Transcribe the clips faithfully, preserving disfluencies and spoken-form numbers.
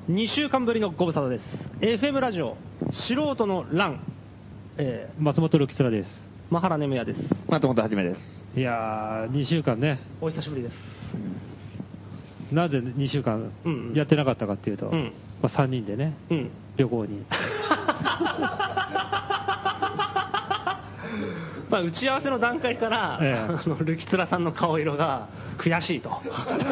にしゅうかんぶりのご無沙汰です。 エフエム ラジオ素人の欄、えー、 松本るきつらです。 マハラネムヤです。 松本はじめです。 いやーにしゅうかんね、 お久しぶりです。 なぜにしゅうかんやってなかったかっていうと、うんまあ、さんにんでね、うん、旅行にまあ打ち合わせの段階から、ええ、あのルキツラさんの顔色が悔しいと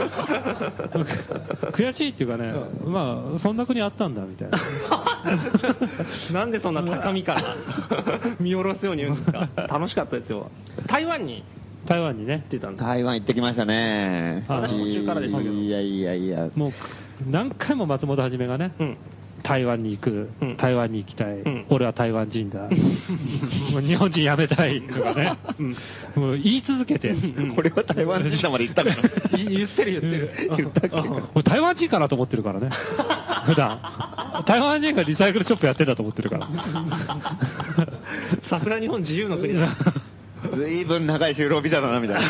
悔しいっていうかね、うん、まあそんな国あったんだみたいななんでそんな高みから見下ろすように言うんですか。楽しかったですよ。台湾に台湾にね行ってたんです。 台湾行ってきましたね。 私途中からでしたけど、 いやいやいや、 もう何回も松本はじめがね、うん、台湾に行く、うん、台湾に行きたい、うん、俺は台湾人だもう日本人やめたいとかね、うん、もう言い続けて俺は台湾人だまで言ったから言ってる言ってる言ったっけ。 俺台湾人かなと思ってるからね普段台湾人がリサイクルショップやってんだと思ってるからさすが日本自由の国だずいぶん長い就労ビザだなみたいな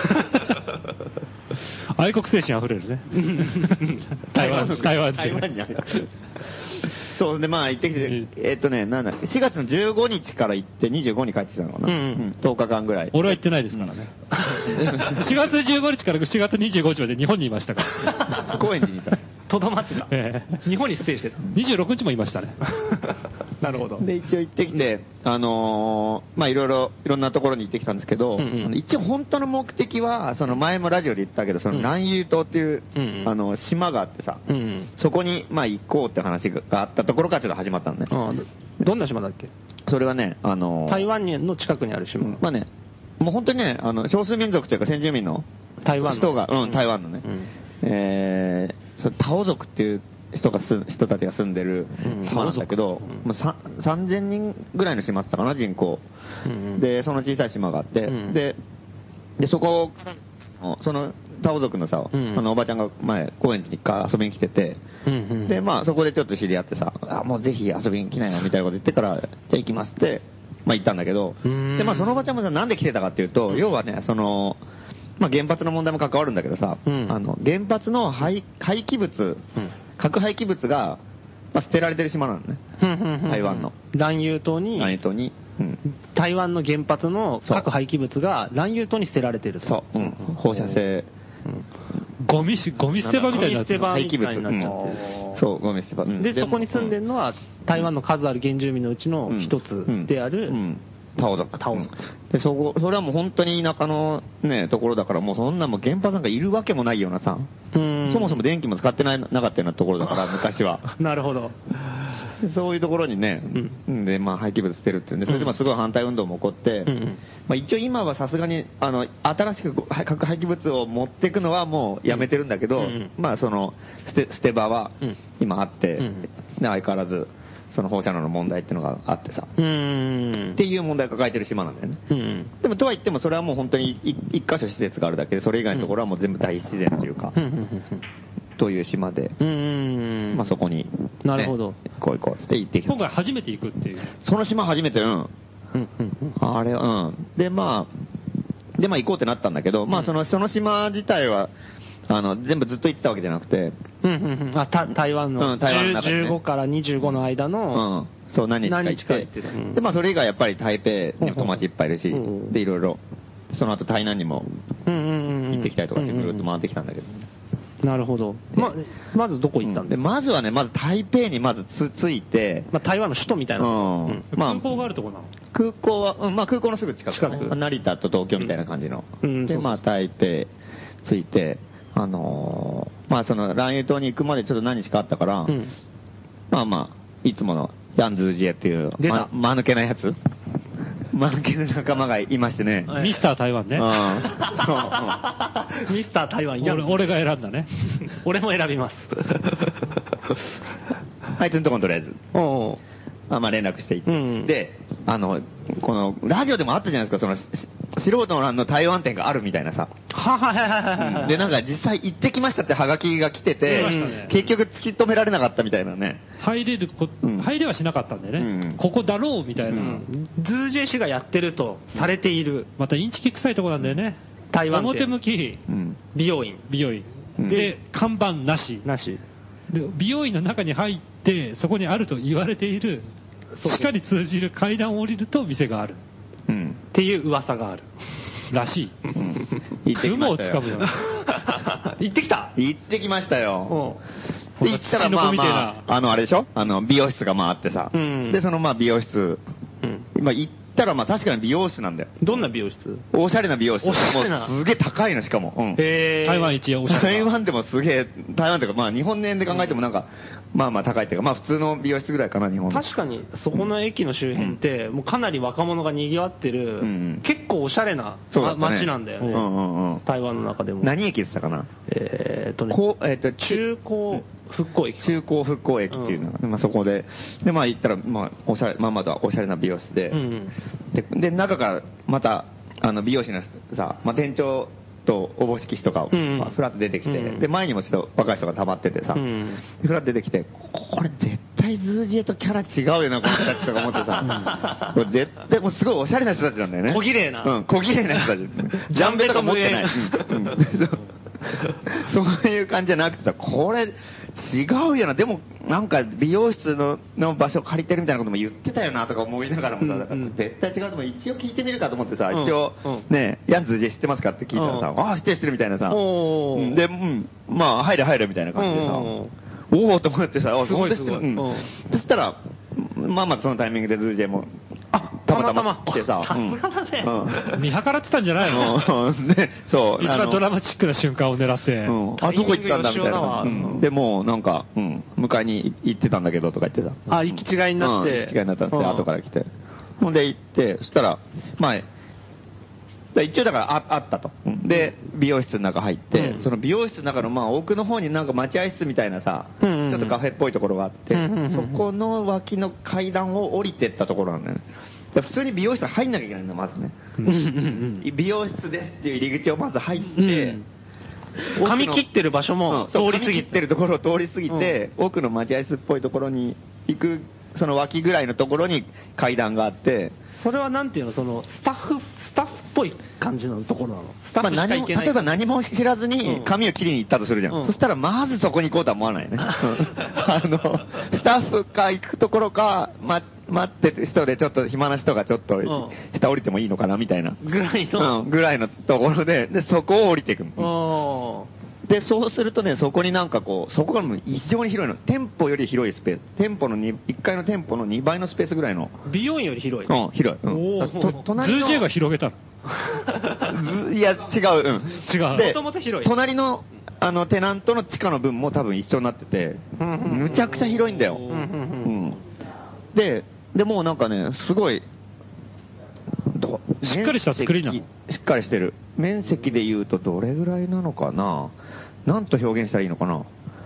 愛国精神あふれるね台湾台湾人台湾にそうで、まあ行ってきて、えっとね、なんだしがつのじゅうごにちから行ってにじゅうごに帰ってきたのかな、うんうん、とおかかんぐらい。 俺は行ってないですからね、うん、しがつじゅうごにちからしがつにじゅうごにちまで日本にいましたから高円寺にいたとどまってた、えー、日本にステイしてた。 にじゅうろくにちもいましたねなるほど。 で一応行ってきて、あのー、まあいろいろいろんなところに行ってきたんですけど、うんうん、一応本当の目的はその前もラジオで言ったけど、その南友島っていう、うんうん、あの島があってさ、うんうん、そこにまあ行こうって話があったところからちょっと始まったのね。 あどんな島だっけ。 それはね、あのー、 台湾の近くにある島、うん、 まあね、もう本当にね、あの少数民族というか先住民の台湾の人が、うん、台湾のね、うん、えー、それタオ族っていう人がす人たちが住んでる島なんだけど、うん、さんぜんにんぐらいの島って言ったかな、人口、うん、でその小さい島があって、うん、ででそこからそのタオ族のさ、うん、あのおばちゃんが前高円寺に遊びに来てて、うんうん、でまあそこでちょっと知り合ってさ、あもうぜひ遊びに来ないなみたいなこと言ってから、じゃあ行きますってまあ行ったんだけど、でまあそのおばちゃんもさなんで来てたかっていうと、要はねそのまあ原発の問題も関わるんだけどさ、うん、あの原発の廃廃棄物、うん核廃棄物が、まあ、捨てられてる島なのね、台湾の蘭友島に、 蘭友島に、うん、 台湾の原発の核廃棄物が蘭友島に捨てられてると。 そう、うん、放射性、 うん、ゴミゴミ捨て場みたいになってる、 廃棄物になっちゃって、うん、そうゴミ捨て場、うん、 でそこに住んでるのは台湾の数ある原住民のうちの一つである、うんうんうんタオ族。タオ族。で、そこ、それはもう本当に田舎のね、ところだから、もうそんなもう原発なんかいるわけもないようなさ、うんそもそも電気も使ってない、なかったようなところだから、昔は。 なるほど。 そういうところにね、うん、で、まあ廃棄物捨てるっていうんで、それでまあすごい反対運動も起こって、うん、まあ一応今はさすがに、あの、新しく核廃棄物を持っていくのはもうやめてるんだけど、うん、まあその、捨て、捨て場は今あって、うん、相変わらず、その放射能の問題っていうのがあってさ、うーんっていう問題を抱えてる島なんだよね。うんでもとは言ってもそれはもう本当に一箇所施設があるだけで、それ以外のところはもう全部大自然というか、という島で、うんまあそこに、ね、 なるほど。 行こう行こうって行ってきた。 今回初めて行くっていう。 その島初めて、うん。あれ、うん。でまあでまあ行こうってなったんだけど、まあそのその島自体は。あの全部ずっと行ってたわけじゃなくて、 うんうんうん、あた台湾の、うん、台湾の中でね、じゅうごからにじゅうごの間の、 うん、そう何日か行って、ってうん、でまあそれ以外やっぱり台北に友達いっぱいいるし、うん、でいろいろその後台南にも行ってきたりとかしてぐるっと回ってきたんだけど、 なるほど。ままずどこ行ったんですか。 うん、でまずはねまず台北にまずつ着いて、 まあ台湾の首都みたいな、うんうんまあ、空港があるところなの。 空港は、うん、まあ空港のすぐ近く、近く成田と東京みたいな感じの、うん、でまあ台北着いて。あのー、まあその蘭友島に行くまでちょっと何日かあったから、うん、まあまあいつものヤンズージエっていうま間抜けなやつ間抜けな仲間がいましてね、 ミスター台湾ね、 うん、ミスター台湾、 俺, 俺が選んだね俺も選びますあいつのところとりあえずおうまあまあ連絡していって、うん、であのこのラジオでもあったじゃないですか、その素人の欄の台湾店があるみたいなさ。 はははは。 で、なんか実際行ってきましたってハガキが来てて、ね、結局突き止められなかったみたいなね。 入れるこ、うん、入れはしなかったんだよね。うん、ここだろうみたいな。うん、 ズージェ氏がやってるとされている。 またインチキ臭いとこなんだよね。 台湾店。 表向き、 美容院。 美容院。で、看板なし。 なし。 で美容院の中に入って、そこにあると言われている、地下に通じる階段を降りると店がある。 うん。っていう噂がある。 らしい。うん。 行ってきましたよ。 雲をつかむよ。 行ってきた行ってきましたよ。で、行ったらまあまあ、あの、あれでしょあの、美容室がまああってさ。うん、で、そのまあ美容室、うん、まあ行ったらまあ確かに美容室なんだよ。 どんな美容室？ おしゃれな美容室。 おしゃれな。 もうすげえ高いのしかも。うん、 へ台湾一おしゃれな。 台湾でもすげえ、台湾っていうかまあ日本円で考えてもなんか、まあまあ高いっていうか、まあ普通の美容室ぐらいかな、日本の。 確かに、そこの駅の周辺って、もうかなり若者が賑わってる、うん、結構おしゃれな、ね、街なんだよね。うんうんうん、台湾の中でも。 何駅って言ったかなえーっとね、 こうえー、っと中高復興駅。 中高復興駅っていうのが、うん、まあそこで、でまあ行ったら、まあおしゃれ、まあまだおしゃれな美容室で、うんうん、で、で、中からまた、あの美容師の人さ、まあ店長、とおぼしき人が、まあ、ふらっと出てきて、うん、で前にもちょっと若い人が溜まっててさ、うん、ふらっと出てきて、これ絶対ズージエとキャラ違うよな、この人たちとか思ってさ、これ絶対もうすごいおしゃれな人たちなんだよね。 小綺麗な。 うん、小綺麗な人たち。ジャンベとか持ってない。うんうん、そういう感じじゃなくてさ、これ違うよな、でもなんか美容室 の, の場所借りてるみたいなことも言ってたよなとか思いながらもさ、うんうん、だから絶対違うとも一応聞いてみるかと思ってさ、一応、ね、ヤンズージェ知ってますかって聞いたらさ、ああ、知ってる知ってるみたいなさ、うん、で、うん、まあ、入れ入れみたいな感じでさ、おおと思ってさ、 すごいすごい、 うん、そしたら、まあまあそのタイミングでズージェも、あたまたま来てさ、 さすがだね、 うん、見計らってたんじゃないのね、そう。 一番ドラマチックな瞬間を狙って。 うん、あ、どこ行ってたんだみたいな。うん、で、もうなんか、うん、迎えに行ってたんだけどとか言ってさ。 あ、行き違いになって。 うん、行き違いになったんで、後から来て。ほんで行って、そしたら、まあ、一応だからああったと。で、美容室の中入って、うん、その美容室の中のまあ奥の方になんか待合室みたいなさ、うんうんうん、ちょっとカフェっぽいところがあって、うんうんうん、そこの脇の階段を降りてったところなんだよね。普通に美容室入んなきゃいけないんだ、まずね。美容室ですっていう入り口をまず入って、 うん、髪切ってる場所も通り過ぎて、 髪切ってるところを通り過ぎて、うん、奥の待合室っぽいところに行く、その脇ぐらいのところに階段があって、 それはなんていうの、そのスタッフ、スタッフっぽい感じのところなの。スタッフしか行けない。 まあ、例えば何も知らずに髪を切りに行ったとするじゃん。うん、そしたらまずそこに行こうとは思わないね。あの、スタッフか行くところか、ま、待ってる人でちょっと暇な人がちょっと下降りてもいいのかなみたいな。 ぐらいの、 うん、ぐらいのところで、で、そこを降りていくの。で、そうするとね、そこになんかこう、そこがもう非常に広いの。店舗より広いスペース。店舗のに、いっかいの店舗のにばいのスペースぐらいの。 美容院より広い。 うん、広い。うん、と隣の。ズージェが広げたのいや、違う。うん。 違う。 で、 もともと広い。 隣の、あの、テナントの地下の分も多分一緒になってて、むちゃくちゃ広いんだよ。うん。で、で、もうなんかね、すごい、 しっかりした作りなの？ しっかりしてる。面積で言うとどれぐらいなのかな？なんと表現したらいいのかな？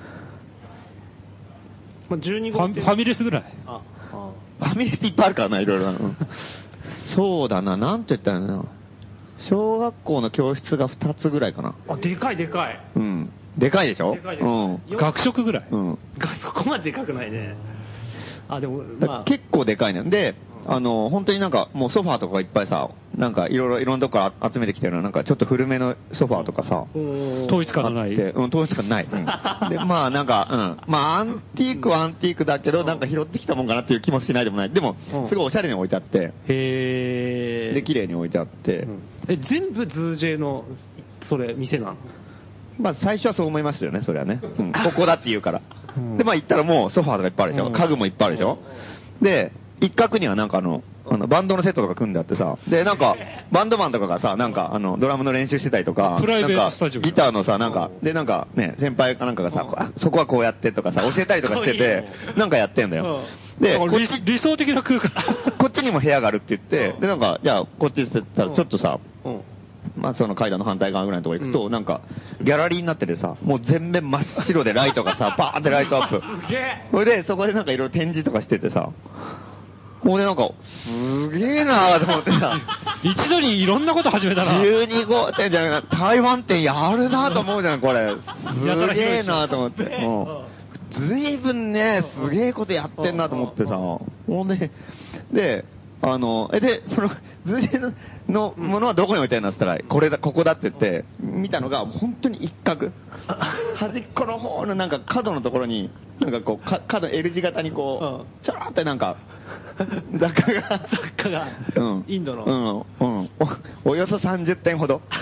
まあ、じゅうにごファミレスぐらい。 ああファミレスいっぱいあるからな、いろいろ。うん、そうだな、なんと言ったらいいの？小学校の教室がふたつぐらいかな。 あ、でかいでかい。 うん。でかいでしょ？ でかいでかい。うん。 学食ぐらい。 うん。 そこまででかくないね。あ、でも、まあ、 結構でかいね。で、あの、本当になんか、もうソファーとかいっぱいさ、なんかいろいろ、いろんなとこから集めてきてるのなんかちょっと古めのソファーとかさ、 統一感のない。 うん、統一感ない。うん、で、まあなんか、うん。まあアンティークはアンティークだけど、なんか拾ってきたもんかなっていう気もしないでもない。でも、すごいおしゃれに置いてあって、 へー。 で、綺麗に置いてあって。うん、 え、全部ズージェの、それ、店なの？ まあ最初はそう思いましたよね、それはね。うん、ここだって言うから。で、まあ行ったらもうソファーとかいっぱいあるでしょ。家具もいっぱいあるでしょ。で、一角にはなんかあの、あの、バンドのセットとか組んであってさ、で、なんか、バンドマンとかがさ、なんか、あの、ドラムの練習してたりとか、 プライベートスタジオギターのさ、なんか、で、なんかね、先輩かなんかがさ、そこはこうやってとかさ、教えたりとかしてて、なんかやってんだよ。で、こっち、 理想的な空間。 こっちにも部屋があるって言って、で、なんか、じゃあ、こっちって言ったら、ちょっとさ、まあその階段の反対側ぐらいのところ行くと、うん、なんか、ギャラリーになっててさ、もう全面真っ白でライトがさ、パーってライトアップ。それで、そこでなんかいろいろ展示とかしててさ、もうねなんか、すげえなーと思ってさ、 一度にいろんなこと始めたな。 じゅうにごてんじゃなくて、台湾店やるなーと思うじゃん、これ。すげえなーと思って。もう、ずいぶんね、すげえことやってんなと思ってさ、もうね、で、 あの、え、で、その、ズージェのものはどこに置いてあるのって言ったら、これだ、ここだって言って、見たのが、本当に一角。端っこの方のなんか角のところに、なんかこう、か角 L 字型にこう、ちょろってなんか、雑貨が。 雑貨が。うん。インドの。うん。うん。お、およそさんじゅってんほど。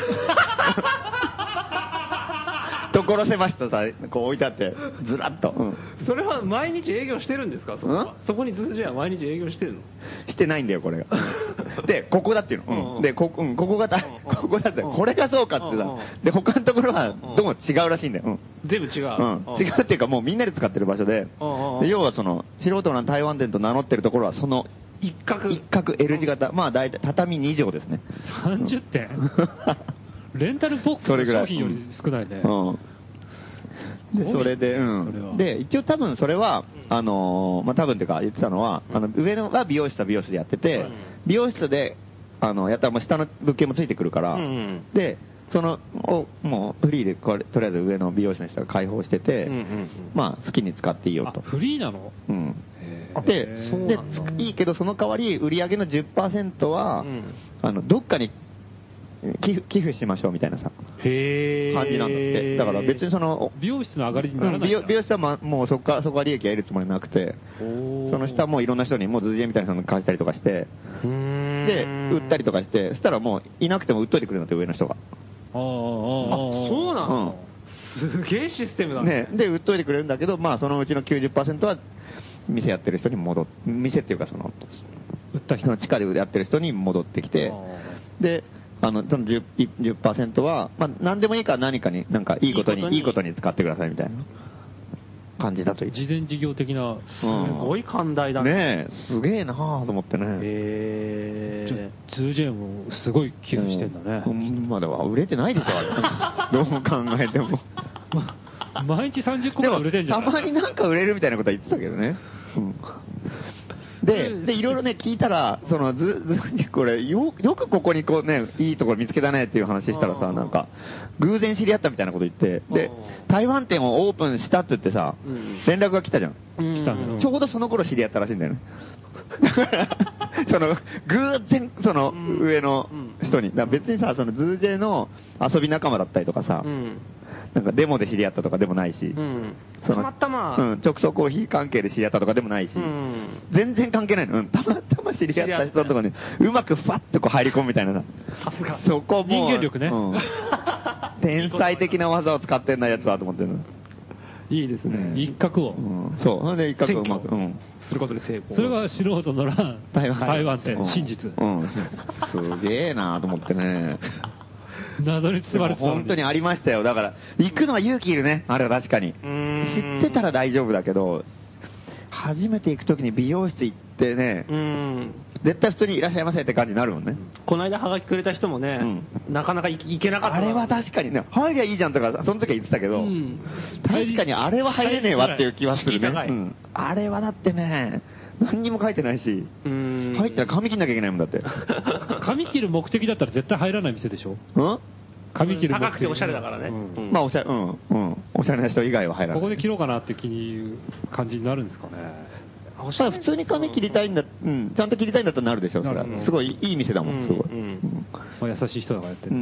所狭しとさ、こう置いてあって、ずらっと。うん、 それは毎日営業してるんですか？そこは、そこにズージェは毎日営業してるの？ してないんだよ、これが。で、ここだっていうの。うん、で、こ、うん、ここがだ、ここだって、これがそうかってさ。で、他のところはどうも違うらしいんだよ。うん、 全部違う。 うん。違うっていうか、もうみんなで使ってる場所で、で要はその、素人の台湾店と名乗ってるところは、その、 一角。 一角 L 字型。まあ、大体、畳にじょうですね。 さんじゅってんレンタルボックスの商品より少ないね。うんで、それで、うん。で、一応多分それは、あのー、まあ、多分っていうか言ってたのは、あの、上のは美容室は美容室でやってて、美容室で、あの、やったらもう下の物件もついてくるから、で、その、を、もうフリーでこれ、とりあえず上の美容師の人が開放してて、まあ、好きに使っていいよと。 フリーなの？ うん。で、で、いいけどその代わり、売上の じゅっパーセント は、あの、どっかに、寄付、寄付しましょうみたいなさ、 へ感じなんだって。だから別にその、 美容室の上がりにならない、 うん、美容、美容室は、ま、もうそこから、そこは利益を得るつもりなくて、その下もいろんな人にもうズージェみたいなの貸したりとかして、で、売ったりとかして、そしたらもういなくても売っといてくれるのって上の人が。ああ、そうなの、うん、すげえシステムだね。 ね。で、売っといてくれるんだけど、まあそのうちの きゅうじゅっパーセント は、店やってる人に戻っ、店っていうかその、 売った人の地下でやってる人に戻ってきて、で、あの、その じゅっパーセント は、まあ、何でもいいから何かに、なんか、いいことに、いいことに使ってくださいみたいな感じだという。 事前事業的な、 すごい寛大だね。 ねえ、すげえなぁと思ってね。 へぇー。ズージェもすごい寄付してんだね。 うん、まだは売れてないでしょ、あれ。どう考えても。 毎日さんじゅっこぐらい売れてんじゃん。 たまになんか売れるみたいなことは言ってたけどね。うんで、で、いろいろね、聞いたら、その、ず、ず、これ、よ、よくここにこうね、いいところ見つけたねっていう話したらさ、なんか、偶然知り合ったみたいなこと言って、で、台湾店をオープンしたって言ってさ、連絡が来たじゃん。 来たの。 ちょうどその頃知り合ったらしいんだよね。その、偶然、その、上の人に。だ別にさ、その、ズージェの遊び仲間だったりとかさ、なんかデモで知り合ったとかでもないし、うん、 たまたま、 うん、直送コーヒー関係で知り合ったとかでもないし、うん、全然関係ないの、うん、たまたま知り合った人のとこにうまくファッとこう入り込むみたいなさ、そこも人間力ね、うん、 天才的な技を使ってんなやつはと思ってるの。 いいですね、うん、一角を、 うん、そうそれで一角をうまく、うん、 することで成功。 それが素人の欄台湾台湾店、うん、真実、 うん、すげえなと思ってね。 謎に包まれてた。 本当にありましたよ。だから、行くのは勇気いるね。あれは確かに。知ってたら大丈夫だけど、初めて行くときに美容室行ってね、絶対普通にいらっしゃいませって感じになるもんね。 この間ハガキくれた人もね、うん、なかなか行けなかった。 あれは確かにね、入りゃいいじゃんとか、その時は言ってたけど、うん、確かにあれは入れねえわっていう気はするね。うん、あれはだってね、何にも書いてないし、入ったら髪切んなきゃいけないもんだって。 髪切る目的だったら絶対入らない店でしょ。 うん髪切る目的。高くておしゃれだからね。 うん、まあおしゃれ、うん、うん。おしゃれな人以外は入らない。 ここで切ろうかなって気に感じになるんですかね。 おしゃれ普通に髪切りたいんだ、うん、ちゃんと切りたいんだったらなるでしょ。それすごいいい店だもん、すごい。うんうんまあ、優しい人だからやってる。うん。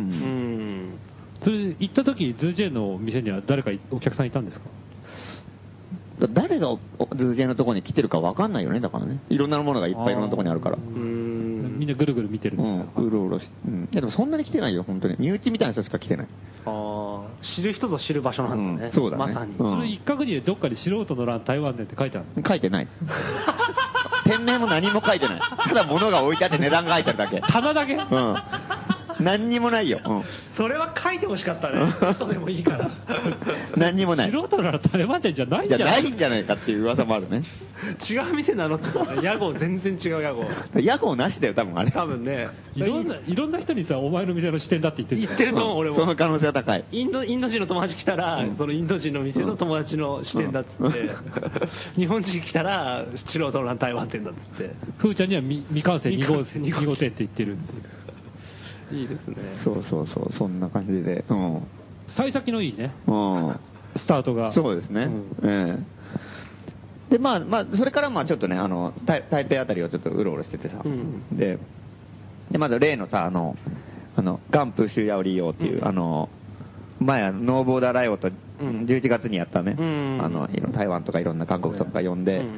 それ行った時、ズージェの店には誰かお客さんいたんですか？ 誰がズージェのところに来てるか分かんないよね、だからね。いろんなものがいっぱいいろんなところにあるから。うんみんなぐるぐる見てるんですか？ うん、うろうろし、うん。いやでもそんなに来てないよ、本当に。身内みたいな人しか来てない。 ああ、知る人ぞ知る場所なんだね。 うん、そうだね。 まさに。 うん、それ一角にどっかで素人の欄台湾でって書いてあるの？ 書いてない。店名も何も書いてない。ただ物が置いてあって値段が書いてあるだけ。 棚だけ？うん。 何にもないよ。うん、 それは書いてほしかったね。嘘でもいいから。 何にもない。 素人なら台湾店じゃないんじゃない？じゃないんじゃないかっていう噂もあるね。 違う店なのって。屋号全然違う屋号。 屋号なしだよ、多分あれ。 多分ね。 いろんな、いろんな人にさ、お前の店の支店だって言ってる。 言ってると思う、俺も。 その可能性は高い。 インド、インド人の友達来たら、うん、そのインド人の店の友達の支店だっつって、うん、日本人来たら、素人の台湾店だっつって。 ふーちゃんには未未完成に号店って言ってるっていう。 いいですね。 そうそうそう、そんな感じで。うん。 幸先のいいね。 うん。 スタートが。 そうですね。うん、えで、まあ、まあ、それからまあちょっとね、あの、台北あたりをちょっとうろうろしててさ、うん、で、で、まず例のさ、あの、あの、ガンプーシュヤオリーヨーっていう、うん、あの、前、ノーボーダーライオット、じゅういちがつにやったね、うん、あの、台湾とかいろんな韓国とか呼んで、うん、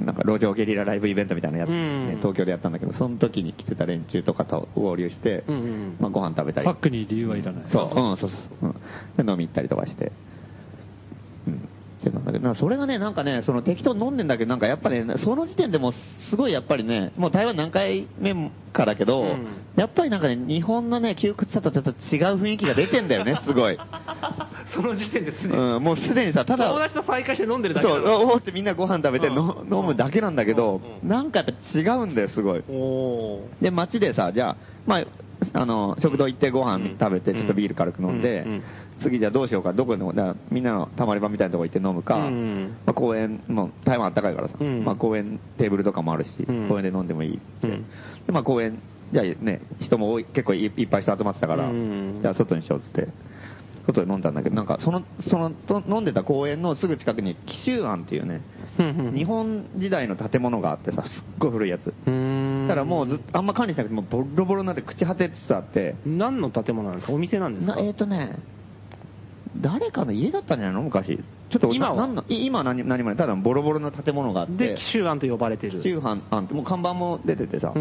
なんか路上ゲリラライブイベントみたいなのやって、ね、うん、東京でやったんだけど、その時に来てた連中とかと合流して、うん、まあ、ご飯食べたり。 パックに理由はいらない。 そう、うん、そうそうそう、うん。で、飲み行ったりとかして。うんなんだけどそれがね、なんかね、その適当に飲んでんだけど、なんかやっぱね、その時点でもすごいやっぱりね、もう台湾何回目かだけど、うん、やっぱりなんかね、日本のね、窮屈さとちょっと違う雰囲気が出てんだよね、すごい。 その時点ですでに。 うん、もうすでにさ、ただ、 友達と再会して飲んでるだけだそう、おーってみんなご飯食べて、うん、飲むだけなんだけど、うん、なんかやっぱ違うんだよ、すごい。おで、街でさ、じゃあ、まあ、あの、食堂行ってご飯食べて、ちょっとビール軽く飲んで、うんうん次じゃあどうしようか、どこでも、みんなのたまり場みたいなとこ行って飲むか、うんまあ、公園、もう台湾あったかいからさ、うんまあ、公園テーブルとかもあるし、うん、公園で飲んでもいいって、うん、でまあ、公園、じゃあね、人も多い結構いっぱい人集まってたから、うん、じゃあ外にしようっつって、外で飲んだんだけど、なんかその、その、飲んでた公園のすぐ近くに紀州庵っていうね、日本時代の建物があってさ、すっごい古いやつ。ただもうずっとあんま管理しなくてもボロボロになって朽ち果てつつあって。 何の建物なんですか？お店なんですか？ えっとね、誰かの家だったんじゃないの昔。ちょっと今はの今は何何もない。ただボロボロの建物があって。 で、紀州庵と呼ばれてる。 紀州庵ってもう看板も出ててさ。うん、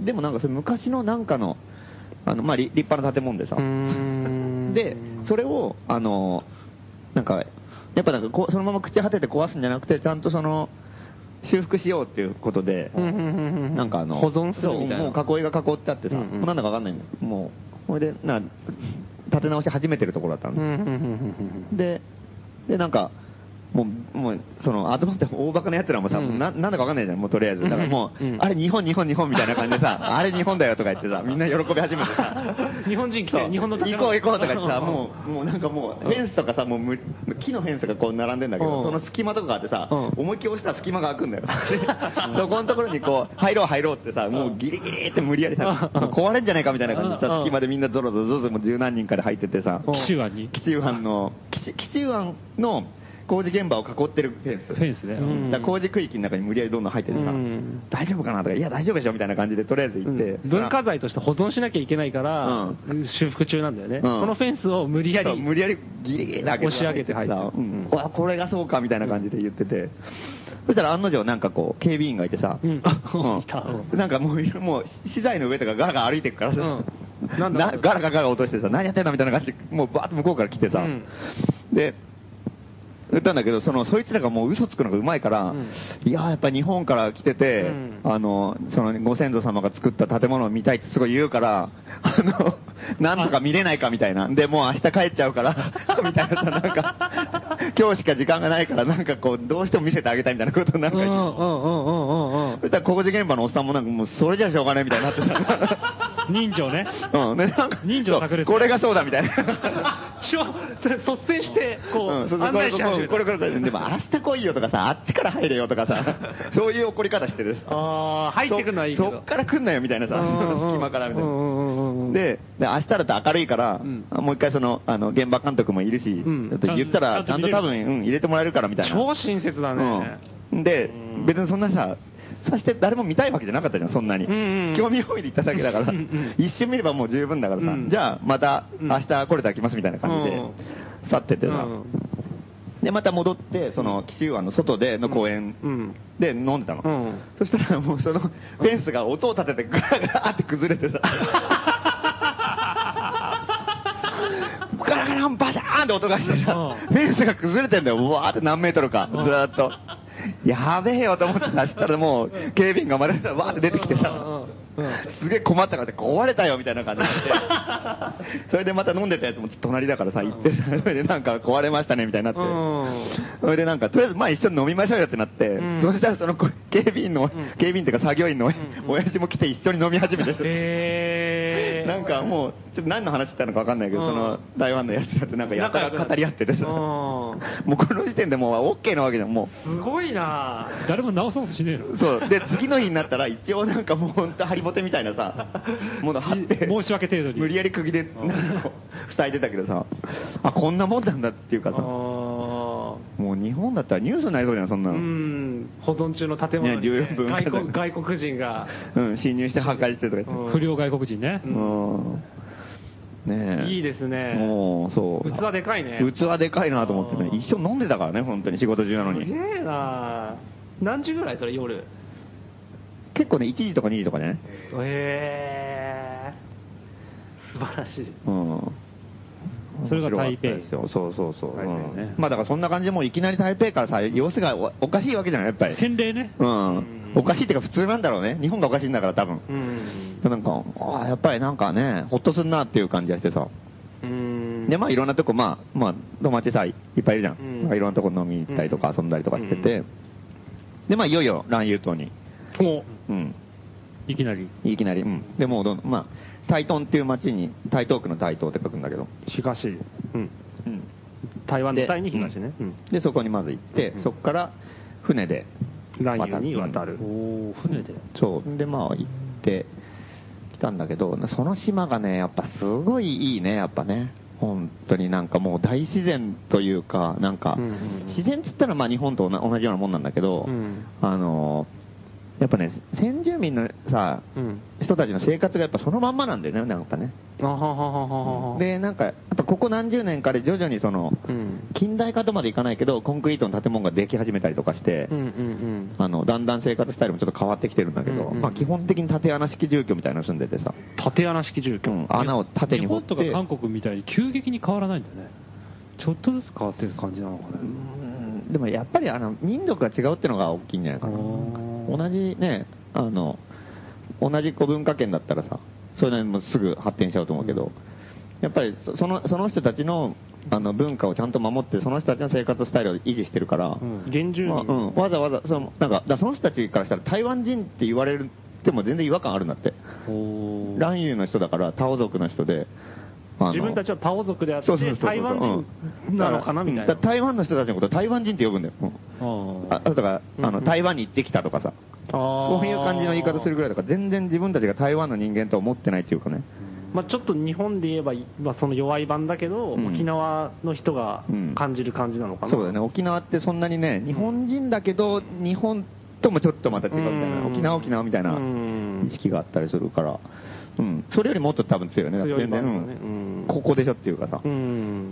でもなんかそれ昔のなんかの、あの、まあ、立派な建物でさ。で、それを、あの、なんか、やっぱなんかこそのまま朽ち果てて壊すんじゃなくて、ちゃんとその、修復しようっていうことで、なんかあの、 保存するみたいな。 もう囲いが囲ってあってさ、うんうん、もうなんだかわかんないんだよ。もう、それで、な、立て直し始めてるところだったんで、で、で、なんか、もう、もう、その、集まった大バカな奴らもさ、うん、な、なんだかわかんないじゃん、もうとりあえず。だからもう、うん、あれ日本、日本、日本みたいな感じでさ、あれ日本だよとか言ってさ、みんな喜び始めてさ、 日本人来て、日本の行こう行こうとか言ってさ、もう、もうなんかもう、フェンスとかさ、もう木のフェンスがこう並んでんだけど、その隙間とかがあってさ、思いっきり押したら隙間が開くんだよ。そこのところにこう、入ろう入ろうってさ、もうギリギリって無理やりさ、壊れんじゃないかみたいな感じでさ、隙間でみんなゾロゾロゾロゾロ十何人から入っててさ、 紀州庵に紀州庵の、紀州庵の、工事現場を囲ってるフェンス。 フェンスね。 うん、だ工事区域の中に無理やりどんどん入っててさ、うん、大丈夫かなとか、いや大丈夫でしょみたいな感じでとりあえず行って、 うん、文化財として保存しなきゃいけないから、うん、修復中なんだよね、うん。そのフェンスを無理やり、 無理やりギリギリだけ押し上げて入ってさ、 うん、わこれがそうかみたいな感じで言ってて、そしたら案の定なんかこう警備員がいてさ、うん、なんかもうもう資材の上とかガラガラ歩いてくからさ、うん、なんだガラガラガラ落としてさ、何やってんだみたいな感じでもうバーッと向こうから来てさ、で。言ったんだけど、その、そいつらがもう嘘つくのがうまいから、うん、いやーやっぱ日本から来てて、うん、あの、その、ご先祖様が作った建物を見たいってすごい言うから、あの、なんとか見れないかみたいな。で、もう明日帰っちゃうから、みたいなさ、なんか、今日しか時間がないから、なんかこう、どうしても見せてあげたいみたいなことをなんか言って。そしたら工事現場のおっさんもなんかもう、それじゃしょうがないみたいになってさ。 人情ね。 うん。で、なんか、 人情炸裂。 これがそうだみたいな。 率先して、こう、うん、案内し始めた。 これこれこれ。でも明日来いよとかさ、あっちから入れよとかさ、そういう怒り方してる。 ああ、入ってくるのはいいけど。 そっから来んなよみたいなさ、隙間からみたいな。で、で明日だと明るいから、うん、もう一回その、あの、現場監督もいるし、うん、言ったら、ちゃんと多分、うん、入れてもらえるからみたいな。 超親切だね。 うん、で、別にそんなさ、さして誰も見たいわけじゃなかったじゃん、そんなに。うんうん、興味本位で行っただけだから、うんうん、一瞬見ればもう十分だからさ、うん、じゃあまた明日来れたら来ますみたいな感じで、去ってってさ、うん、で、また戻って、その、紀州湾の外での公園で飲んでたの。うん、そしたらもうその、フェンスが音を立ててガラガラって崩れてさ、ガラガランバシャーンって音がしてさ、フェンスが崩れてんだよ、うわーって何メートルか、ずーっと。やべえよと思ってたらもう、警備員がまたわーって出てきてさ、すげえ困ったからって壊れたよみたいな感じで、それでまた飲んでたやつも隣だからさ、行って、それでなんか壊れましたねみたいになって、それでなんか、とりあえずまあ一緒に飲みましょうよってなって、そしたらその警備員の、警備員っていうか作業員の親父も来て一緒に飲み始めて、なんかもう、ちょっと何の話してたのか分かんないけど、その台湾のやつだってなんかやたら語り合っててさ、もうこの時点でもう OK なわけじゃん、もう。すごいな誰も直そうとしねえの。 そう。で、次の日になったら一応なんかもうほんとハリボテみたいなさ、もの貼って、 申し訳程度に。 無理やり釘でなんか塞いでたけどさ、あ、こんなもんなんだっていうかさ、もう日本本だったらニュースになりそうじゃん、そんなの。 うん。保存中の建物に、ね、外国、外国人が。 うん、侵入して破壊してとか言って。 不良外国人ね。うん。 ねえ。 いいですね。 もう、そう。 器でかいね。 器でかいなと思ってね。一緒飲んでたからね、本当に仕事中なのに。 すげえな何時ぐらいそれ夜？ 結構ね、いちじとかにじとかね。 へえー。素晴らしい。 うん。 それが台北ですよ。そうそうそう。うん、まあだからそんな感じでもういきなり台北からさ、様子が お, おかしいわけじゃない、やっぱり。 洗礼ね。 うん。おかしいっていうか普通なんだろうね。日本がおかしいんだから多分。うん。なんか、あやっぱりなんかね、ほっとすんなっていう感じがしてさ。うん。で、まあいろんなとこ、まあ、まあ、友達さ、いっぱいいるじゃん。うん、いろんなとこ飲み行ったりとか遊んだりとかしてて。うん、で、まあいよいよ蘭遊島に。 おうん。いきなり。 いきなり。うん。で、もうどんどん、まあ、台東っていう町に、台東区の台東って書くんだけど。 東。うん。うん。台湾の台に東ね。 うん。で、そこにまず行って、うん、そこから船で蘭遊に渡る。 お船で。 そう。で、まあ行ってきたんだけど、その島がね、やっぱすごいいいね、やっぱね。本当になんかもう大自然というか、なんか、自然っつったらまあ日本と同じようなもんなんだけど、うん、あの、やっぱね、先住民のさ、うん、人たちの生活がやっぱそのまんまなんだよね、なんかね。で、なんか、やっぱここ何十年かで徐々にその、うん、近代化とまでいかないけど、コンクリートの建物ができ始めたりとかして、うんうんうん、あの、だんだん生活スタイルもちょっと変わってきてるんだけど、うんうん、まあ基本的に縦穴式住居みたいなの住んでてさ。 縦穴式住居、うん、 穴を縦に掘って。 日本とか韓国みたいに急激に変わらないんだね。ちょっとずつ変わってる感じなのかな。 うん、でもやっぱりあの、民族が違うっていうのが大きいんじゃないかな。同じね、あの、同じ古文化圏だったらさ、そういうのもすぐ発展しちゃうと思うけど、やっぱりそのその人たちのあの文化をちゃんと守って、その人たちの生活スタイルを維持してるから、うん、 原住民、まあうん、わざわざそのなんかだその人たちからしたら台湾人って言われるっても全然違和感あるんだって。蘭遊の人だからタオ族の人で。 自分たちはタオ族であって台湾人なのかなみたいな。 台湾の人たちのことを台湾人って呼ぶんだよ。うん、あだからあの台湾に行ってきたとかさ、そういう感じの言い方するぐらいだから、全然自分たちが台湾の人間とは思ってないっていうかね。 まあちょっと日本で言えば、まあ、その弱い版だけど、うん、沖縄の人が感じる感じなのかな、 うん、そうだね。沖縄ってそんなにね、日本人だけど日本ともちょっとまた違うみたいな、うん、沖縄沖縄みたいな意識があったりするから、うん、それよりもっと多分強いよね。 強い版だね、 うん、ここでしょっていうかさ、うん、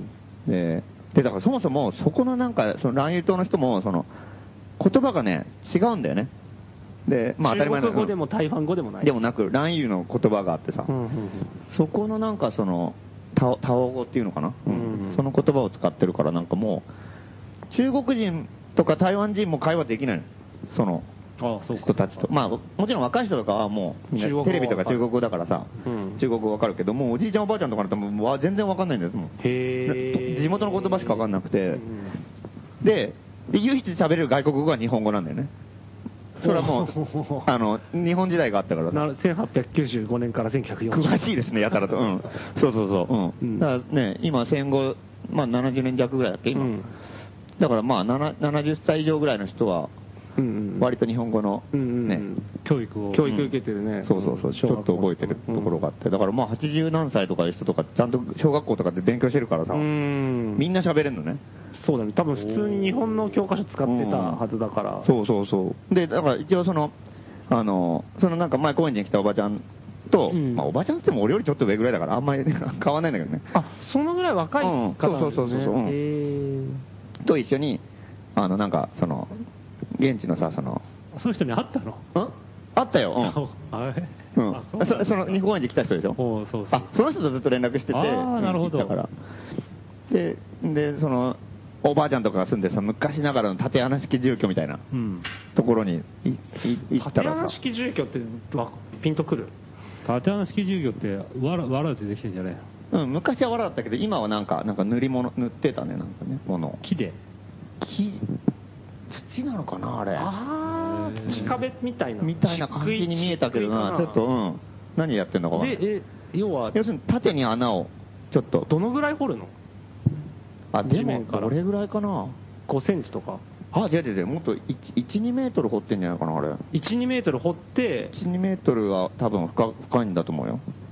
で, でだからそもそもそこのなんかその蘭遊島の人もその言葉がね違うんだよね。で、まあ当たり前な中国語でも台湾語でもない。 でもなく、蘭遊の言葉があってさ、うんうんうん、そこのなんかその、タオ、タオ語っていうのかな、うんうん、その言葉を使ってるからなんかもう、中国人とか台湾人も会話できないの。その、ああそう人たちと。まあもちろん若い人とかはもう、みんなテレビとか中国語だからさ、うん、中国語わかるけど、もうおじいちゃんおばあちゃんとかだともう全然わかんないんだよ。もうへ地元の言葉しかわかんなくて、うん、で、で唯一喋れる外国語は日本語なんだよね。それはもう、あの、日本時代があったからさ。せんはっぴゃくきゅうじゅうごねんからせんきゅうひゃくよんじゅう。 詳しいですね、やたらと。うん。そうそうそう。うん。うん、だからね、今戦後、まあななじゅうねん弱ぐらいだっけ、今。うん、だからまあななじゅっさい以上ぐらいの人は、割と日本語の、ね、うんうん、 教育を。 教育受けてるね。 そうそうそう。ちょっと覚えてるところがあって。だからまあはちじゅうなんさいとかいう人とか、ちゃんと小学校とかで勉強してるからさ、みんな喋れるのね。 そうだね。多分普通に日本の教科書使ってたはずだから。 そうそうそう。で、だから一応その、あの、そのなんか前高円寺に来たおばちゃんと、うん、まあおばちゃんって言っても俺よりちょっと上ぐらいだからあんまり変わんないんだけどね。 あ、そのぐらい若い方なんですね。 うん、そうそうそうそう。うん、と一緒に、あのなんかその、現地のさ、その、 その人に会ったの？ んあったよ。うん。あれうん。そ, その、日本園に来た人でしょ？ おそうそう。 あ、その人とずっと連絡してて。 ああ、なるほど。 だから。で、で、その、おばあちゃんとかが住んでさ、昔ながらの縦穴式住居みたいな、うん、ところに行ったらさ。 縦穴式住居ってピンとくる？ 縦穴式住居ってわら、わらでできてんじゃねえ？うん、昔はわらだったけど、今はなんか、なんか塗り物、塗ってたね、なんかね、もの。 木で？ 木、土なのかな、あれ。 ああ、土壁みたいな。 みたいな感じに見えたけどな、ちょっと、うん。何やってんのかわかんない。 で、え、要は、 要するに縦に穴を、ちょっと。 どのぐらい掘るの？ あ、でも、どれぐらいかな。 ごセンチとか。 あ、違う違う違う、もっといち、にメートル掘ってんじゃないかな、あれ。 いち、にメートル掘って。 いち、にメートルは多分深、深いんだと思うよ。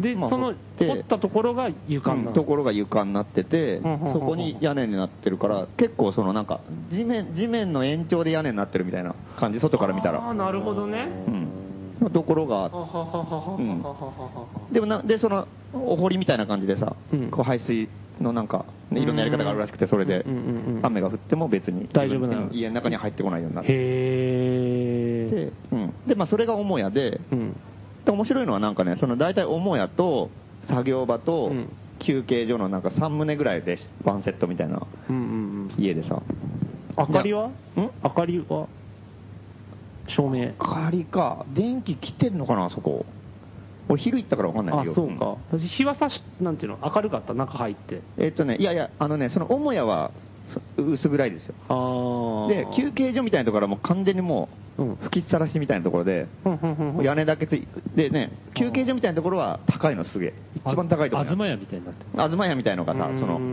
で、まあ、その掘ったところが床になって、 ところが床になってて、そこに屋根になってるから、結構そのなんか地面地面の延長で屋根になってるみたいな感じ、外から見たら。 ああ、なるほどね。 うん。のところが、うん、でもなでそのお堀みたいな感じでさ、うん、こう排水のなんか、ね、いろんなやり方があるらしくて、それで雨が降っても別に大丈夫な家の中に入ってこないようになって。 へで、うん、でまあそれが母屋で、うん、で面白いのはなんかね、その大体母屋と作業場と休憩所のなんかさん棟ぐらいでワンセットみたいな家でさ。 明かりは？ん？明かりは？照明。 明かりか。電気来てんのかな、そこ。俺昼行ったから分かんないけど。 あ、そうか。うん、日はさし、なんていうの、明るかった、中入って。 えっとね、いやいや、あのね、その母屋は薄暗いですよ。あで、休憩所みたいなところはもう完全にもう、吹きさらしみたいなところで、うん、屋根だけついて、でね、休憩所みたいなところは高いのすげえ。一番高いところ。 東屋みたいになってる。 東屋みたいのがさ、その、うん、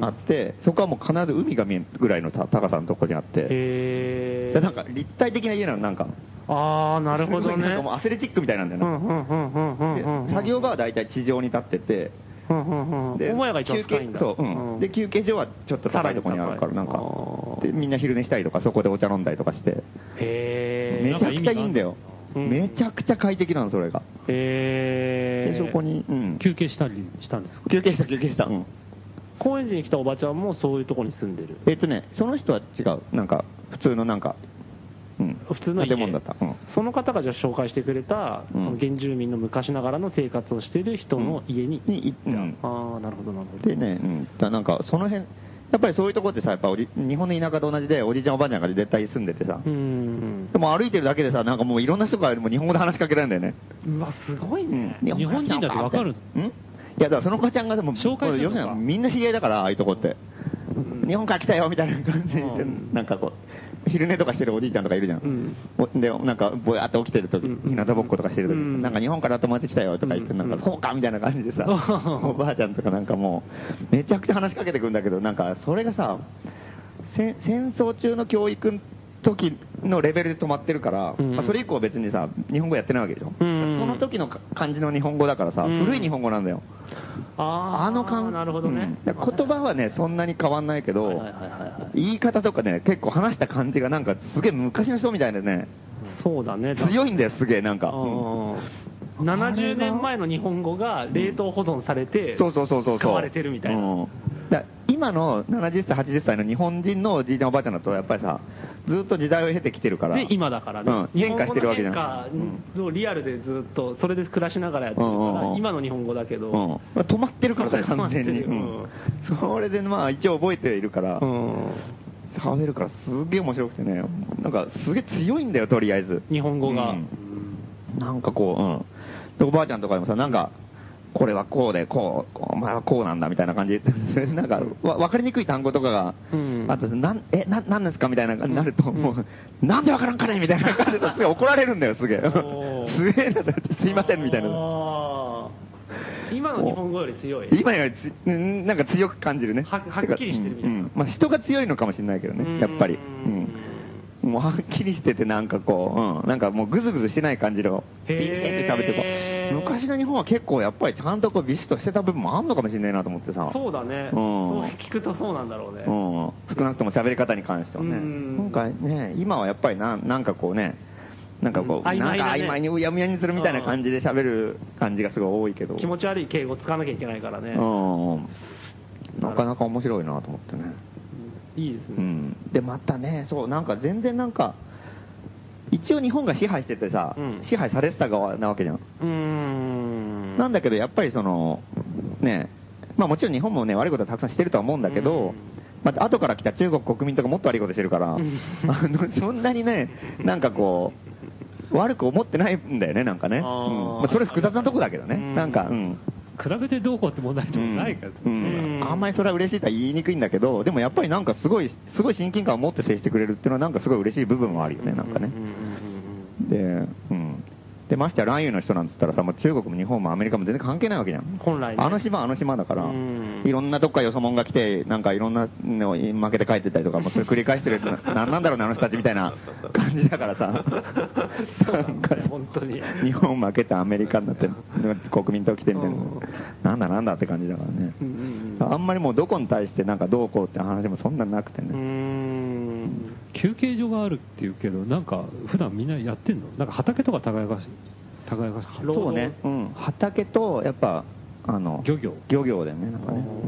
あって、そこはもう必ず海が見えるぐらいの高さのところにあって、へでなんか立体的な家なの、なんか。 ああ、なるほどね。 なんかもうアスレチックみたいなんだよね。作業場は大体地上に立ってて、 で、母屋が一番高いんだ。 そう、うん。で、休憩所はちょっと高いところにあるから、なんか、で、みんな昼寝したりとか、そこでお茶飲んだりとかして、へめちゃくちゃいいんだよ。めちゃくちゃ快適なの、それが。へで、そこに、 うん。休憩したりしたんですか？ 休憩した、休憩した。うん。 高円寺に来たおばちゃんもそういうところに住んでる？ えっとね、その人は違う。なんか、普通のなんか、 うん、普通の建物だった、うん、 その方がじゃあ紹介してくれた、うん、その原住民の昔ながらの生活をしている人の家に行った、うん、ああなるほどなるほど。 でね、うん、だなんかその辺やっぱりそういうとこってさ、やっぱおじ日本の田舎と同じでおじいちゃんおばあちゃんが絶対住んでてさ、うん、でも歩いてるだけでさ、なんかもういろんな人がもう日本語で話しかけられるんだよね。 うわすごいね、 うん、日本人だってわかる？ ん？いやだからそのおばちゃんがでも紹介するのかみんな知り合いだから、ああいうとこって、うん、日本から来たよみたいな感じで、うん、なんかこう昼寝とかしてるおじいちゃんとかいるじゃん、うん、でなんかぼやっと起きてるとき、うん、日向ぼっことかしてるとき、うん、なんか日本から友達来たよとか言って、うん、なんかそうかみたいな感じでさ、うん、おばあちゃんとかなんかもうめちゃくちゃ話しかけてくるんだけど、なんかそれがさ戦争中の教育時のレベルで止まってるから、うんまあ、それ以降別にさ日本語やってないわけでしょ、うん、その時の感じの日本語だからさ、うん、古い日本語なんだよ。 ああの感なるほどね、うん、言葉はねそんなに変わんないけど、言い方とかね結構話した感じがなんかすげえ昔の人みたいでね、 そうだね、 強いんだよすげえなんか、 うん、ななじゅうねんまえの日本語が冷凍保存されて使われてるみたいな。 だ今のななじゅっさいはちじゅっさいの日本人のおじいちゃんおばあちゃんだとやっぱりさずっと時代を経てきてるから、 で今だからね、うん、 変化してるわけじゃない、変化をリアルでずっとそれで暮らしながらやってるから、うんうん、今の日本語だけど、 うん、止まってるからさ完全に、うん、それでまあ一応覚えているから、うん、喋るからすげえ面白くてね、なんかすげえ強いんだよとりあえず日本語が、 うん、なんかこう、うん、でおばあちゃんとかでもさなんかこれはこうでこう、お前はこうなんだみたいな感じでなんかわ分かりにくい単語とかが、うん、あとなんえななんですかみたいなになると、うん、もうなんで分からんかねみたいな感じですげえ怒られるんだよすげえすげえなすいませんみたいな。 今の日本語より強い。 今よりつなんか強く感じるね。 は, はっきりしてるみたいな、うんうんまあ、人が強いのかもしれないけどねやっぱり。うんもうはっきりしててなんかこう、うん、なんかもうグズグズしてない感じのビーって食べてこう昔の日本は結構やっぱりちゃんとこうビシッとしてた部分もあんのかもしれないなと思ってさ。 そうだね、うん、そう聞くとそうなんだろうね、 うん、少なくとも喋り方に関してはね。今回ね今はやっぱりななんかこうねなんかこう、うん、なんか曖昧にうやむやにするみたいな感じで喋る感じがすごい多いけど気持ち悪い敬語使わなきゃいけないからね、 うん、なかなか面白いなと思ってね。 いいですね、 うん、でまたねそうなんか全然なんか一応日本が支配しててさ、うん、支配されてた側なわけじゃん。うーんなんだけどやっぱりそのねまあもちろん日本もね悪いことはたくさんしてるとは思うんだけど、まあ後から来た中国国民とかもっと悪いことしてるから、あのそんなにねなんかこう悪く思ってないんだよねなんかね。あ、うんまあ、それ複雑なとこだけどね。なんかうん。 比べてどうこうって問題でもないから、 うんうん、あんまりそれは嬉しいとは言いにくいんだけど、でもやっぱりなんかすごいすごい親近感を持って接してくれるっていうのはなんかすごい嬉しい部分もあるよねなんかね。で、うん、 で、ましてや蘭嶼の人なんつったらさ、もう中国も日本もアメリカも全然関係ないわけじゃん。 本来ね。 あの島はあの島だから、いろんなとこからよそ者が来て、なんかいろんなの負けて帰ってったりとか、もうそれ繰り返してる、なんなんだろうね、あの人たちみたいな感じだからさ、なんか本当に。 日本負けてアメリカになって、国民党来てみたいな、なんだなんだって感じだからね。あんまりもうどこに対してなんかどうこうって話もそんななくてね。うーん、休憩所があるっていうけど、なんか普段みんなやってんの？なんか畑とか耕し、耕しそうね、うん、畑とやっぱあの漁業漁業だよね、なんかね。うん、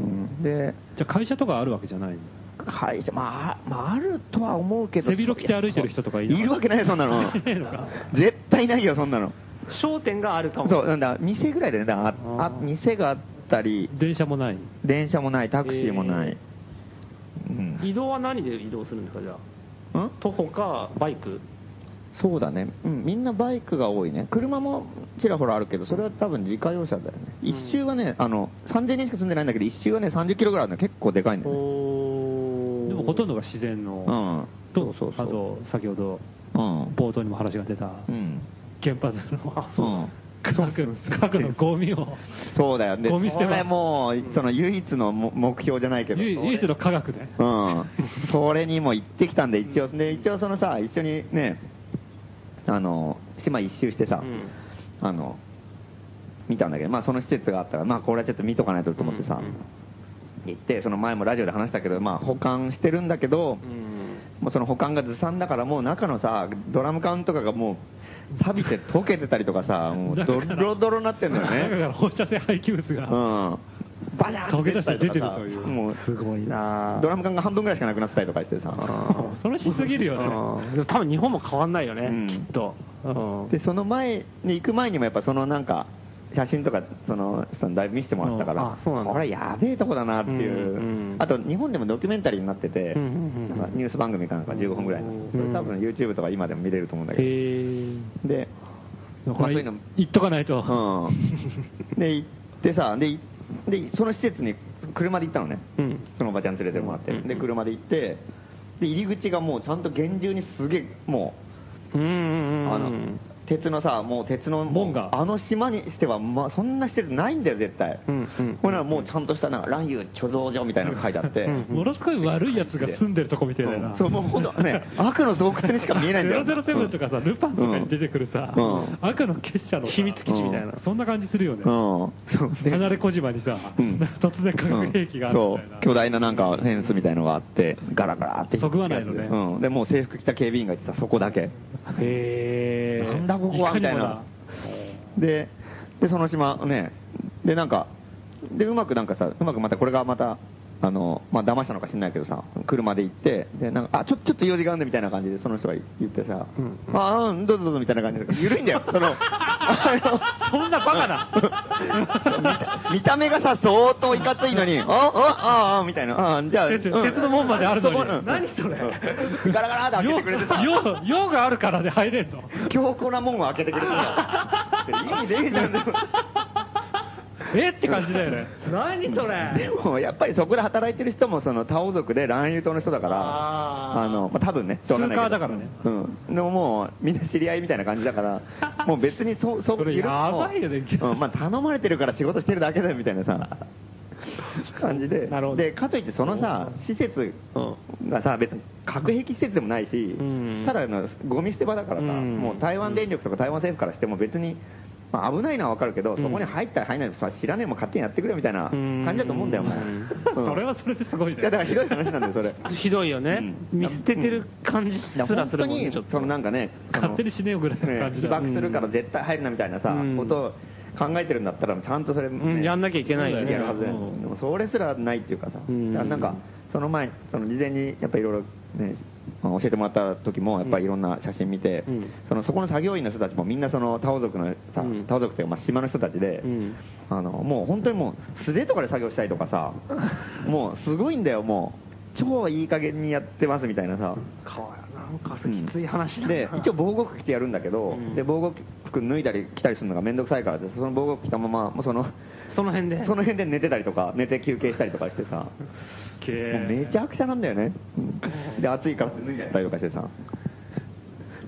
で、 じゃあ会社とかあるわけじゃないの？ 会社、まあ、まあ、あるとは思うけど、 背広着て歩いてる人とかいるいるわけないよ、そんなの。絶対ないよ、そんなの。 商店があるかも。 そう、なんだ、店ぐらいだよね。ああ店があったり、 電車もない。 電車もない、タクシーもない。 えーうん、移動は何で移動するんですか、じゃあ。ん徒歩かバイク？ そうだね、うん、みんなバイクが多いね。車もちらほらあるけど、それは多分自家用車だよね。うん、一周はね、あの、さんぜんにんしか住んでないんだけど、一周はね、さんじゅっキロぐらいあるの。結構でかいんだよね。 でもほとんどが自然の、うん、と、そうそうそう、あと、先ほど、うん、冒頭にも話が出た、うん、原発の、あ、そう、うん、核, 核のゴミをそうだよね。ゴミ捨て場。それもうその唯一の目標じゃないけど、 唯一の科学ね。 うん。それにも行ってきたんで、一応で一応そのさ、一緒にね、あの島一周してさ、うん、あの見たんだけど、まあその施設があったら、まあこれはちょっと見とかないとと思ってさ、うんうん、行って、その前もラジオで話したけど、まあ保管してるんだけど、うん、もうその保管がずさんだから、もう中のさドラム缶とかがもう錆びて溶けてたりとかさ、もうドロドロになってんだよね。 だから放射性廃棄物が、 うん、バジャー溶け出して出てるという。 もうすごいな。ドラム缶が半分ぐらいしかなくなってたりとかしてさ。 それしすぎるよね。でも多分日本も変わんないよね、うん、きっと。 で、その前に行く前にもやっぱそのなんか、写真とかそのそのだいぶ見せてもらったから、これやべえとこだなっていう、うんうん、あと日本でもドキュメンタリーになってて、うんうん、なんかニュース番組かなんかじゅうごふんぐらいの、それ多分 YouTube とか今でも見れると思うんだけど、で、 まあ、そういうの行っとかないと、 うん、で行ってさ、ででその施設に車で行ったのね、うん、そのおばちゃん連れてもらって、で車で行って、で入り口がもうちゃんと厳重にすげえもう、うんうんうん、あの鉄のさ、もう鉄の門が、あの島にしては、まあ、そんな施設ないんだよ、絶対。うんうん、これはもうちゃんとしたな、蘭嶼貯蔵所みたいなのが書いてあって。 ものすごい悪いやつが住んでるとこみたいな。うん、 そう、もうほんとね、悪の洞窟にしか見えないんだよ。 ゼロゼロセブンとかさ、ルパンとかに出てくるさ、うん、悪の結社の秘密基地みたいな、そんな感じするよね。うん、離れ小島にさ、うん、突然化学兵器があるみたいな、 そう、巨大ななんかフェンスみたいのがあって、ガラガラって。 そぐわないのね。 うん。で、もう制服着た警備員がいてさ、そこだけ。へー。なんだここはみたいな。で、で、その島ね、で、なんか、で、うまくなんかさ、うまくまたこれがまた、あの、まあ、騙したのか知んないけどさ、車で行って、で、なんか、あ、ちょ、ちょっと用事があるんでみたいな感じで、その人が言ってさ、うん、あ、うん、どうぞどうぞみたいな感じで、緩いんだよ、その、 あの、そんなバカな見た目がさ、相当いかついのに、あ、あ、あ、みたいな、あ、じゃあ、 鉄の門まであるのに、 うん、 何それ、 ガラガラって開けてくれてさ、 用があるからで入れんの、 強固な門を開けてくれてさ、意味ねえじゃん。 えって感じだよね。 何それ。 でもやっぱりそこで働いてる人もそのタオ族で蘭嶼島の人だから、あの、まあ、多分ね、 しょうがないけど。だからね。 うん。でももうみんな知り合いみたいな感じだから、もう別にそそそれやばいよね。 うん、まあ頼まれてるから仕事してるだけだよみたいなさ。感じで、でかといってそのさ施設がさ別に核兵器施設でもないし、うん、ただのゴミ捨て場だからさ、うん、もう台湾電力とか台湾政府からしても別に、まあ、危ないのは分かるけど、うん、そこに入ったら入らないとさ知らねえもん勝手にやってくれみたいな感じだと思うんだよ、もう、うん、 それはそれですごいね。 いやだからひどい話なんだよそれ。 ひどいよね、うん、見捨ててる感じすらするもんね。本当にそのなんかね勝手にしねえよぐらいの感じだ、 ね、被爆するから絶対入るなみたいなさ、うん、ことを考えてるんだったらちゃんとそれ、ね、 うん、やんなきゃいけないよね。 やるはずだよ、うん、でもそれすらないっていうかさ、うん、なんかその前その事前にやっぱいろいろね教えてもらった時もやっぱりいろんな写真見て、うん、そのそこの作業員の人たちもみんなそのタオ族のさ、うん、タオ族っていうかまあ島の人たちで、うん、あのもう本当にもう素手とかで作業したりとかさもうすごいんだよ、もう超いい加減にやってますみたいなさ。 なんかきつい話だな、 で一応防護服着てやるんだけど、うん、で防護服脱いだり着たりするのが面倒くさいからで、その防護服着たままもうそのその辺でその辺で寝てたりとか寝て休憩したりとかしてさ、もうめちゃくちゃなんだよね、うん、で暑いから脱いだりとかしてさ、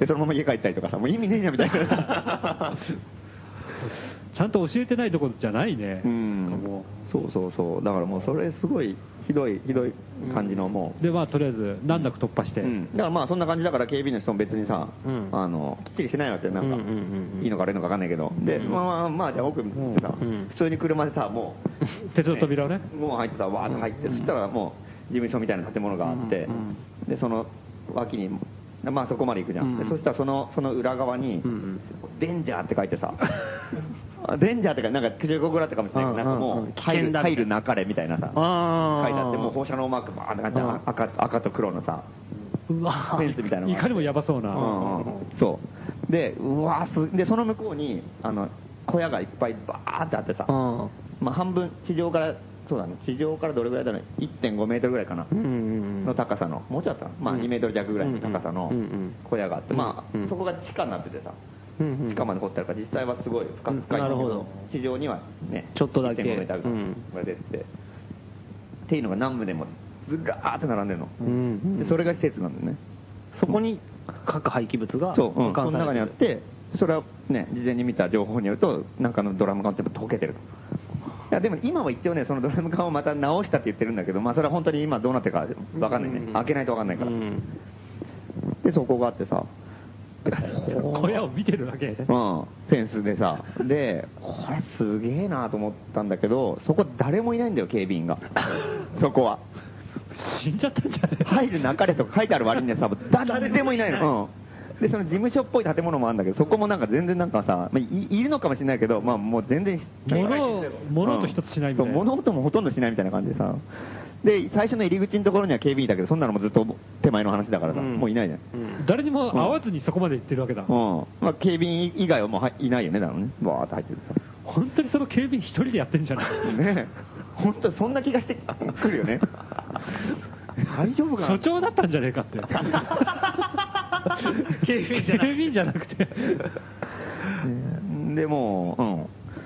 で、そのまま家帰ったりとかさ、もう意味ねえじゃんみたいな。 ちゃんと教えてないところじゃないね。 うん。もうそうそうそう。だからもうそれすごいひどい、ひどい感じのもう。で、まあとりあえず難なく突破して。 うん。だからまあそんな感じだから警備員の人も別にさ、うん、あの、きっちりしないわけよ。なんか、いいのか悪いのか分かんないけど。で、まあまあ、まあ、じゃあ奥に行ってさ、うん、普通に車でさ、もう、鉄の扉をね。 もう入ってさ、わーっと入って、そしたらもう、事務所みたいな建物があって、で、その脇に、まあそこまで行くじゃん。でそしたらその、その裏側に、デンジャーって書いてさ、デンジャーってか、なんか中国語だったかもしれないけど、なんかもう、入る、入るなかれみたいなさ、書いてあって、もう放射能マークバーって書いて赤、赤と黒のさ、フェンスみたいなのが。 いかにもやばそうな。 そう。で、うわーで、その向こうに、あの、小屋がいっぱいバーってあってさ、まあ半分、地上から、そうだね、地上からどれぐらいだろう、いってんごメートルぐらいかな、の高さの、もうちょっとまあにメートル弱ぐらいの高さの小屋があって、まあそこが地下になっててさ、地下まで掘ってあるから、実際はすごい深いんだけど、地上にはね、 ちょっとだけいってんごメートルぐらい出てて、っていうのが南部でもずらーって並んでるの。でそれが施設なんだよね。 そこに核廃棄物が、 そう、うん、この中にあって、それはね、事前に見た情報によると、なんかのドラム缶全部溶けてると。いやでも今は一応ね、そのドラム缶をまた直したって言ってるんだけど、まあそれは本当に今どうなってるか分かんないね。開けないと分かんないから。で、そこがあってさ、 小屋を見てるわけ。うん、 フェンスでさ。で、これすげえなと思ったんだけど、そこ誰もいないんだよ、警備員が。そこは。 死んじゃったんじゃない？ 入るなかれとか書いてある割にはさ、誰でもいないの。うんで、その事務所っぽい建物もあるんだけど、そこもなんか全然なんかさ、まあ、い, いるのかもしれないけど、まあもう全然、 物、物音一つしないみたいな。 そう、物音もほとんどしないみたいな感じでさ。で、最初の入り口のところには警備員いたけど、そんなのもずっと手前の話だからさ、うん、もういないじゃん。 うん、誰にも会わずにそこまで行ってるわけだ。 うん。まあ警備員以外はもういないよね、だろうね。バーって入ってるさ。 本当にその警備員一人でやってんじゃないねえ。本当そんな気がしてくるよね。大丈夫かな？ 所長だったんじゃねえかって。警備員じゃなくて。警備員じゃなくて。 でも、うん。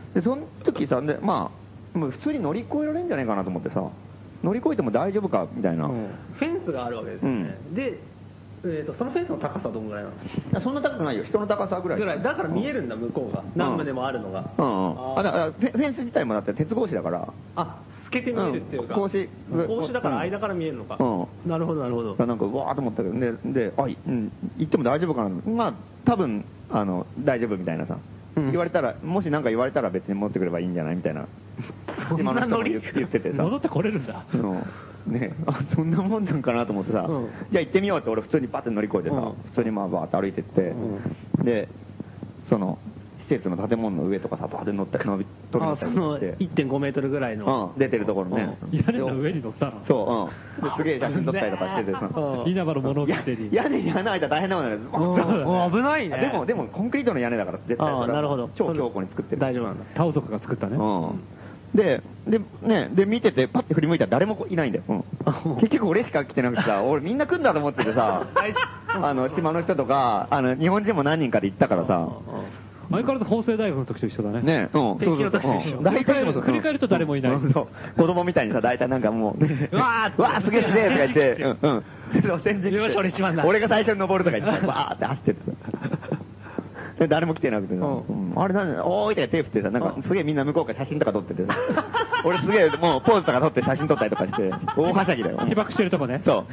で、その時さ、で、まあ、もう普通に乗り越えられるんじゃないかなと思ってさ、乗り越えても大丈夫かみたいな。うん、 フェンスがあるわけですよね。うん、で、えーと、そのフェンスの高さはどのぐらいなの？ そんな高くないよ。人の高さぐらい。 ぐらい。だから見えるんだ、向こうが。南部でもあるのが。 うんうん。あ、だからフェンス自体もだって鉄格子だから。 あ、透けて見えるっていうか。 格子。 格子だから間から見えるのか。うん。なるほど、なるほど。 なんか、うわーと思ったけど、で、で、あ、うん、行っても大丈夫かな。まあ、多分、あの、大丈夫みたいなさ。言われたら、もし何か言われたら別に持ってくればいいんじゃないみたいな。 島の人も言っててさ。 戻ってこれるんだ。 ね、あ、そんなもんなんかなと思ってさ、うん、じゃあ行ってみようって俺普通にパッて乗り越えてさ、うん、普通にまあバーって歩いてって、うん、で、その、施設の建物の上とかさ、バーって乗って、飛び乗ったりして。 いってんごメートルぐらいの。 うん、出てるところね。 屋根の上に乗ったの？ そう、うん。ですげえ写真撮ったりとかしててさ。 稲葉の物置てに。 屋根に穴開いたら大変なもんだよ。危ないね。 でも、でもコンクリートの屋根だから絶対。 ああ、なるほど。 超強固に作ってる。 大丈夫なんだ。 タオ族が作ったね。うん。 で、で、ね、で、見てて、パッて振り向いたら誰もいないんだよ。うん、結局俺しか来てなくてさ、俺みんな来んだと思っててさ、あの、島の人とか、あの、日本人も何人かで行ったからさ、 相変わらず法政大学の時と一緒だね。 ね、うん。 そうそうそう。 大体も振り返ると誰もいない。 そう。子供みたいにさ、大体なんかもう、わーわーすげえすげえとか言って、うん、うん。先人よし、俺一番だ。 俺が最初に登るとか言って、わーって走っててさ。で、誰も来てなくてさ、うん、あれなんだ、おーいとか手振ってさ、なんかすげえみんな向こうから写真とか撮っててさ、俺すげえもうポーズとか撮って写真撮ったりとかして、大はしゃぎだよ。 被爆してるとこね。 そう。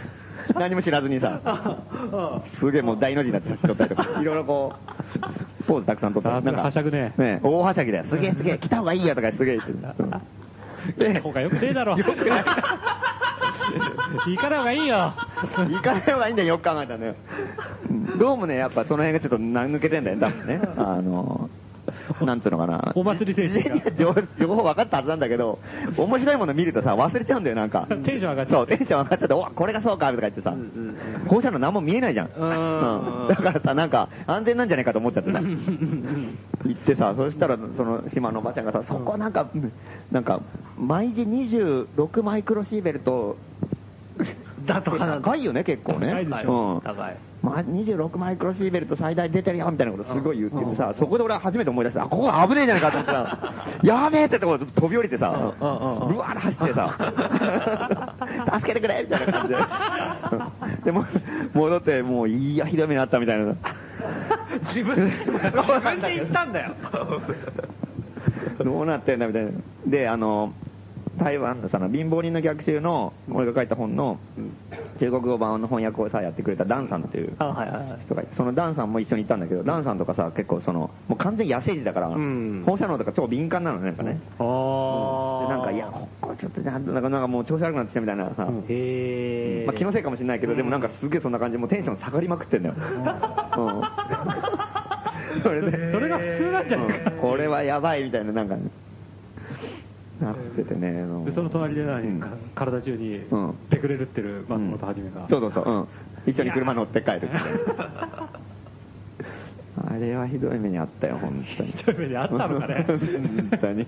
何も知らずにさ、すげえもう大の字になって写真撮ったりとか、いろいろこう、ポーズたくさん撮って、なんか、はしゃぐね。 ね、大はしゃぎだよ。すげえすげえ、来た方がいいよとかすげえ言ってた。 で、方がよくねえだろ。よくない。行かない方がいいよ。 行かない方がいいんだよ、よく考えたらね。どうもね、やっぱその辺がちょっと抜けてんだよ、多分ね。あの、なんつうのかな。 お祭り精神が。 情報分かったはずなんだけど、面白いもの見るとさ、忘れちゃうんだよ、なんか。 テンション上がっちゃう。そう、テンション上がっちゃって、おこれがそうか、とか言ってさ、放射能何も見えないじゃん。うん。だからさ、なんか、安全なんじゃないかと思っちゃってさ。行ってさ、そしたら、その島のおばちゃんがさ、そこなんか、なんか、毎時にじゅうろくマイクロシーベルト、 だとか高いよね、結構ね。 高いでしょ。 うん、高い。まあ、にじゅうろくマイクロシーベルト最大出てるよ、みたいなことすごい言っててさ、そこで俺は初めて思い出して、あ、ここ危ねえじゃないかと思ったら、やべえってとこ飛び降りてさ、うわー走ってさ、助けてくれみたいな感じで。でも、戻って、もう、いや、ひどい目にあったみたいな。 自分自分で言ったんだよ。 どうなってんだみたいな。で、あの、台湾のさ、貧乏人の逆襲の、俺が書いた本の、中国語版の翻訳をさ、やってくれたダンさんっていう人がいて、そのダンさんも一緒に行ったんだけど、ダンさんとかさ、結構その、もう完全に野生児だから、放射能とか超敏感なのね、なんかね。で、なんか、いや、ここちょっとなんか、なんかもう調子悪くなってきたみたいなさ、へまあ気のせいかもしれないけど、でもなんかすげえそんな感じで、もうテンション下がりまくってんだよ。 それで、それが普通なんじゃないか。 これはやばいみたいな、なんかね。なっててね、 でその隣で何、うん、体中にペクレルってる松本はじめが、 うん、そうそうそう、うん、一緒に車乗って帰るってあれはひどい目にあったよ、本当に。 ひどい目にあったのかね。 本当に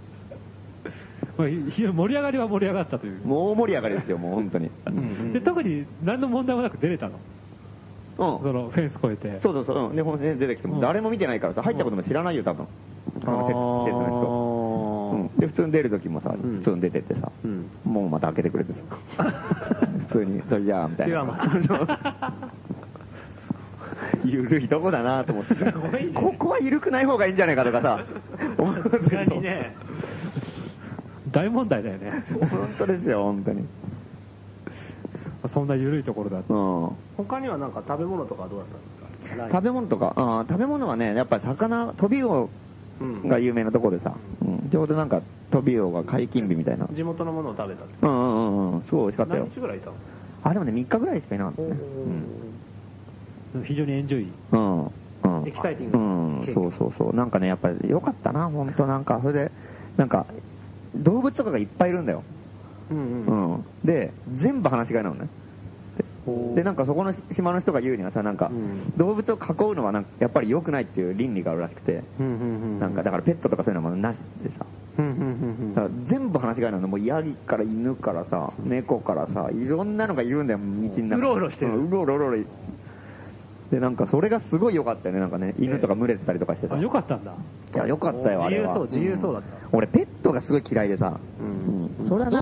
盛り上がりは盛り上がったという。 もう盛り上がりですよ、もう本当に。 で特に何の問題もなく出れたの。うん、そのフェンス越えて。 そうそうそう、うん、で本当に出てきても誰も見てないからさ、入ったことも知らないよ、多分。その施設の人。で普通に出るときもさ、普通に出てってさ、うん、もうまた開けてくれてさ、普通に、それじゃあみたいな。ゆるいとこだなと思って、ね、ここはゆるくない方がいいんじゃないかとかさ、思ってるね。大問題だよね。 本当ですよ、本当に。 そんなゆるいところだと。 うん、他にはなんか食べ物とかどうだったんですか？ 食べ物とか、あ食べ物はね、やっぱり魚、トビウオが有名なところでさ、うんうん、ちょうどなんかトビウオが解禁日みたいな。 地元のものを食べた。 うんうんうん、すごい美味しかったよ。 何日ぐらいいたの？ あ、でもね、みっかぐらいしかいなかったね。 うん、非常にエンジョイ。 うん。うん、 エキサイティング。 うん、そうそうそう。なんかね、やっぱり良かったな、本当なんか、それで、なんか、動物とかがいっぱいいるんだよ。うんうん。うん、で、全部話し飼いなのね。で、なんかそこの島の人が言うにはさ、なんか、動物を囲うのはなんかやっぱり良くないっていう倫理があるらしくて、なんかだからペットとかそういうのもなしでさ、だから全部話し飼いなの、もうヤギから犬からさ、猫からさ、いろんなのがいるんだよ、道の中。 うろうろしてる。 うろうろうろうろ。で、なんかそれがすごい良かったよね、なんかね、犬とか群れてたりとかしてさ。 良かったんだ。 いや、良かったよ、あれは。 自由そう、自由そうだった。 俺、ペットがすごい嫌いでさ、それはな、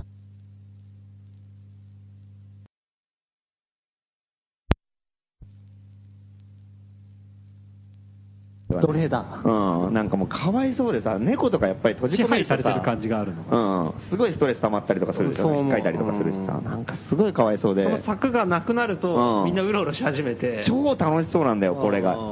奴隷だ。 うん、なんかもうかわいそうでさ、猫とかやっぱり閉じ込められてる感じがあるの。 うん、すごいストレス溜まったりとかするでしょ、引っかいたりとかするしさ、なんかすごいかわいそうで。 その柵がなくなると、みんなうろうろし始めて。 超楽しそうなんだよ、これが。うん。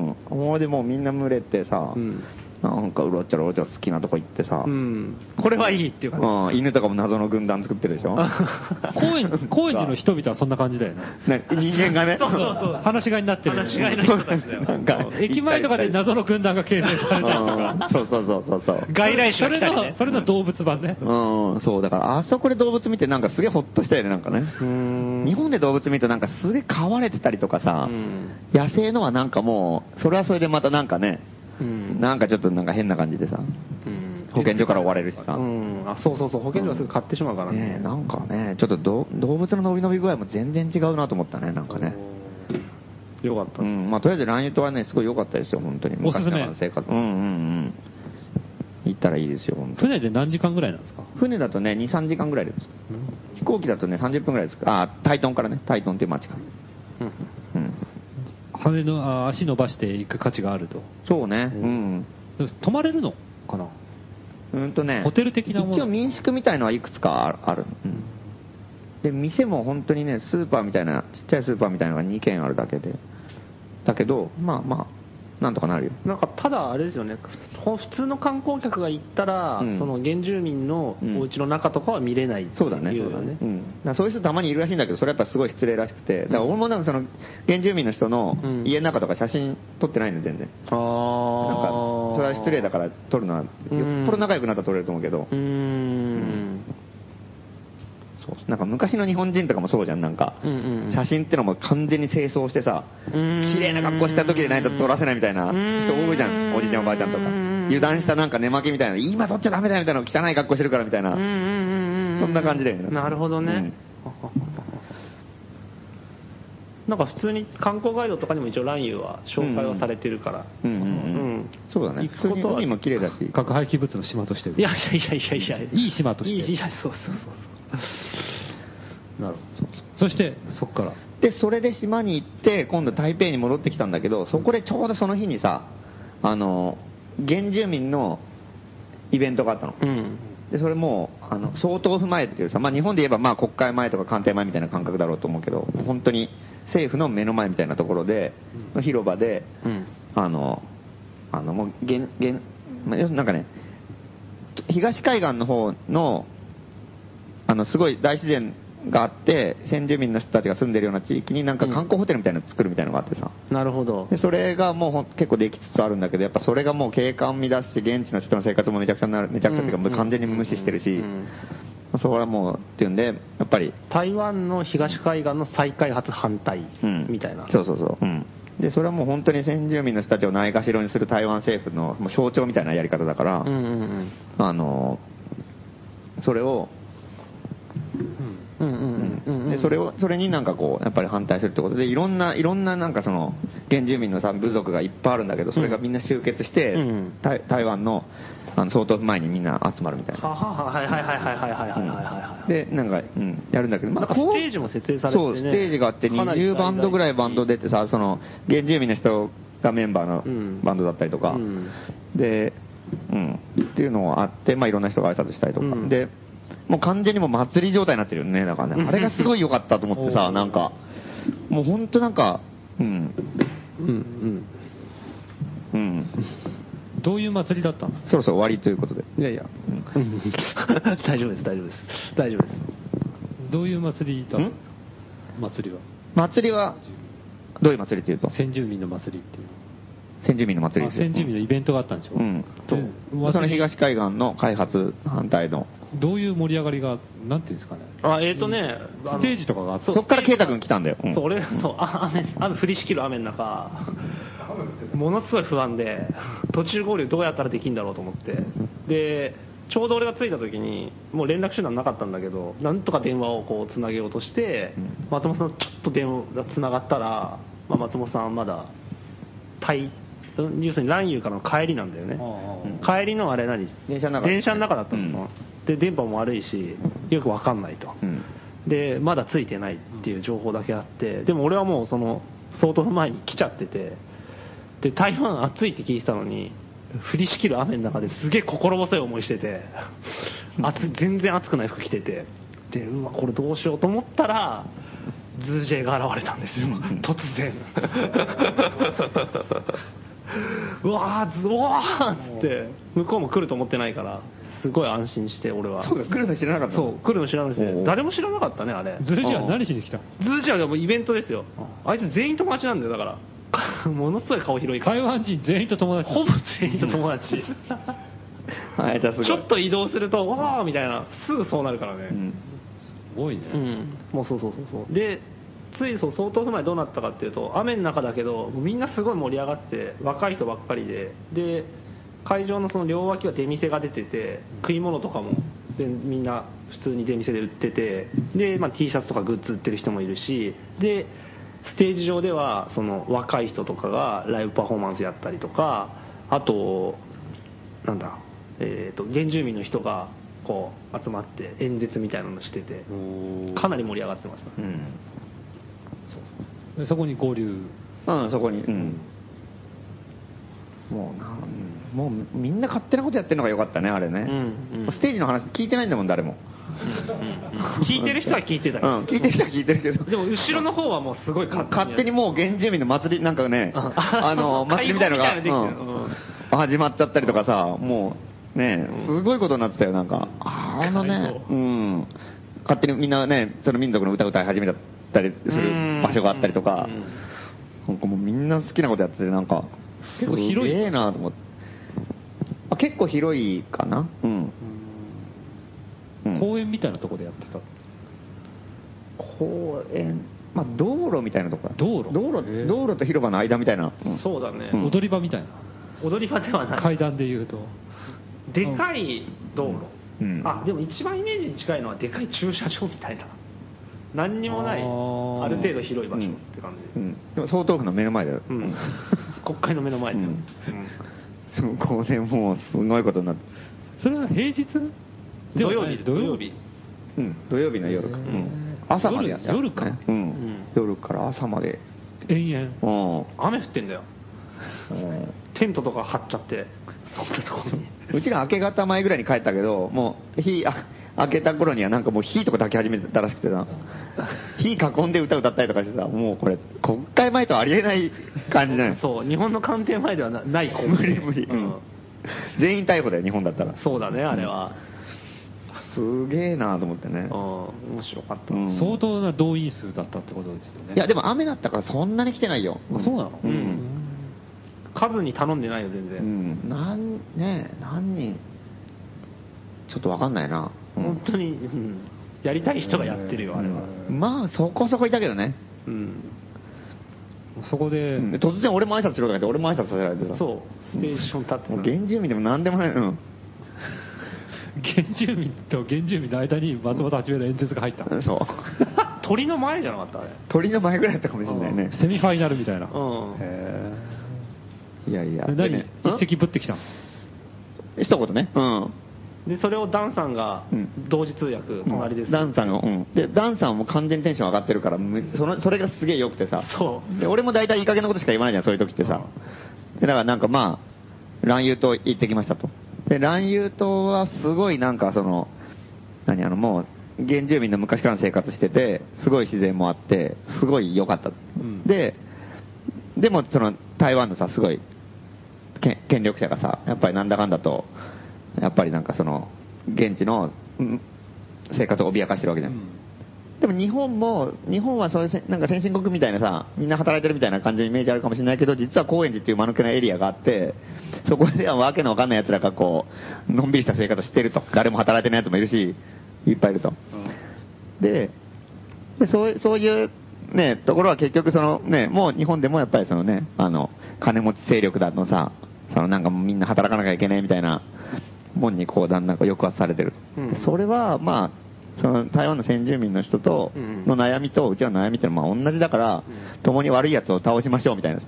もうでもみんな群れてさ、なんかうろちょろうろちょろ好きなとこ行ってさ、 これはいいっていう感じ。 うん、犬とかも謎の軍団作ってるでしょ。 高円高円寺の人々はそんな感じだよね。 人間がね、 そうそうそう、話し飼いになってる。 話し飼いの人たちだよ。 なんか駅前とかで謎の軍団が形成されたりとか。 そうそうそうそうそう。 外来種が来たりね。 それの動物版ね。 うん、そうだからあそこで動物見てなんかすげえホッとしたよね、なんかね。日本で動物見るとなんかすげえ飼われてたりとかさ、野生のはなんかもうそれはそれでまたなんかね。うん、なんかちょっとなんか変な感じでさ、うん、保健所から追われるしさ、 うん、あそうそうそう、保健所はすぐ買ってしまうからね、 ね、なんかね、ちょっとど動物の伸び伸び具合も全然違うなと思ったね、なんかね。 よかった、 うん、まあとりあえずランユトはね、すごい良かったですよ、本当に。 おすすめ。 生活、うんうんうん。行ったらいいですよ、本当に。 船で何時間ぐらいなんですか？ 船だとね、に、さんじかんぐらいです。うん、飛行機だとね、さんじゅっぷんぐらいです。あ、タイトンからね、タイトンっていう街から。うん。うん羽の足伸ばしていく価値があると。 そうね。うん。 泊まれるのかな。 うんとね。 ホテル的なもの。 一応民宿みたいのはいくつかある。うん、で店も本当にね、スーパーみたいなちっちゃいスーパーみたいなのがにけんあるだけで。だけどまあまあなんとかなるよ。 なんかただあれですよね。普通の観光客が行ったら、うん、その原住民のお家の中とかは見れないっていう、 そうだね、そうだね。うん、だそういう人たまにいるらしいんだけど、それはやっぱすごい失礼らしくて、だから俺もなんかその原住民の人の家の中とか写真撮ってないの全然。ああ。なんかそれは失礼だから撮るのはよっぽど仲良くなったら撮れると思うけど。うーん。うんなんか昔の日本人とかもそうじゃん、なんか、うんうん、写真ってのも完全に清掃してさ、綺麗な格好した時でないと撮らせないみたいな人多いじゃん、おじいちゃんおばあちゃんとか。油断したなんか寝巻きみたいな、今撮っちゃダメだよみたいなの汚い格好してるからみたいな、そんな感じだよね。 なるほどね。うん、なんか普通に観光ガイドとかにも一応ランユーは紹介はされてるから。 うんうんうん。そうだね。普通に海も綺麗だし。 核廃棄物の島として。 いやいやいやいやいや。 いい島として。 いい島、そうそうそう。 なるほど。そしてそこからで、それで島に行って、今度台北に戻ってきたんだけど、そこでちょうどその日にさ、あの、原住民のイベントがあったの。うん、で、それも、あの、総統府前っていうさ、まあ日本で言えばまあ国会前とか官邸前みたいな感覚だろうと思うけど、本当に政府の目の前みたいなところで、の広場で、うん、あの、あの、もう、現、現、なんかね、東海岸の方の、あの、すごい大自然があって、先住民の人たちが住んでるような地域になんか観光ホテルみたいなの作るみたいなのがあってさ。 うん、なるほど。 で、それがもう結構できつつあるんだけど、やっぱそれがもう景観乱して、現地の人の生活もめちゃくちゃなる、めちゃくちゃっていうか、完全に無視してるし、それはもう、っていうんで、やっぱり。 台湾の東海岸の再開発反対みたいな。 うん、そうそうそう。うん。で、それはもう本当に先住民の人たちをないがしろにする台湾政府のもう象徴みたいなやり方だから、うんうんうん、あの、それを、で、それを、それになんかこう、やっぱり反対するってことで、いろんな、いろんななんかその、原住民のさ、部族がいっぱいあるんだけど、それがみんな集結して、うん、台, 台湾の、あの、総統府前にみんな集まるみたいな。ははは、はいはいはいはいはいはいはいはい。で、なんか、うん、やるんだけど、 まあ、ステージも設営されてね。 そう、ステージがあってにじゅうバンドぐらいバンド出てさ、その、原住民の人がメンバーのバンドだったりとか、うん、で、うん、っていうのがあって、まあいろんな人が挨拶したりとか、うん、で、もう完全にもう祭り状態になってるよね。だからね。あれがすごい良かったと思ってさ、なんか、もうほんとなんか、うん。うん、うん。 うん。どういう祭りだったんですか？ そろそろ終わりということで。 いやいや。うん、大丈夫です、大丈夫です。大丈夫です。 どういう祭りだったんですか？祭りは。 祭りは、どういう祭りっていうと？ 先住民の祭りっていう。 先住民の祭りですよ。 先住民のイベントがあったんでしょ？うん。 そう。その東海岸の開発反対の。 どういう盛り上がりが、なんていうんですかね。 あ、えーとね、 ステージとかがあって。 そっから圭太君来たんだよ。 うん、そう、俺、そう、あ雨、雨降りしきる雨の中、ものすごい不安で、途中合流どうやったらできるんだろうと思って。で、ちょうど俺が着いた時に、もう連絡手段なかったんだけど、なんとか電話をこうつなげようとして、松本さんちょっと電話がつながったら、まあ、松本さんまだ、対、要するに蘭遊からの帰りなんだよね。帰りのあれ何電車の中電車の中だったの、うん、で電波も悪いしよく分かんないと、うん、でまだついてないっていう情報だけあって、でも俺はもうその総統の前に来ちゃってて、で台湾暑いって聞いてたのに降りしきる雨の中ですげえ心細い思いしてて暑全然暑くない服着てて、でうわこれどうしようと思ったらズージェイが現れたんですよ突然うわー、うわーっつって、向こうも来ると思ってないから、すごい安心して、俺は。 そうか、来るの知らなかったそう、来るの知らなくて、誰も知らなかったね、あれ。 ズージは何しに来た？ ズージはでもイベントですよ。あいつ全員友達なんだよ、だから。ものすごい顔広いから。 台湾人全員と友達。 ほぼ全員と友達。 はい、じゃあすごい。 ちょっと移動すると、わーみたいな、すぐそうなるからね。うん、 すごいね。 うん。もうそうそうそうそう。で、ついそう総統府前どうなったかっていうと、雨の中だけどみんなすごい盛り上がって若い人ばっかりで、で会場のその両脇は出店が出てて、食い物とかもみんな普通に出店で売ってて、で、まあ、T シャツとかグッズ売ってる人もいるし、でステージ上ではその若い人とかがライブパフォーマンスやったりとか、あとなんだ、えーと原住民の人がこう集まって演説みたいなのしてて、かなり盛り上がってました。うん、 そこに合流。 うん、そこに。うん。もうな、もうみんな勝手なことやってるのが良かったね、あれね。うんうん、ステージの話聞いてないんだもん、誰も。 うんうん、聞いてる人は聞いてたけど、 うん、聞いてる人は聞いてるけど。 でも後ろの方はもうすごい勝手に。勝手にもう原住民の祭りなんかね、あの、祭りみたいのが、うん、始まっちゃったりとかさ、もうね、すごいことになってたよ、なんか。あのね、うん。勝手にみんなね、その民族の歌歌い始めたりする場所があったりとか、なんかもうみんな好きなことやってて、なんか、 結構広い。 すげえなと思って。あ、結構広いかな。うん。 公園みたいなところでやってた。 公園、まあ道路みたいなところ。 道路道路、道路と広場の間みたいな。 うん、そうだね、 うん。踊り場みたいな。 踊り場ではない。 階段で言うと。 でかい道路。うん、あ、でも一番イメージに近いのはでかい駐車場みたいな。何にもない、あ, ある程度広い場所って感じ。うん。 でも総統府の目の前だよ。うん。 国会の目の前で。うん。 そこでもうすごいことになって。 それは平日？ 土曜日、土曜日。 うん、土曜日の夜か。うん。 朝までやった。 夜か、 うん、夜から朝まで延々、 うん、雨降ってんだよ、うん、テントとか張っちゃって、そんなところに。 うちら明け方前ぐらいに帰ったけど、もう日明けた頃にはなんかもう火とか焚き始めてたらしくてさ、火囲んで歌歌ったりとかしてさ、もうこれ国会前とありえない感じじゃない。 そう、日本の官邸前ではない光景。 無理無理、うん、全員逮捕だよ日本だったら。 そうだね、あれは、 うん、すげえなと思ってね。 うん、面白かった、うん、 相当な動員数だったってことですよね。 いやでも雨だったからそんなに来てないよ。 あ、そうなの、 うん、数に頼んでないよ全然、 うん、なんね何人ちょっと分かんないな、 うん、本当に、うん、やりたい人がやってるよ、あれは。 まあそこそこいたけどね、 うん、 そこで、うん、 突然俺も挨拶しろとか言って俺も挨拶させられてさ、 そうステーション立ってもう原住民でも何でもない、うん、 原住民と原住民の間に松本八兵衛の演説が入った。 そう鳥の前じゃなかったあれ。 鳥の前ぐらいだったかもしれないね。 セミファイナルみたいな。 うん、 へいやいや。 何、ね、一石ぶってきたの？ 一言ね。うん。 でそれをダンさんが同時通訳、隣です、 ダンさんが、うん、でダンさんも完全にテンション上がってるからそのそれがすげえ良くてさ、 そうで俺も大体いい加減なことしか言わないじゃんそういう時ってさ、でだからなんかまあ蘭遊島行ってきましたと。で蘭遊島はすごいなんかその何あのもう原住民の昔からの生活しててすごい自然もあってすごい良かった、うん、ででもその台湾のさすごい権力者がさやっぱりなんだかんだとやっぱりなんかその現地の生活を脅かしてるわけじゃん、うん、でも日本も日本はそういうなんか先進国みたいなさみんな働いてるみたいな感じのイメージあるかもしれないけど実は高円寺っていう間抜けなエリアがあってそこではわけのわかんない奴らがこうのんびりした生活をしてると誰も働いてない奴もいるしいっぱいいると、うん、で, でそうそういうねところは結局そのねもう日本でもやっぱりそのねあの金持ち勢力だのさそのなんかもうみんな働かなきゃいけないみたいなもんにこうだんだん抑圧されてる、うん、それはまあその台湾の先住民の人との悩みとうちの悩みってのはまあ同じだから、うん、共に悪いやつを倒しましょうみたいな、うん、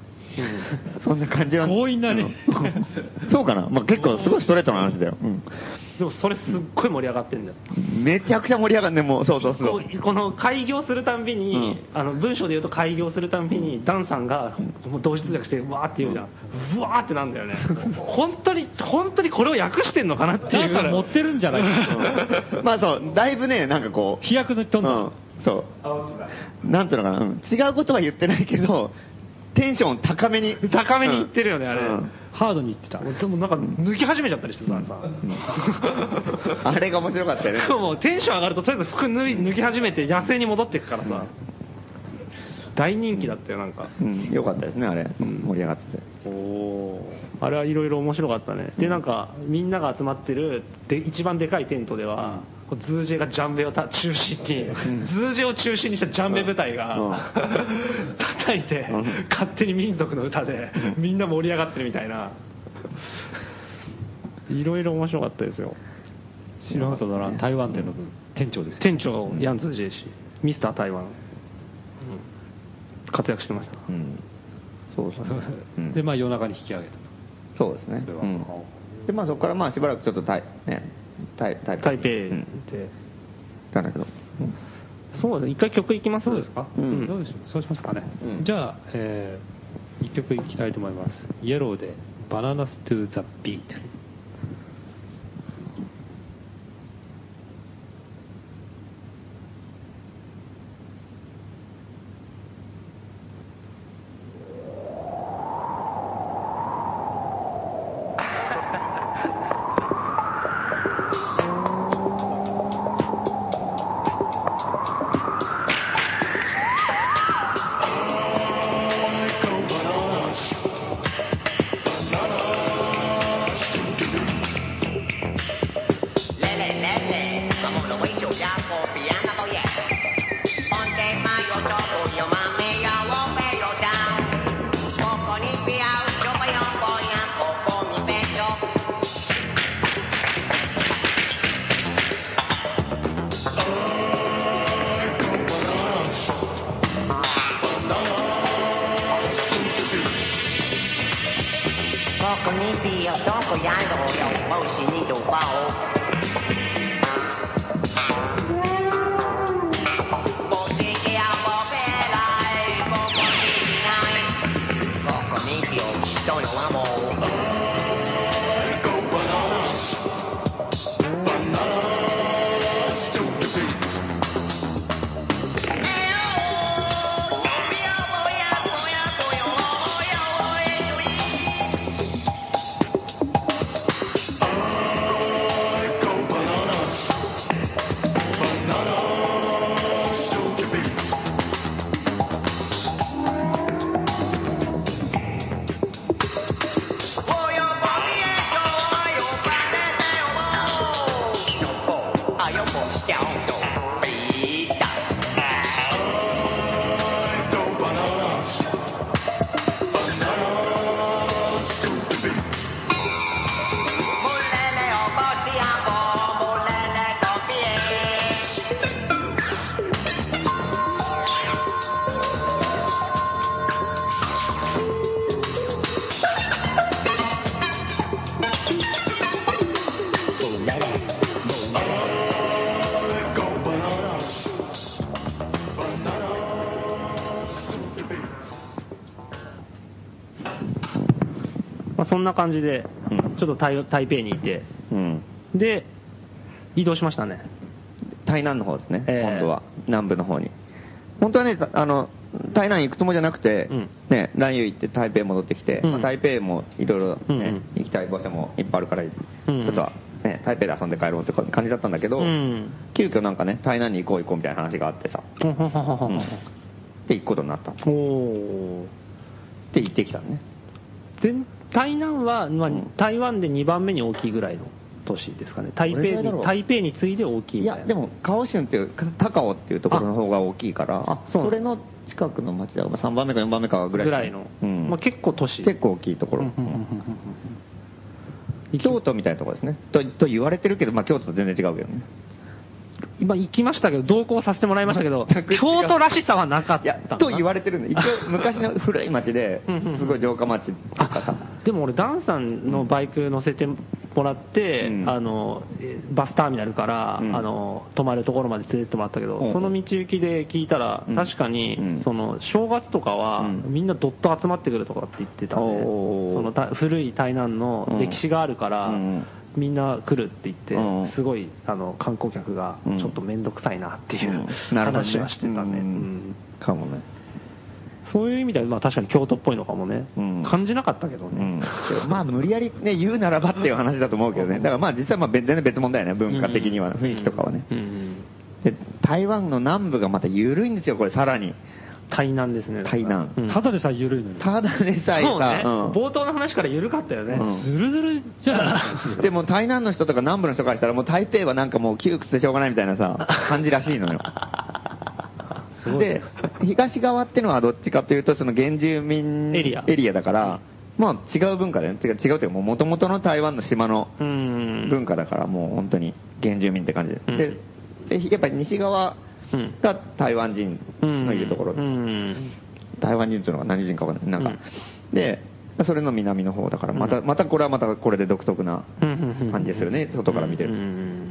そんな感じは強引だねそうかな、まあ、結構すごいストレートな話だよ、うん、 でもそれすっごい盛り上がってんだよめちゃくちゃ盛り上がってもうそうそうそうこ, この開業するたんびに、うん、あの文章で言うと開業するたんびにダンさんがもう同時通訳してわーって言うじゃん、うん、うわーってなんだよね本当に本当にこれを訳してんのかなっていうダンさん持ってるんじゃないか、 うん、まあそうだいぶねなんかこう飛躍の飛んだ、うん、 そうなんていうのかな、うん、違うことは言ってないけどテンション高めに高めにいってるよね、うん、あれ、うん、 ハードにいってた。 でもなんか抜き始めちゃったりしてたらさ、 うん、あれが面白かったよね。 もうテンション上がるととりあえず服脱い抜き始めて野生に戻っていくからさ、うん、大人気だったよなんか、 うん、よかったですねあれ、うん、盛り上がってて。 おお、あれはいろいろ面白かったね。でなんかみんなが集まってるで一番でかいテントでは、うん、ズージェがジャンベをた中心に、うん、ズージェを中心にしたジャンベ部隊が、うん、叩いて、うん、勝手に民族の歌で、うん、みんな盛り上がってるみたいな。いろいろ面白かったですよ。 知らなかったな、台湾店の店長です。 店長ヤンズジェイ氏、ミスター台湾、うん、活躍してました。うん、 そうそうそう、 うん、でまあ夜中に引き上げたと。 そうですね。うん、でまあそこからまあしばらくちょっと台ね台台台北で、うん、 なんだけど、 うん、そうですね。一回曲いきます。 そうですか。うん、どうでしょう。そうしますかね。うん、じゃあ、えー、一曲いきたいと思います。イエローでバナナストゥザビート。 我まあ、そんな感じで、ちょっと台台北にいて、うん、で、移動しましたね。 台南の方ですね、えー、今度は。南部の方に。本当はね、あの、台南行くつもりじゃなくて、うん、ね、蘭嶼行って台北戻ってきて、うん、まあ、台北もいろいろね、うんうん、行きたい場所もいっぱいあるから、うんうん、ちょっとは、ね、台北で遊んで帰ろうって感じだったんだけど、うん、急遽なんかね、台南に行こう行こうみたいな話があってさ、うん、で行くことになった。おで行ってきたね。 台南は、まあ、台湾でにばんめに大きいぐらいの都市ですかね。台北に、台北に次いで大きいみたいな。 いや、でも、カオシュンっていう、高尾っていうところの方が大きいから、あそそれの近くの町だから、さんばんめかよんばんめかぐらい。 ぐらいの。うん、まあ、結構都市。 結構大きいところ。京都みたいなところですね。と、と言われてるけど、まあ、京都と全然違うけどね。 今行きましたけど、同行させてもらいましたけど、京都らしさはなかった。いや、 と言われてるんで、一応昔の古い町で、すごい城下町とかさ。 でも俺、ダンさんのバイク乗せてもらって、うん、あの、バスターミナルから、うん、あの、泊まるところまで連れてってもらったけど、うん、その道行きで聞いたら、うん、確かに、うん、その、正月とかは、うん、みんなどっと集まってくるとかって言ってたんで、その古い台南の歴史があるから、うんみんな来るって言って、うん、すごいあの観光客がちょっと面倒くさいなっていう、うん、話はしてたね、うん、 かもね。 そういう意味では、まあ、確かに京都っぽいのかもね、うん、感じなかったけどね、 うん、まあ無理やり、ね、言うならばっていう話だと思うけどね、だからまあ実際まあ全然別物だよね、文化的には、雰囲気とかはね、うんうん、で台湾の南部がまた緩いんですよ、これさらに。 台南ですね。 台南。 うん、ただでさえ緩いのに。 ただでさえさ、 ねうん、冒頭の話から緩かったよね。 ずるずるじゃん。でも台南の人とか南部の人からしたらもう台北はなんかもう窮屈でしょうがないみたいなさ、感じらしいのよ。で、東側ってのはどっちかというとその原住民エリアエリアだから、まあ違う文化だよね。違うというかもう元々の台湾の島の文化だからもう本当に原住民って感じで。で、でやっぱり西側、が台湾人のいるところです、うんうん、台湾人っていうのが何人かわかんないなんか、うん、でそれの南の方だからまた、またこれはまたこれで独特な感じですよね、外から見てる、うん、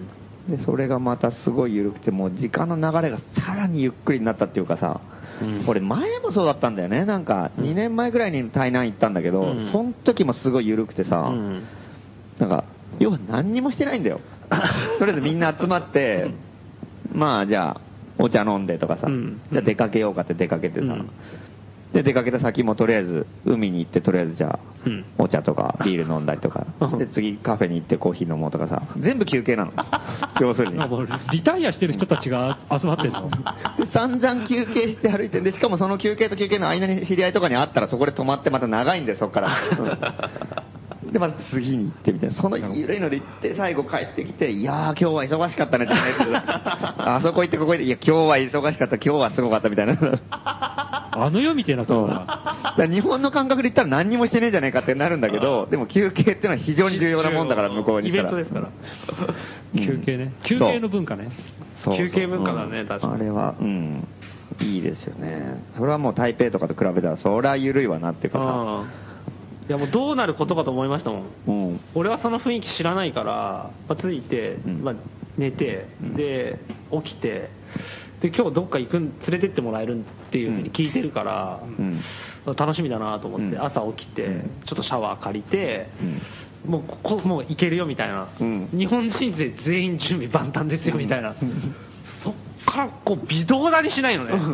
でそれがまたすごい緩くてもう時間の流れがさらにゆっくりになったっていうかさ、うん、俺前もそうだったんだよね。なんかにねんまえぐらいに台南行ったんだけど、うん、その時もすごい緩くてさ、うん、なんか要は何にもしてないんだよとりあえずみんな集まってまあじゃあお茶飲んでとかさ、うん、じゃあ出かけようかって出かけてさ、うん、で出かけた先もとりあえず海に行ってとりあえずじゃあ、うん、お茶とかビール飲んだりとか、で次カフェに行ってコーヒー飲もうとかさ、全部休憩なの要するにリタイアしてる人たちが集まってんので散々休憩して歩いてんで、しかもその休憩と休憩の間に知り合いとかに会ったらそこで泊まってまた長いんでそこから、うん、でまた次に行ってみたいな、その緩いので行って最後帰ってきて、いやー今日は忙しかったねって言ってあそこ行ってここ行って、いや今日は忙しかった、今日はすごかったみたいなあの世みたいなとこだ日本の感覚で言ったら何にもしてねえんじゃねえかってなるんだけど、でも休憩っていうのは非常に重要なもんだから向こうにしたらイベントですから休憩ね、休憩の文化ね、 そうそう休憩文化だね、うん、確かにあれはうんいいですよね。それはもう台北とかと比べたらそりゃ緩いわなっていうかさ、 いやもうどうなることかと思いましたもん、うん、俺はその雰囲気知らないから、まあ、着いて、うんまあ、寝て、うん、で起きてで今日どっか行く連れてってもらえるっていうふうに聞いてるから、うん、楽しみだなと思って、朝起きてちょっとシャワー借りて、うん、もうここもう行けるよみたいな、うん、日本人勢全員準備万端ですよみたいな、うん、そっからこう微動だにしないのね、うん、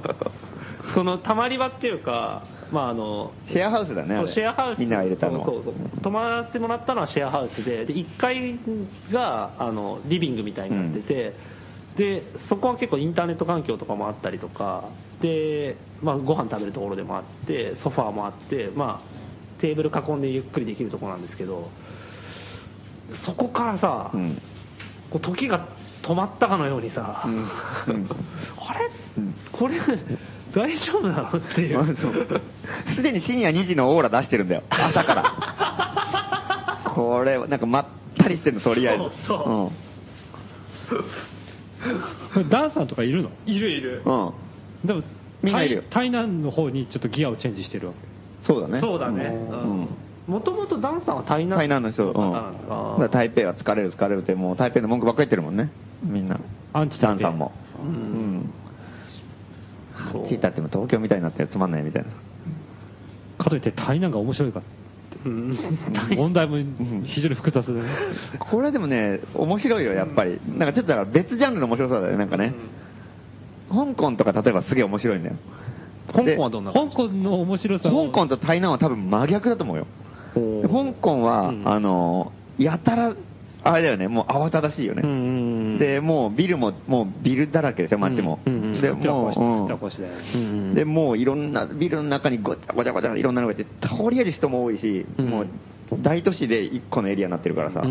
そのたまり場っていうか、まあ、あのシェアハウスだね、あれシェアハウスみんなが入れたのは、 そうそうそう泊まってもらったのはシェアハウスで、でいっかいがあのリビングみたいになってて、うん、でそこは結構インターネット環境とかもあったりとかで、まあ、ご飯食べるところでもあってソファーもあって、まあ、テーブル囲んでゆっくりできるところなんですけど、そこからさ、うん、こう時が止まったかのようにさ、うんうん、あれ、うん、これ大丈夫なのっていう。 すでに深夜にじのオーラ出してるんだよ、朝から。これ、なんかまったりしてるの、とりあえず。そうそう、うん、ダンさんとかいるの？ いるいる。うん。 でも、みんないるよ。 台南の方にちょっとギアをチェンジしてるわけ。 そうだね。 そうだね。もともとダンさんは台南台南の人、うん、だ台北は疲れる疲れるって、もう台北の文句ばっかり言ってるもんね、みんな。 アンチダンさんも。うん。うん聞いたっても東京みたいになってつまんないみたいな。 かといって台南が面白いかうん、問題も非常に複雑でね。 これでもね、面白いよ、やっぱり。なんかちょっと別ジャンルの面白さだよね、なんかね。うん、香港とか例えばすげえ面白いんだよ。 香港はどんな？香港の面白さは香港と台南は多分真逆だと思うよ。香港は、うん、あの、やたら、あれだよね、もう慌ただしいよね。うんうんうん、で、もうビルも、もうビルだらけですよ、街も。うんうんうん、で、もう、うん、で、もういろんな、ビルの中にごちゃごちゃごちゃいろんなのがいて、とりあえず人も多いし、うん、もう、大都市で一個のエリアになってるからさ、うん、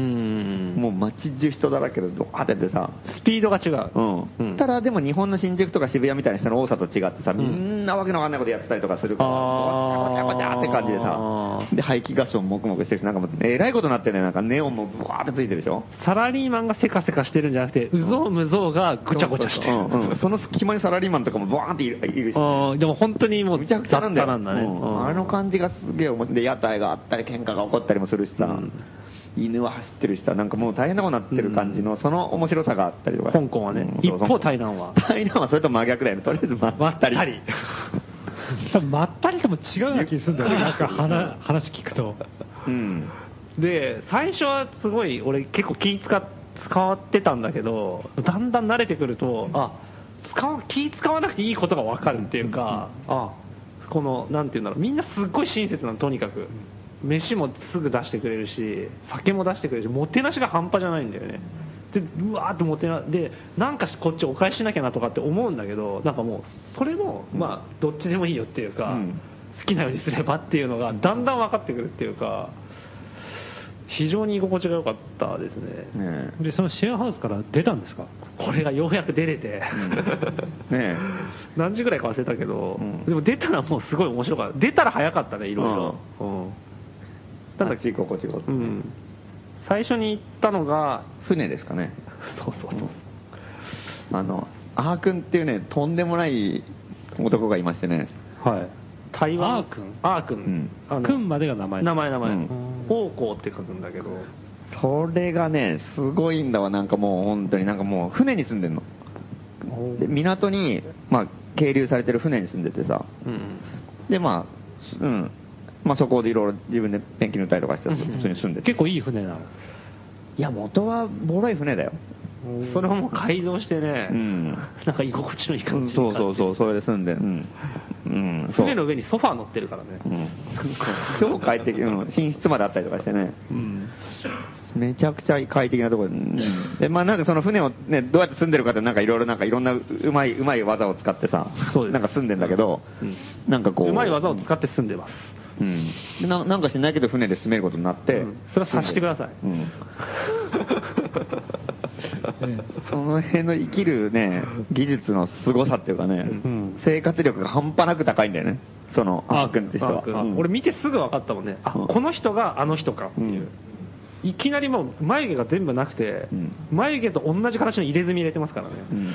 もう街中人だらけでドカーっててさ、 スピードが違う。 うん。ただでも日本の新宿とか渋谷みたいな人の多さと違ってさ、みんなわけのわかんないことやってたりとかするから、ごちゃごちゃごちゃって感じでさ、で、排気ガスももくもくしてるし、なんかもう、えらいことになってね、なんかネオンもブワーってついてるでしょ。 サラリーマンがせかせかしてるんじゃなくて、うぞうむぞうがごちゃごちゃしてる。 うんうん。その隙間にサラリーマンとかもブワーっているし、 ね。でも本当にもう、 むちゃくちゃなんだよ。なんだね、うん。あの感じがすげえ面白い。で、屋台があったり、喧嘩が起こったりもするしさ、うん、犬は走ってるしさ、なんかもう大変なことになってる感じの、その面白さがあったりとか。 香港はね。うん、一方、台南は。 台南はそれと真逆だよね。とりあえずまったり。まったり。 多分まったりとも違うような気がするんだよね。なんか話、話聞くと。 うん。で、最初はすごい、俺結構気使っ使ってたんだけど、だんだん慣れてくると、あ、使わ気使わなくていいことが分かるっていうか、あ、この、なんていうんだろう、みんなすっごい親切なの、とにかく。飯もすぐ出してくれるし、酒も出してくれるし、もてなしが半端じゃないんだよね。で、うわーってもてな、で、なんかこっちお返ししなきゃなとかって思うんだけど、なんかもう、それも、まあ、どっちでもいいよっていうか、うん、好きなようにすればっていうのが、だんだん分かってくるっていうか、非常に居心地が良かったですね。 ねで、そのシェアハウスから出たんですか？ これがようやく出れて、うん、ね何時ぐらいか忘れたけど、うん、でも出たらもうすごい面白かった。出たら早かったね、いろいろ。うんうんただちここちこ、うん、 最初に行ったのが船ですかね。 そうそうそう、 うん、あのアー君っていうねとんでもない男がいましてね、 はい、 台湾アー君アー君、 うん、君までが名前名前名前、うん、王光って書くんだけど、 それがねすごいんだわ。なんかもう本当になんかもう船に住んでんので、港にまあ係留されてる船に住んでてさ、うん、でまあうんまあ、そこでいろいろ自分でペンキ塗ったりとかして普通に住んでて、 結構いい船なの？ いや元はボロい船だよ。 それをもう改造してね、うん、なんか居心地のいい感じ、 うん、そうそうそうそれで住んで、うんうん、船の上にソファー乗ってるからね、うん、 超快適、うん、寝室まであったりとかしてね、うん、めちゃくちゃ快適なところで、うん、でまあなんかその船をねどうやって住んでるかってなんかいろいろなんかいろんなうまいうまい技を使ってさ、なんか住んでんだけど、うん、なんかこううまい技を使って住んでます。 うん、な, なんかしないけど船で住めることになって、うん、 それは察してください、うん、 その辺の生きるね技術の凄さっていうかね、うん、生活力が半端なく高いんだよね、そのアー君って人は、 うん、俺見てすぐ分かったもんね、あ、うん、この人があの人かっていう、うん、いきなりもう眉毛が全部なくて、うん、眉毛と同じ形の入れ墨入れてますからね、うん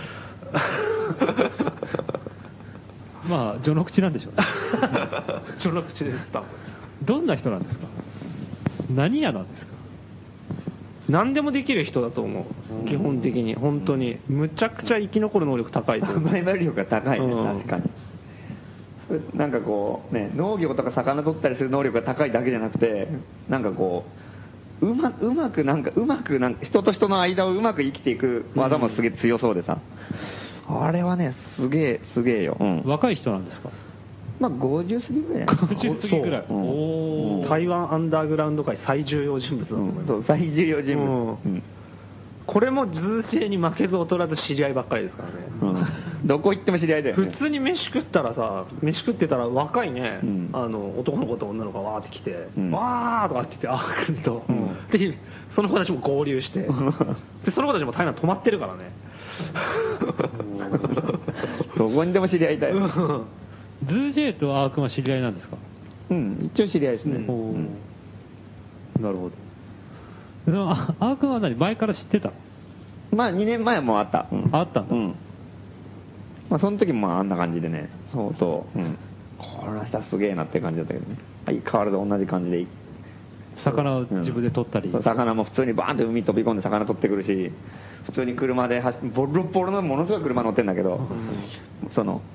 まあ序の口なんでしょうね序の口です多分。 どんな人なんですか？何屋なんですか？ 何でもできる人だと思う、基本的に本当にむちゃくちゃ生き残る能力高いとサバイバル力が高いね、うん、確かに。なんかこうね農業とか魚取ったりする能力が高いだけじゃなくて、なんかこううまうまくなんかうまくなんか人と人の間をうまく生きていく技もすげえ強そうでさ、うん、あれはねすげえすげえよ、うん、 若い人なんですか？ まあごじゅう過ぎぐらい。 ごじゅう過ぎぐらい。 お台湾アンダーグラウンド界最重要人物だと思います。 そう最重要人物。うん、 これも図形に負けず劣らず知り合いばっかりですからね。 うん、どこ行っても知り合いだよね。 普通に飯食ったらさ、飯食ってたら若いね、うん、あの男の子と女の子がわーって来て、うん、わーとかって言ってあーくんと、うん、でその子たちも合流して、でその子たちも台湾止まってるからね。 どこにでも知り合いだよ。 ズージェイとアー君は知り合いなんですか？ うん、一応知り合いですね。うん、 なるほど。でもアー君は何前から知ってた？ まあにねんまえもあった。 うん、あったんだ。うん。 まあその時もあんな感じでね、そうそう、うん、この人はすげえなって感じだったけどね。相変わらず同じ感じで。 魚を自分で取ったり、 うん、魚も普通にバーンって海飛び込んで魚取ってくるし、普通に車でボロボロのものすごい車乗ってんだけど、うん、その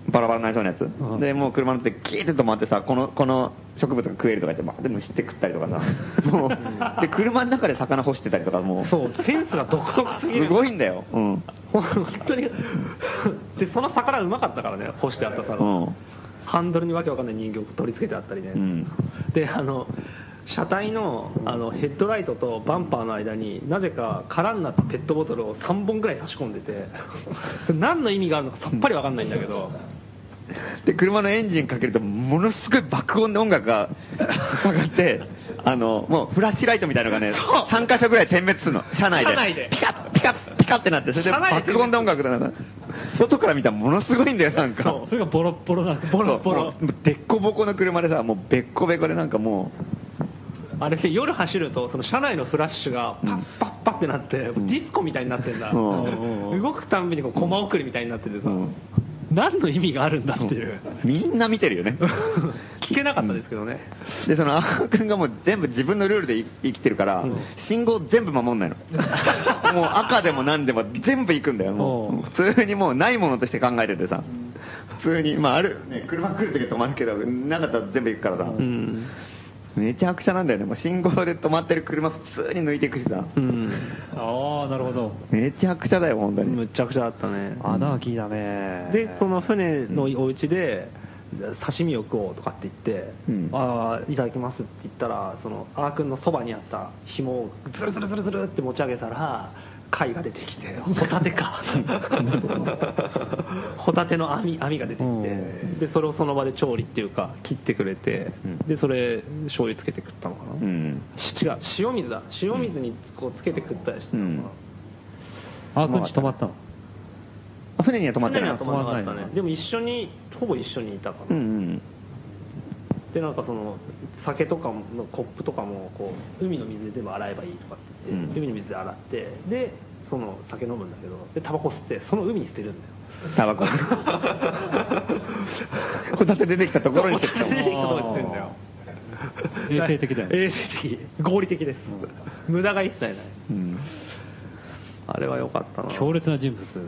バラバラになりそうなやつ、うん、でもう車乗ってキーって止まってさ、このこの植物が食えるとか言って、まあ、でも知って食ったりとかさもうで車の中で魚干してたりとか、もうそうセンスが独特すぎる、 すごいんだよ、うん、 本当にでその魚うまかったからね、干してあった魚、うん、ハンドルにわけわかんない人形取り付けてあったりね、うん、であの車体 の, あのヘッドライトとバンパーの間になぜか空になったペットボトルをさんぼんぐらい差し込んでて何の意味があるのかさっぱりわかんないんだけど、 で車のエンジンかけるとものすごい爆音で音楽がかかってあのもうフラッシュライトみたいなのがねさんかしょぐらい点滅するの、車内で車内でピカッピカッピカッってなって、それで爆音で音楽だな、外から見たらものすごいんだよ、なんかそうそれがボロッボロなボロッボロでっこぼこの車でさ、もうべっこべこでなんかもうあれで夜走るとその車内のフラッシュがパッパッパッってなって、うん、ディスコみたいになってんだ、うん、動くたんびにこうコマ送りみたいになっててさ、うん、何の意味があるんだっていう、 みんな見てるよね聞けなかったですけどね、 でそのアー君がもう全部自分のルールで生きてるから、うん、信号全部守んないのもう赤でも何でも全部行くんだよ、もう普通にもうないものとして考えててさ、普通にまあある、ね、車来るときは止まるけどなかったら全部行くからさ、うん、めちゃくちゃなんだよね、もう信号で止まってる車普通に抜いていくしさ、うん、 ああなるほど、 めちゃくちゃだよ本当に、 むちゃくちゃだったね、 アナーキーだね。 でその船のお家で刺身を食おうとかって言って、うん、ああいただきますって言ったら、そのアー君のそばにあった紐をズルズルズルズルって持ち上げたら貝が出てきて、ホタテかホタテの網網が出てきて、でそれをその場で調理っていうか切ってくれて、でそれ醤油つけて食ったのかな、うん、違う塩水だ、塩水にこうつけて食ったりしてたのかな、うん、あーくんち泊まったの？ 船には泊まってない、 船には泊まらなかったね、でも一緒にほぼ一緒にいたかな、うんうん、でなんかその酒とかのコップとかもこう海の水で全部洗えばいいとかって言って、うん、海の水で洗ってでその酒飲むんだけど、でタバコ吸ってその海に捨てるんだよ、 タバコホタテ出てきたところに捨てた出てきたところに捨てるんだよ衛生的だよ、 衛生的、合理的です、うん、無駄が一切ない、うん、あれは良かったな、 強烈な人物、うん、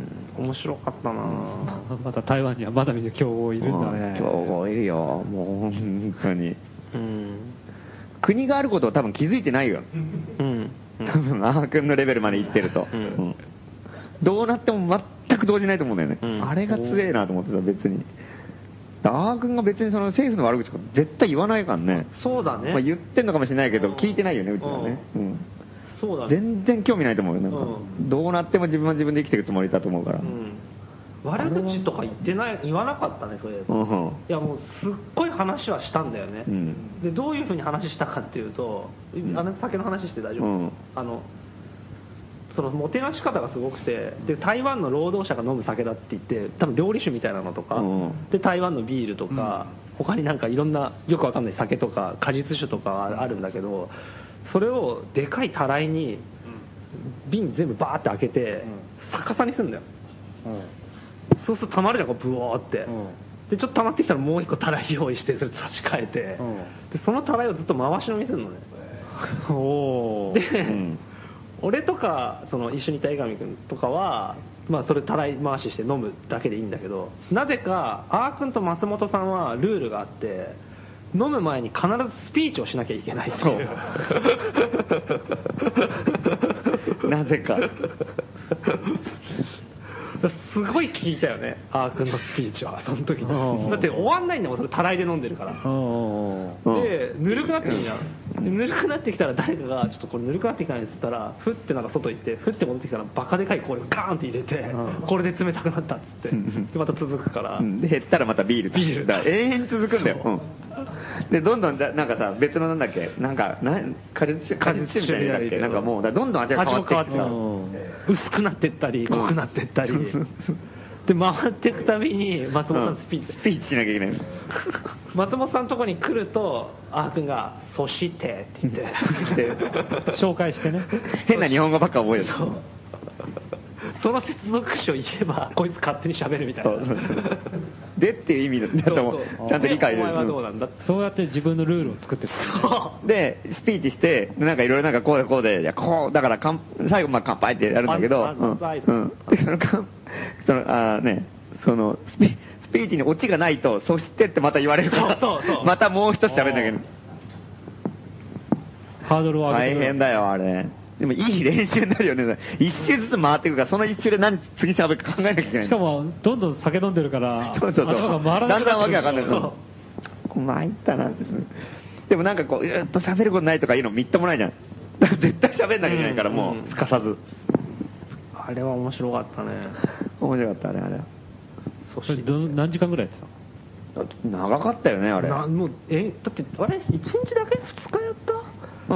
面白かったな、 うん、また台湾にはまだ見る強豪いるんだね、 強豪いるよ、もう本当に、うん、国があることを多分気づいてないよ、うん、多分アー君のレベルまでいってると、うんうん、どうなっても全く動じないと思うんだよね、うん、あれが強えなと思ってた、別にアー君が別にその政府の悪口とか絶対言わないからね、 そうだね、 まあ、言ってんのかもしれないけど聞いてないよね、うちはね、うん、そうだね、全然興味ないと思うよ、なんか、うん、どうなっても自分は自分で生きていくつもりだと思うから、うん、 悪口とか言ってない、言わなかったね、それ、うん、いやもうすっごい話はしたんだよね、うん、でどういうふうに話したかっていうと、あの酒の話して大丈夫、うん、あのそのもてなし方がすごくて、で台湾の労働者が飲む酒だって言って多分料理酒みたいなのとか、うん、で台湾のビールとか、うん、他になんかいろんなよくわかんない酒とか果実酒とかあるんだけど、それをでかいたらいに瓶全部バーって開けて逆さにするんだよ、うん、そうするとたまるじゃん、こうブワーって、うん、でちょっとたまってきたらもう一個たらい用意してそれ差し替えて、うん、でそのたらいをずっと回し飲みするのねおで、うん、俺とかその一緒にいた江上君とかは、まあ、それたらい回しして飲むだけでいいんだけど、なぜかあーくんと松本さんはルールがあって、飲む前に必ずスピーチをしなきゃいけないっていうなぜかすごい聞いたよね、あーくんのスピーチはその時に。だって終わんないんだもん、それたらいで飲んでるから。でぬるくなってきたぬるくなってきたら誰かがちょっとこれぬるくなってきたねって言ったら、ふってなんか外行ってふって戻ってきたらバカでかい氷をガーンって入れて、これで冷たくなったっつってでまた続くから、 で減ったらまたビールビールだ、永遠に続くんだよ、うん、でどんどんだなんかさ別のなんだっけなんかな果実酒果実酒みたいなだっけ、なんかもうだどんどん味が変わってきて薄くなってったり濃くなってったりで回っていくたびに松本さんスピーチ、 うん、スピーチしなきゃいけない松本さんのとこに来るとあーくんが「そして」って言って紹介してね、 変な日本語ばっか覚える、 そうその接続詞を言えばこいつ勝手に喋るみたいなでっていう意味だと思う、ちゃんと理解でお前はどうなんだ、 そうやって自分のルールを作ってくるでスピーチしてなんかいろいろなんかこうでこうでいやこうだからかん最後まあ乾杯ってやるんだけど、うんうん、でそのかそのあねそのスピピーチにオチがないと、そしてってまた言われるから、 そうそうそうまたもう一つ喋んなきゃいけない。 ハードルを上げて大変だよ、あれ。でもいい練習になるよね。一周ずつ回っていくから、その一周で何次喋るか考えなきゃいけない。 しかも、どんどん酒飲んでるから、 そうそうそう。 頭が回らなくなってくる。 だんだんわけわかんない。参ったな。でもなんかこう、ずっと喋ることないとかいうのみっともないじゃん。だから絶対喋んなきゃいけないから、もう、すかさず。 あれは面白かったね。 面白かったね、あれ。 それど何時間ぐらいやってた？長かったよね、あれ。 なもうえだってあれいちにちだけふつかやった？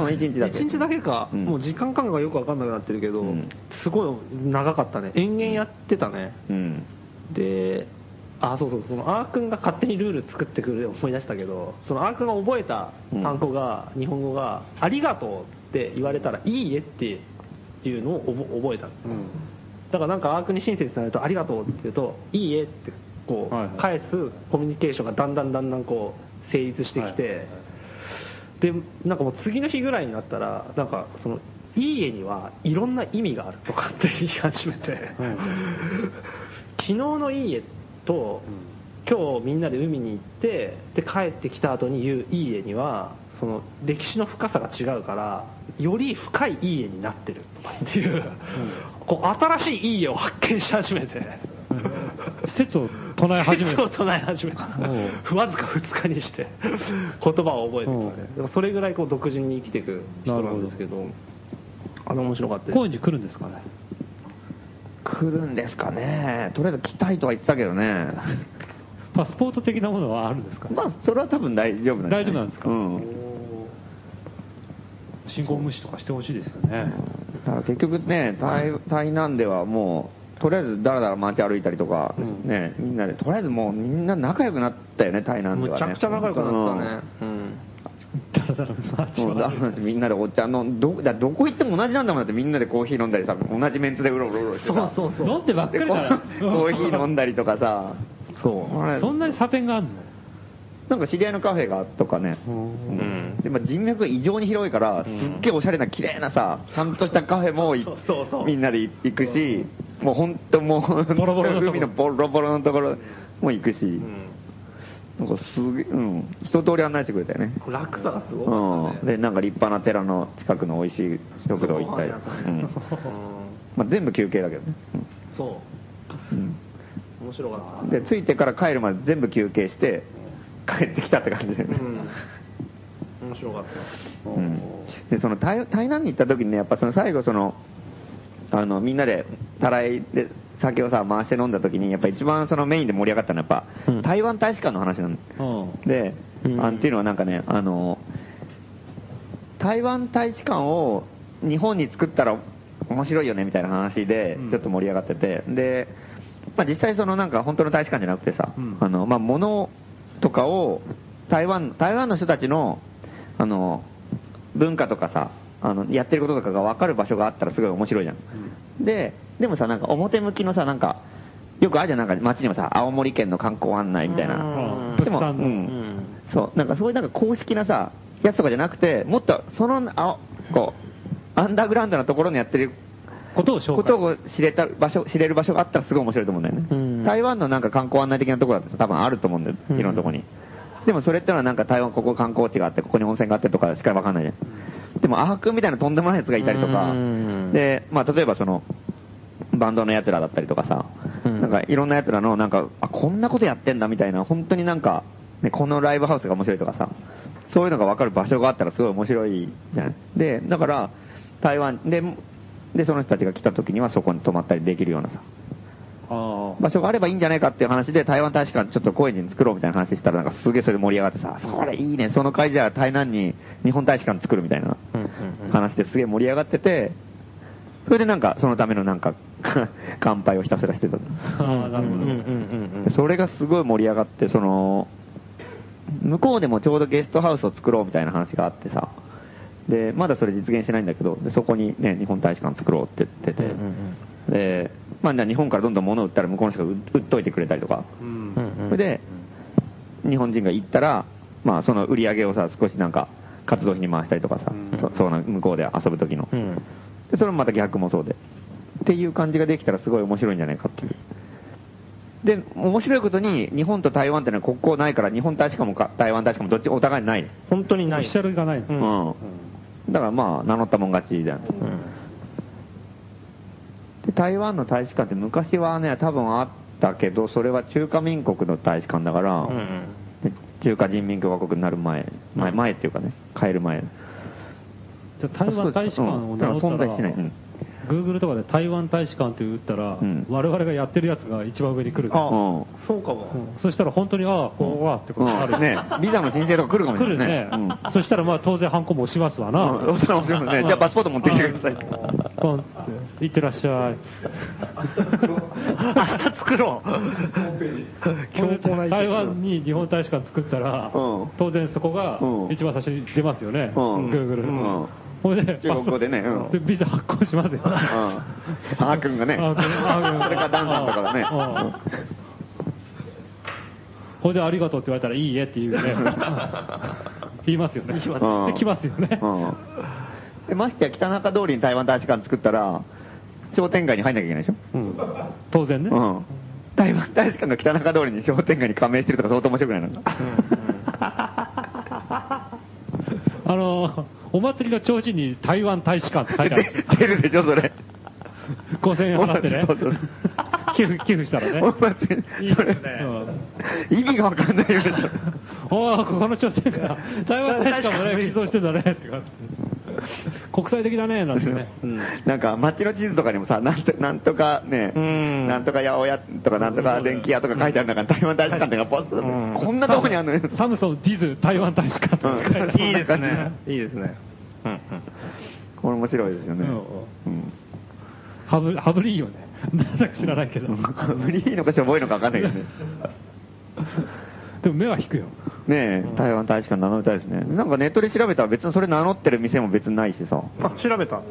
うん、いちにちだけ。 いちにちだけか、うん、もう時間感がよく分かんなくなってるけど、うん、すごい長かったね。延々やってたね。うん、で、あ、そうそう、そのアー君が勝手にルール作ってくるで思い出したけど、そのアー君が覚えた単語が、うん、日本語がありがとうって言われたらいいえっていうのを覚えた、うん、だからなんかアー君に親切になるとありがとうって言うといいえってこう返すコミュニケーションがだんだんだんだんこう成立してきて、はいはい、でなんかもう次の日ぐらいになったらなんかそのいいえにはいろんな意味があるとかって言い始めて、はい、昨日のいいえと、うん、今日みんなで海に行ってで帰ってきた後に言ういいえにはその歴史の深さが違うからより深いいいえになってるとかっていう、うん、こう新しいいいえを発見し始めて説を唱え始めた説を唱え始めたわずかふつかにして言葉を覚えてきたね。それぐらいこう独自に生きていく人なんですけど、あの面白かったです。 高円寺来るんですかね。 来るんですかね。とりあえず来たいとは言ってたけどね。 パスポート的なものはあるんですか。 まあそれは多分大丈夫なんです、ね、 大丈夫なんですか。うん、信号無視とかしてほしいですよね。 だから結局ね、台, 台南ではもうとりあえずだらだら街歩いたりとか、うん、ね、みんなでとりあえずもうみんな仲良くなったよね、台南ではね。 むちゃくちゃ仲良くなったね。うん。 だらだら街を歩いてみんなでお茶のどだどこ行っても同じなんだもん。だってみんなでコーヒー飲んだりさ、同じメンツでうろうろうろしてさ、 そうそうそう飲んでばっかりだからコーヒー飲んだりとかさ、 そうそんなに差点があるの。 なんか知り合いのカフェがとかね、うん、で、まあ、人脈が異常に広いから、すっげえおしゃれな綺麗なさ、ちゃんとしたカフェもみんなで行くし、もう本当もうボロボロの海のボロボロのところも行くし、うん、なんかすげえ、うん、一通り案内してくれたよね。 楽さがすごかったね、 うん、でなんか立派な寺の近くの美味しい食堂行ったり、うん、まあ、全部休憩だけどね、うん、 そう、うん、面白かった。 で着いてから帰るまで全部休憩して帰ってきたって感じで、ね、 うん、面白かった、 うん、でその 台, 台南に行った時にね、やっぱその最後そのあのみんなでたらいで酒をさ回して飲んだ時にやっぱ一番そのメインで盛り上がったのはやっぱ、うん、台湾大使館の話なの、うん、で、うん、あっていうのはなんかね、あの台湾大使館を日本に作ったら面白いよねみたいな話でちょっと盛り上がってて、で、まあ、実際そのなんか本当の大使館じゃなくてさ、うん、あのまあ物とかを台湾台湾の人たちのあの文化とかさ、あのやってることとかが分かる場所があったらすごい面白いじゃん、うん、ででもさ、なんか表向きのさ、なんかよくあるじゃん、なんか街にもさ、青森県の観光案内みたいな、うん、でも、うん、そうなんかそういうなんか公式なさやつとかじゃなくて、もっとそのあこうアンダーグラウンドなところにやってることを紹介ことを知れた場所知れる場所があったらすごい面白いと思うんだよね、うん、台湾のなんか観光案内的なところだって多分あると思うんだよ、いろんなところに、うん、でもそれってのはなんか台湾ここ観光地があってここに温泉があってとかしか分かんないじゃん、うん、でもアークみたいなとんでもないやつがいたりとか、うん、で、まあ、例えばそのバンドのやつらだったりとかさ、うん、なんかいろんなやつらのなんかあこんなことやってんだみたいな、本当になんか、ね、このライブハウスが面白いとかさ、そういうのが分かる場所があったらすごい面白いじゃない。でだから台湾ででその人たちが来た時にはそこに泊まったりできるようなさあ場所があればいいんじゃないかっていう話で、台湾大使館ちょっと高円寺に作ろうみたいな話したら、なんかすげえそれで盛り上がってさ、それいいね、その会じゃあ台南に日本大使館作るみたいな話ですげえ盛り上がってて、それでなんかそのためのなんか乾杯をひたすらしてた。ああなるほど。それがすごい盛り上がって、その向こうでもちょうどゲストハウスを作ろうみたいな話があってさ、でまだそれ実現してないんだけど、でそこにね日本大使館作ろうって言ってて、うんうんうん、でまあ日本からどんどん物を売ったら向こうの人が売っといてくれたりとか、うんうん、それで日本人が行ったら、まあその売り上げをさ少しなんか活動費に回したりとかさ、うん、そそうな向こうで遊ぶ時の、うん、でそれもまた逆もそうでっていう感じができたらすごい面白いんじゃないかっていう。 で、面白いことに、日本と台湾ってのは国交ないから、日本大使館もか台湾大使館もどっちお互いない。 本当にない。 オフィシャルがない。うん。 うん。だからまあ、名乗ったもん勝ちだよね。うん。で、台湾の大使館って昔はね、多分あったけど、それは中華民国の大使館だから、うんうん、中華人民共和国になる前、前、前っていうかね、変える前。 じゃ台湾大使館を名乗ったら、 存在しない。うん Google とかで台湾大使館って打ったら、うん、我々がやってるやつが一番上に来る。 ああ、そうかも。 うん、そしたら本当に、ああ、こうはってことになる、 うん、ね。ビザの申請とか来るかもしれない。 来るね。うん、そしたらまあ当然ハンコも押しますわな。 うん、それは押しますね。じゃあパスポート持ってきてください。 ポンつって、いってらっしゃい。 明日作ろう。 台湾に日本大使館作ったら、うん、当然そこが一番最初に出ますよね。うん、Google。うんほいで中国語でね、 うん、でビザ発行しますよ。うん、 あーくんがね、あーくん、あーくんそれからダンさんとかがね。 ほいでありがとうって言われたらいいえって言うね。言いますよね。で来ますよね。 でましてや北中通りに台湾大使館作ったら商店街に入んなきゃいけないでしょ。うん、 当然ね。うん、 台湾大使館が北中通りに商店街に加盟してるとか相当面白くないの。 あのお祭りの提灯に台湾大使館って書いてある。 出るでしょ、それ。 ごせんえん払ってね。そうそう寄付、寄付したらね。お祭り、いいですね。 うん、意味がわかんないよ。 おー、ここの商店街、台湾大使館もね、寄贈してんだね、って感じ。国際的だね、なんてね。 うん、なんか街の地図とかにもさ、なんとなんとかね、なんとか八百屋とかなんとか電気屋とか書いてある中に台湾大使館ってのがポッと、こんなとこにあるのよ。 サムソン、ディズ、台湾大使館とか書いてある。 いいですね。いいですね。うんうん。 これ面白いですよね。 うん。ハブ、ハブリーよね。なんだか知らないけど。 ハブリーのかしょぼいのか分かんないけどね。 でも目は引くよ。 ねえ、台湾大使館名乗りたいですね。なんかネットで調べたら別にそれ名乗ってる店も別にないしさ。 あ、調べた。 うん。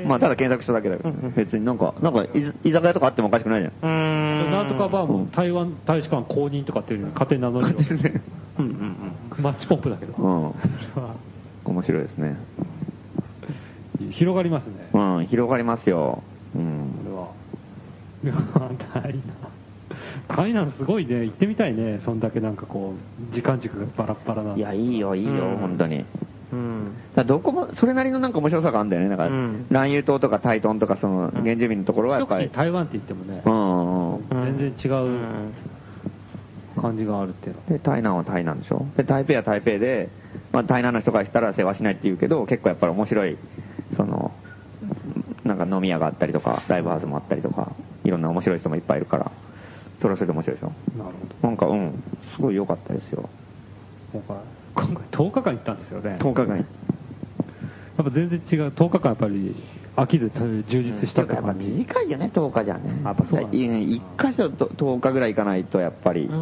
まあただ検索しただけだけど、ね、別になんか、なんか居酒屋とかあってもおかしくないじゃん。 うん。なんとかバーも台湾大使館公認とかっていうのに勝手に名乗るよ。ね、うんうんうん。マッチポップだけど。うん。 面白いですね。 広がりますね。 うん、広がりますよ。うん。これは。台南。台南すごいね、行ってみたいね、そんだけなんかこう、時間軸がバラバラな。 いや、いいよ、いいよ、うん、本当に。うん。だどこも、それなりのなんか面白さがあるんだよね。なんか、うん、蘭嶼島とか台東とか、その、原住民のところはやっぱり。 台湾って言ってもね、うんうん、全然違う感じがあるっていうの。 で、台南は台南でしょ。で、台北は台北で、まあ、台南の人からしたら世話しないって言うけど、結構やっぱり面白い、その、なんか飲み屋があったりとか、ライブハウスもあったりとか、いろんな面白い人もいっぱいいるから、それはそれで面白いでしょ。 なるほど。 なんか、うん、すごい良かったですよ。 今回、今回とおかかん行ったんですよね。 とおかかん。やっぱ全然違う、とおかかんやっぱり飽きず充実したってやっぱ短いよね、とおかじゃね。 やっぱそうだね。 いっか所ととおかぐらい行かないと、やっぱり。うん。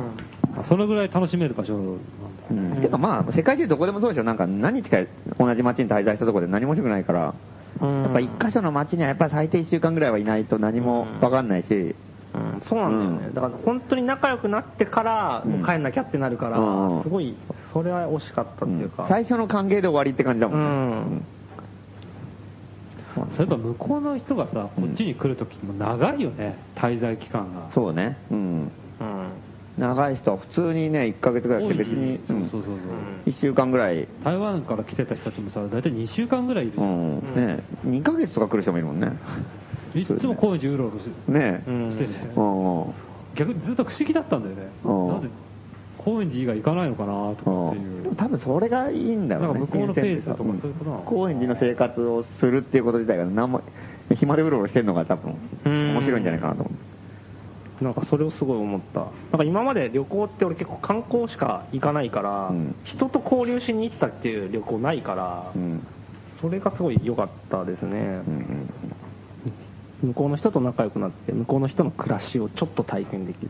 そのぐらい楽しめる場所なんだ。 うん。てかまあ、世界中どこでもそうでしょ。なんか何日か同じ街に滞在したところで何も面白くないから、やっぱ一箇所の街にはやっぱり最低いっしゅうかんぐらいはいないと何も分かんないし、 うん、そうなんだよね、うん、だから本当に仲良くなってからもう帰んなきゃってなるから、うん、すごいそれは惜しかったっていうか、 うん、最初の歓迎で終わりって感じだもんね、うんうん、そういえば向こうの人がさこっちに来るときも長いよね、滞在期間が。 そうね、うん、うん、長い人は普通にねいっかげつぐらい来て別にそうそうそうそういっしゅうかんぐらい台湾から来てた人たちもさ大体にしゅうかんぐらいいるじゃん、うんね、にかげつとか来る人もいるもんね。 いつも高円寺うろうろしてね、 うん、してて、逆にずっと不思議だったんだよね。なんで高円寺以外行かないのかなとかっていう。 多分それがいいんだろうね。 なんか向こうのペースとかそういうことなの。 高円寺の生活をするっていうこと自体が何も暇でうろうろしてるのが多分面白いんじゃないかなと思う。 なんかそれをすごい思った。なんか今まで旅行って俺結構観光しか行かないから、うん、人と交流しに行ったっていう旅行ないから、うん、それがすごい良かったですね。うんうん向こうの人と仲良くなって向こうの人の暮らしをちょっと体験できるっていう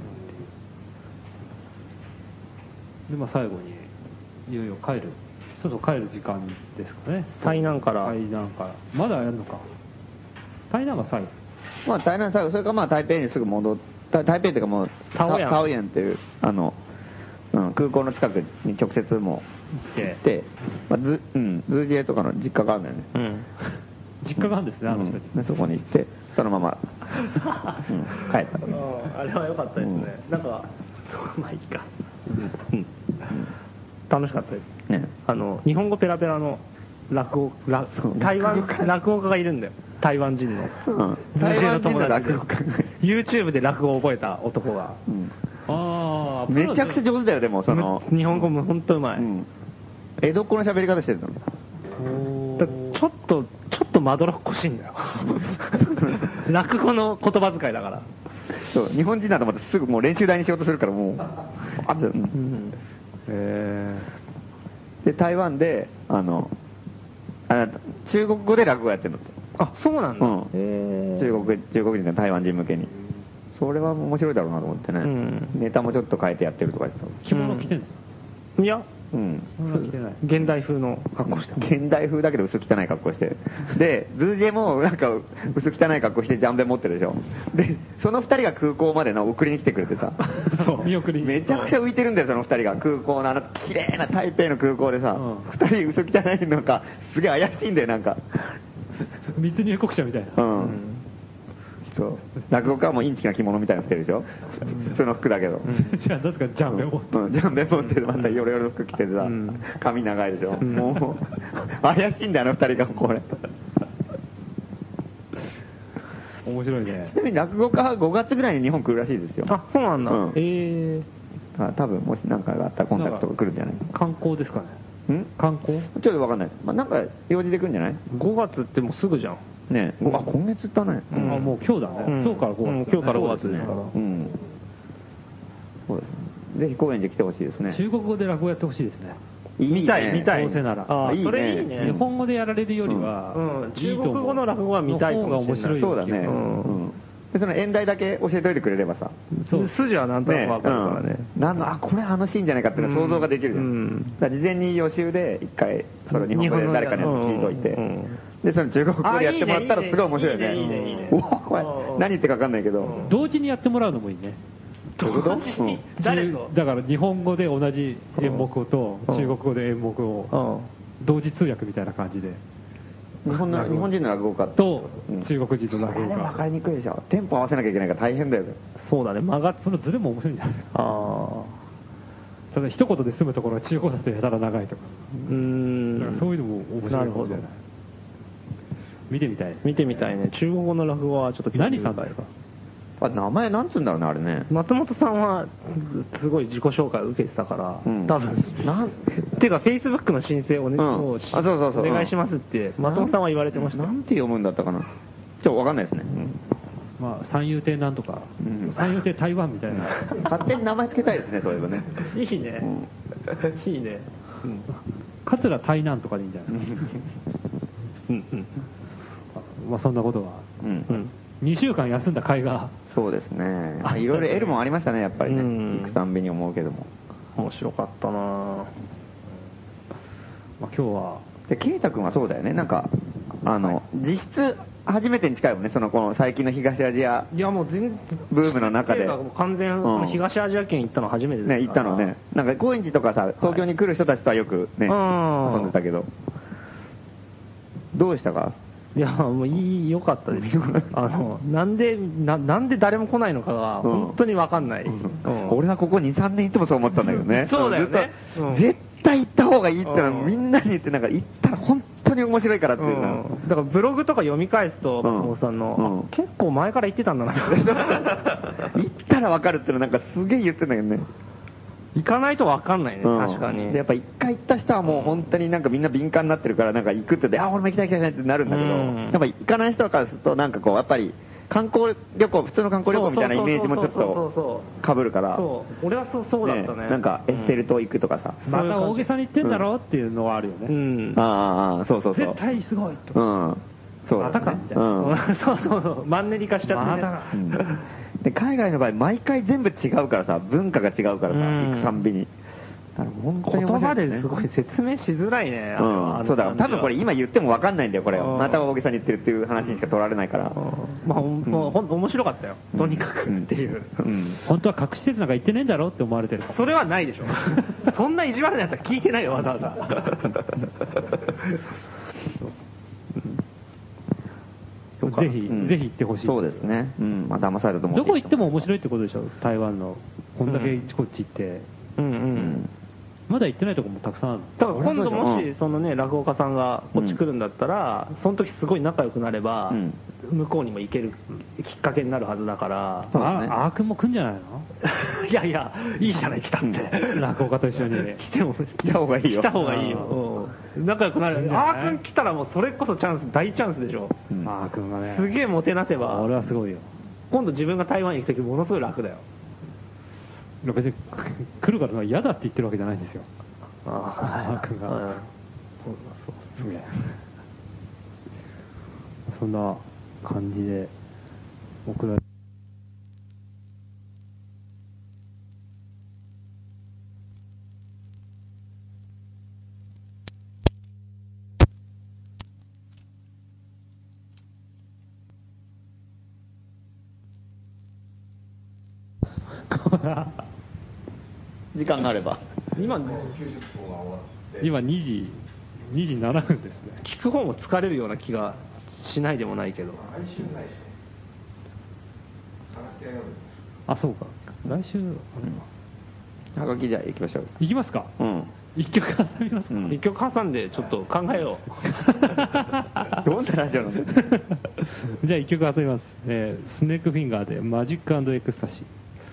で、まあ、最後にいよいよ帰るそろそろ帰る時間ですかね。 台南から台南からまだやるのか。台南が最後まあ台南最後それからまあ台北にすぐ戻った台北っていうかもうタオヤンっていうあの、うん、空港の近くに直接も行って、まあ、ズージエとかの実家があるんだよね、うん実家があるんですね、あの人に。 うん、そこに行って、そのまま、うん、帰った。 あれは良かったですね。うん、なんか、まあいいか。うん。楽しかったです。ね。あの、日本語ペラペラの落語、台湾、落語家がいるんだよ。台湾人の。うん。台湾人の落語家。YouTube で落語を覚えた男が。うん。ああ、 めちゃくちゃ上手だよ、でも、その。 日本語も本当うまい。うん。 江戸っ子の喋り方してるの。 ちょっと、ちょっとまどろっこしいんだよ。落語の言葉遣いだから。 そう、日本人だと思ってすぐもう練習台にしようとするからもう、あず、うん。へー。で、台湾で、あの、あ中国語で落語やってるのって。 あ、そうなんだ。うん、 へー。中国、中国人の台湾人向けに。それは面白いだろうなと思ってね。うん、ネタもちょっと変えてやってるとかしてた。 着物着てんの？ いや。うん。現代風の格好して。 現代風だけど薄汚い格好して。で、ズージェもなんか薄汚い格好してジャンベ持ってるでしょ。で、その二人が空港までの送りに来てくれてさ。 そう、見送りに。 めちゃくちゃ浮いてるんだよ、その二人が。空港のあの綺麗な台北の空港でさ、二、うん、人薄汚いのか、すげえ怪しいんだよ、なんか。 密入国者みたいな。うん。 そう。落語家はもうインチキな着物みたいなの着てるでしょ。普通の服だけど。 じゃあ、確かジャンベ持って。 うん、ジャンベ持ってまたヨロヨロの服着てさ、髪長いでしょ。もう、怪しいんだよ、あの二人が、これ。 面白いね。 ちなみに落語家はごがつぐらいに日本来るらしいですよ。 あ、そうなんだ。うん、ええー。多分、もし何かがあったらコンタクトが来るんじゃない？ 観光ですかね。ん観光ちょっとわかんない。まあ、なんか用事で来るんじゃない？ ご 月ってもうすぐじゃん。 ねえ、あ、今月だね。 うん、あ、もう今日だね。うん、今日からごがつ、ね、 うん。今日からごがつですから。うん。 そうですね。ぜひ高円寺来てほしいですね。 中国語で落語やってほしいですね。 いいね、 見たい、見たい。 どうせなら。 ああ、いいね。それいいね。 日本語でやられるよりは、 うん、中国語の落語は見たい方が面白い。 そうだね。うん。で、その演題だけ教えておいてくれればさ。 そう。筋はなんとなくわかるからね。 なんの、あ、これあのシーンじゃないかっていうの想像ができるじゃん。うん。だから事前に予習で一回、その日本語で誰かのやつ聞いといて。で、その中国語でやってもらったらすごい面白いよね。いいね、いいね。おぉ、これ、何言ってかわかんないけど。 同時にやってもらうのもいいね。 どういうこと？ 誰と？だから日本語で同じ演目と中国語で演目を同時通訳みたいな感じで。 日本の日本人の落語家と中国人の落語家。 分かりにくいでしょ。テンポ合わせなきゃいけないから大変だよ。 そうだね。間がそのズレも面白いんじゃない？ああ。ただ一言で済むところは中国だとやたら長いとか。うーん。そういうのも面白いかもしれない。見てみたい。 見てみたいね。中国語の落語はちょっと何さんですか？ あ、名前なんつうんだろうね、あれね。 松本さんはすごい自己紹介を受けてたから、うん、多分なんていうかフェイスブックの申請をね、うん、あ、そうそうそう、お願いしますって松本さんは言われてました。 なんて読むんだったかな。ちょっとわかんないですね。うん、 まあ三遊亭なんとか、うん、三遊亭台湾みたいな。 勝手に名前つけたいですね、そういえばね。 いいね。うん、いいね。 うん、桂台南とかでいいんじゃないですか。うんうん。まあそんなことは。うんうん。にしゅうかん休んだ甲斐が。 そうですね。いろいろ得るもんありましたね、やっぱりね。行くたんびに思うけども。 面白かったなぁ。まあ今日は。 で、圭太君はそうだよね。なんか、あの、実質初めてに近いもんね、その、この最近の東アジア。 いやもう全ブームの中で。 完全、うん、東アジア圏行ったの初めてですね、行ったのね。なんか高円寺とかさ、東京に来る人たちとはよくね、はい、遊んでたけど。どうしたか？ いや、もういい、良かったですよ。あの、なんで、な、なんで誰も来ないのかが、本当にわかんない、うんうん。俺はここに、さんねんいつもそう思ってたんだけどね。 そうだよね。 ずっと、うん、絶対行った方がいいってのはみんなに言って、なんか行ったら本当に面白いからっていうか、うん。 だからブログとか読み返すと、松本さんの、結構前から言ってたんだな。 行ったらわかるってのなんかすげえ言ってんだけどね。 行かないと分かんないね、うん、確かに。 で、やっぱ一回行った人はもう本当になんかみんな敏感になってるから、なんか行くってで、あ、俺も行きたい行きたいってなるんだけど、うん、やっぱ行かない人からすると、なんかこう、やっぱり、観光旅行、普通の観光旅行みたいなイメージもちょっと被るから。 そう、俺はそうそうだったね。 ね、なんか、エッフェル塔行くとかさ。 うん、また大げさに言ってんだろっていうのはあるよね。うん。 ああ、そうそうそう。 絶対すごいと。 うん。そうだ、ね。 またかみたいな。 うん、そうそうそう、マンネリ化しちゃって、ね。またか。うんで、海外の場合、毎回全部違うからさ、文化が違うからさ、行くたんびに。だから本当に面白い、ね、 言葉ですごい説明しづらいね。 うん。そうだから、多分これ今言っても分かんないんだよ、これ。また大げさに言ってるっていう話にしか取られないから。 まあ、うん、もうほん面白かったよ。とにかくっていう。 うん。本当は隠し施設なんか行ってねえんだろって思われてる。 それはないでしょ。そんな意地悪なやつは聞いてないよ、わざわざ。 ぜひ、うん、ぜひ行ってほしい。 そうですね。うん。まあ、騙されると思う。 どこ行っても面白いってことでしょ、台湾の。こんだけこっち行って。うんうん。うんまだ行ってないとこもたくさんある。 だから今度もしそのね落語家さんがこっち来るんだったら、うん、その時すごい仲良くなれば、うん、向こうにも行けるきっかけになるはずだから。 ああーくんも来んじゃないの？ いやいやいいじゃない来たって。 落語家と一緒に来ても来た方がいいよ。 来た方がいいよ。うん、仲良くなる。あーくん来たらもうそれこそチャンス大チャンスでしょ。 うん、あーくんがね。 すげえもてなせば。 俺はすごいよ。 今度自分が台湾に行く時ものすごい楽だよ。 別に来るから嫌だって言ってるわけじゃないんですよ。ああ、君が、うん、そうすげえ。そんな感じで僕ら時間があれば今今にじにじななふんですね。 聞く方も疲れるような気がしないでもないけど。 あ、そうか。来週、うん、 はがきじゃあ行きましょう。 行きますか。 うん。 一曲挟みますか。 うん、一曲挟んでちょっと考えよう。どんなラジオなの？ じゃあ一曲挟みます。えー、スネークフィンガーでマジック&エクスタシー。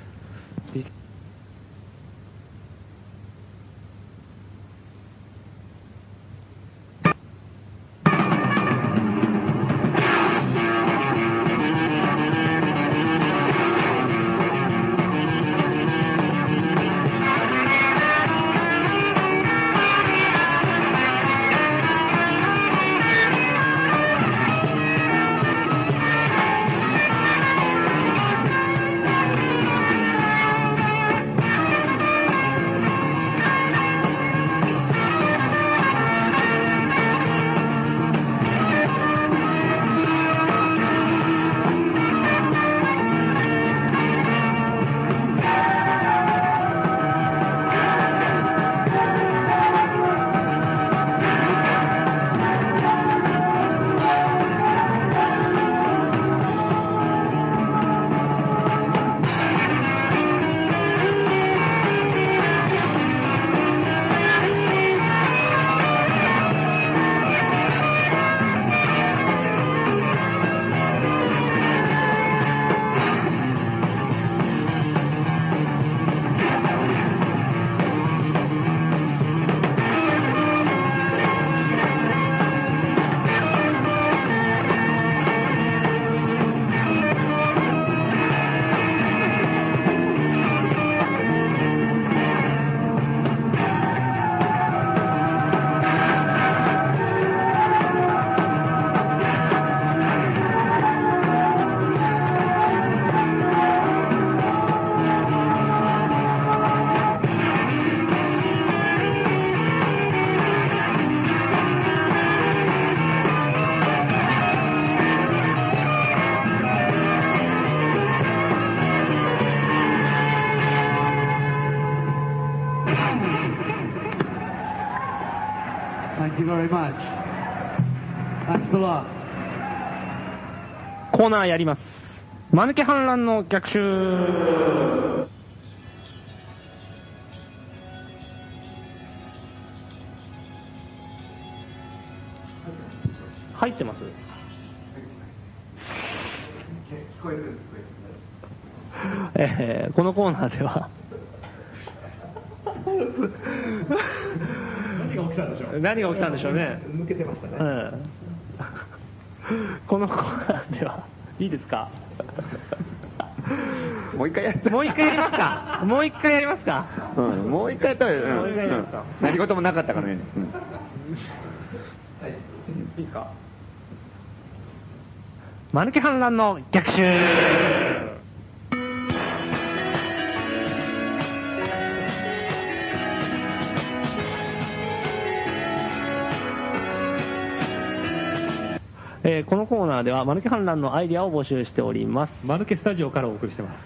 コーナーやります。間抜け反乱の逆襲。入ってます？聞こえる。えー、このコーナーでは何が起きたんでしょう。 何が起きたんでしょうね。 抜けてましたね。 うんこのコーナーではいいですか？ もう一回やってもう一回やりますか？もう一回やりますか？ うん、もう一回やったら、うん、もう一回やりますか？何事もなかったからね。うん、 はい、いいですか？間抜け反乱の逆襲。えー、このコーナーでは間抜け反乱のアイディアを募集しております。 間抜けスタジオからお送りしてます 。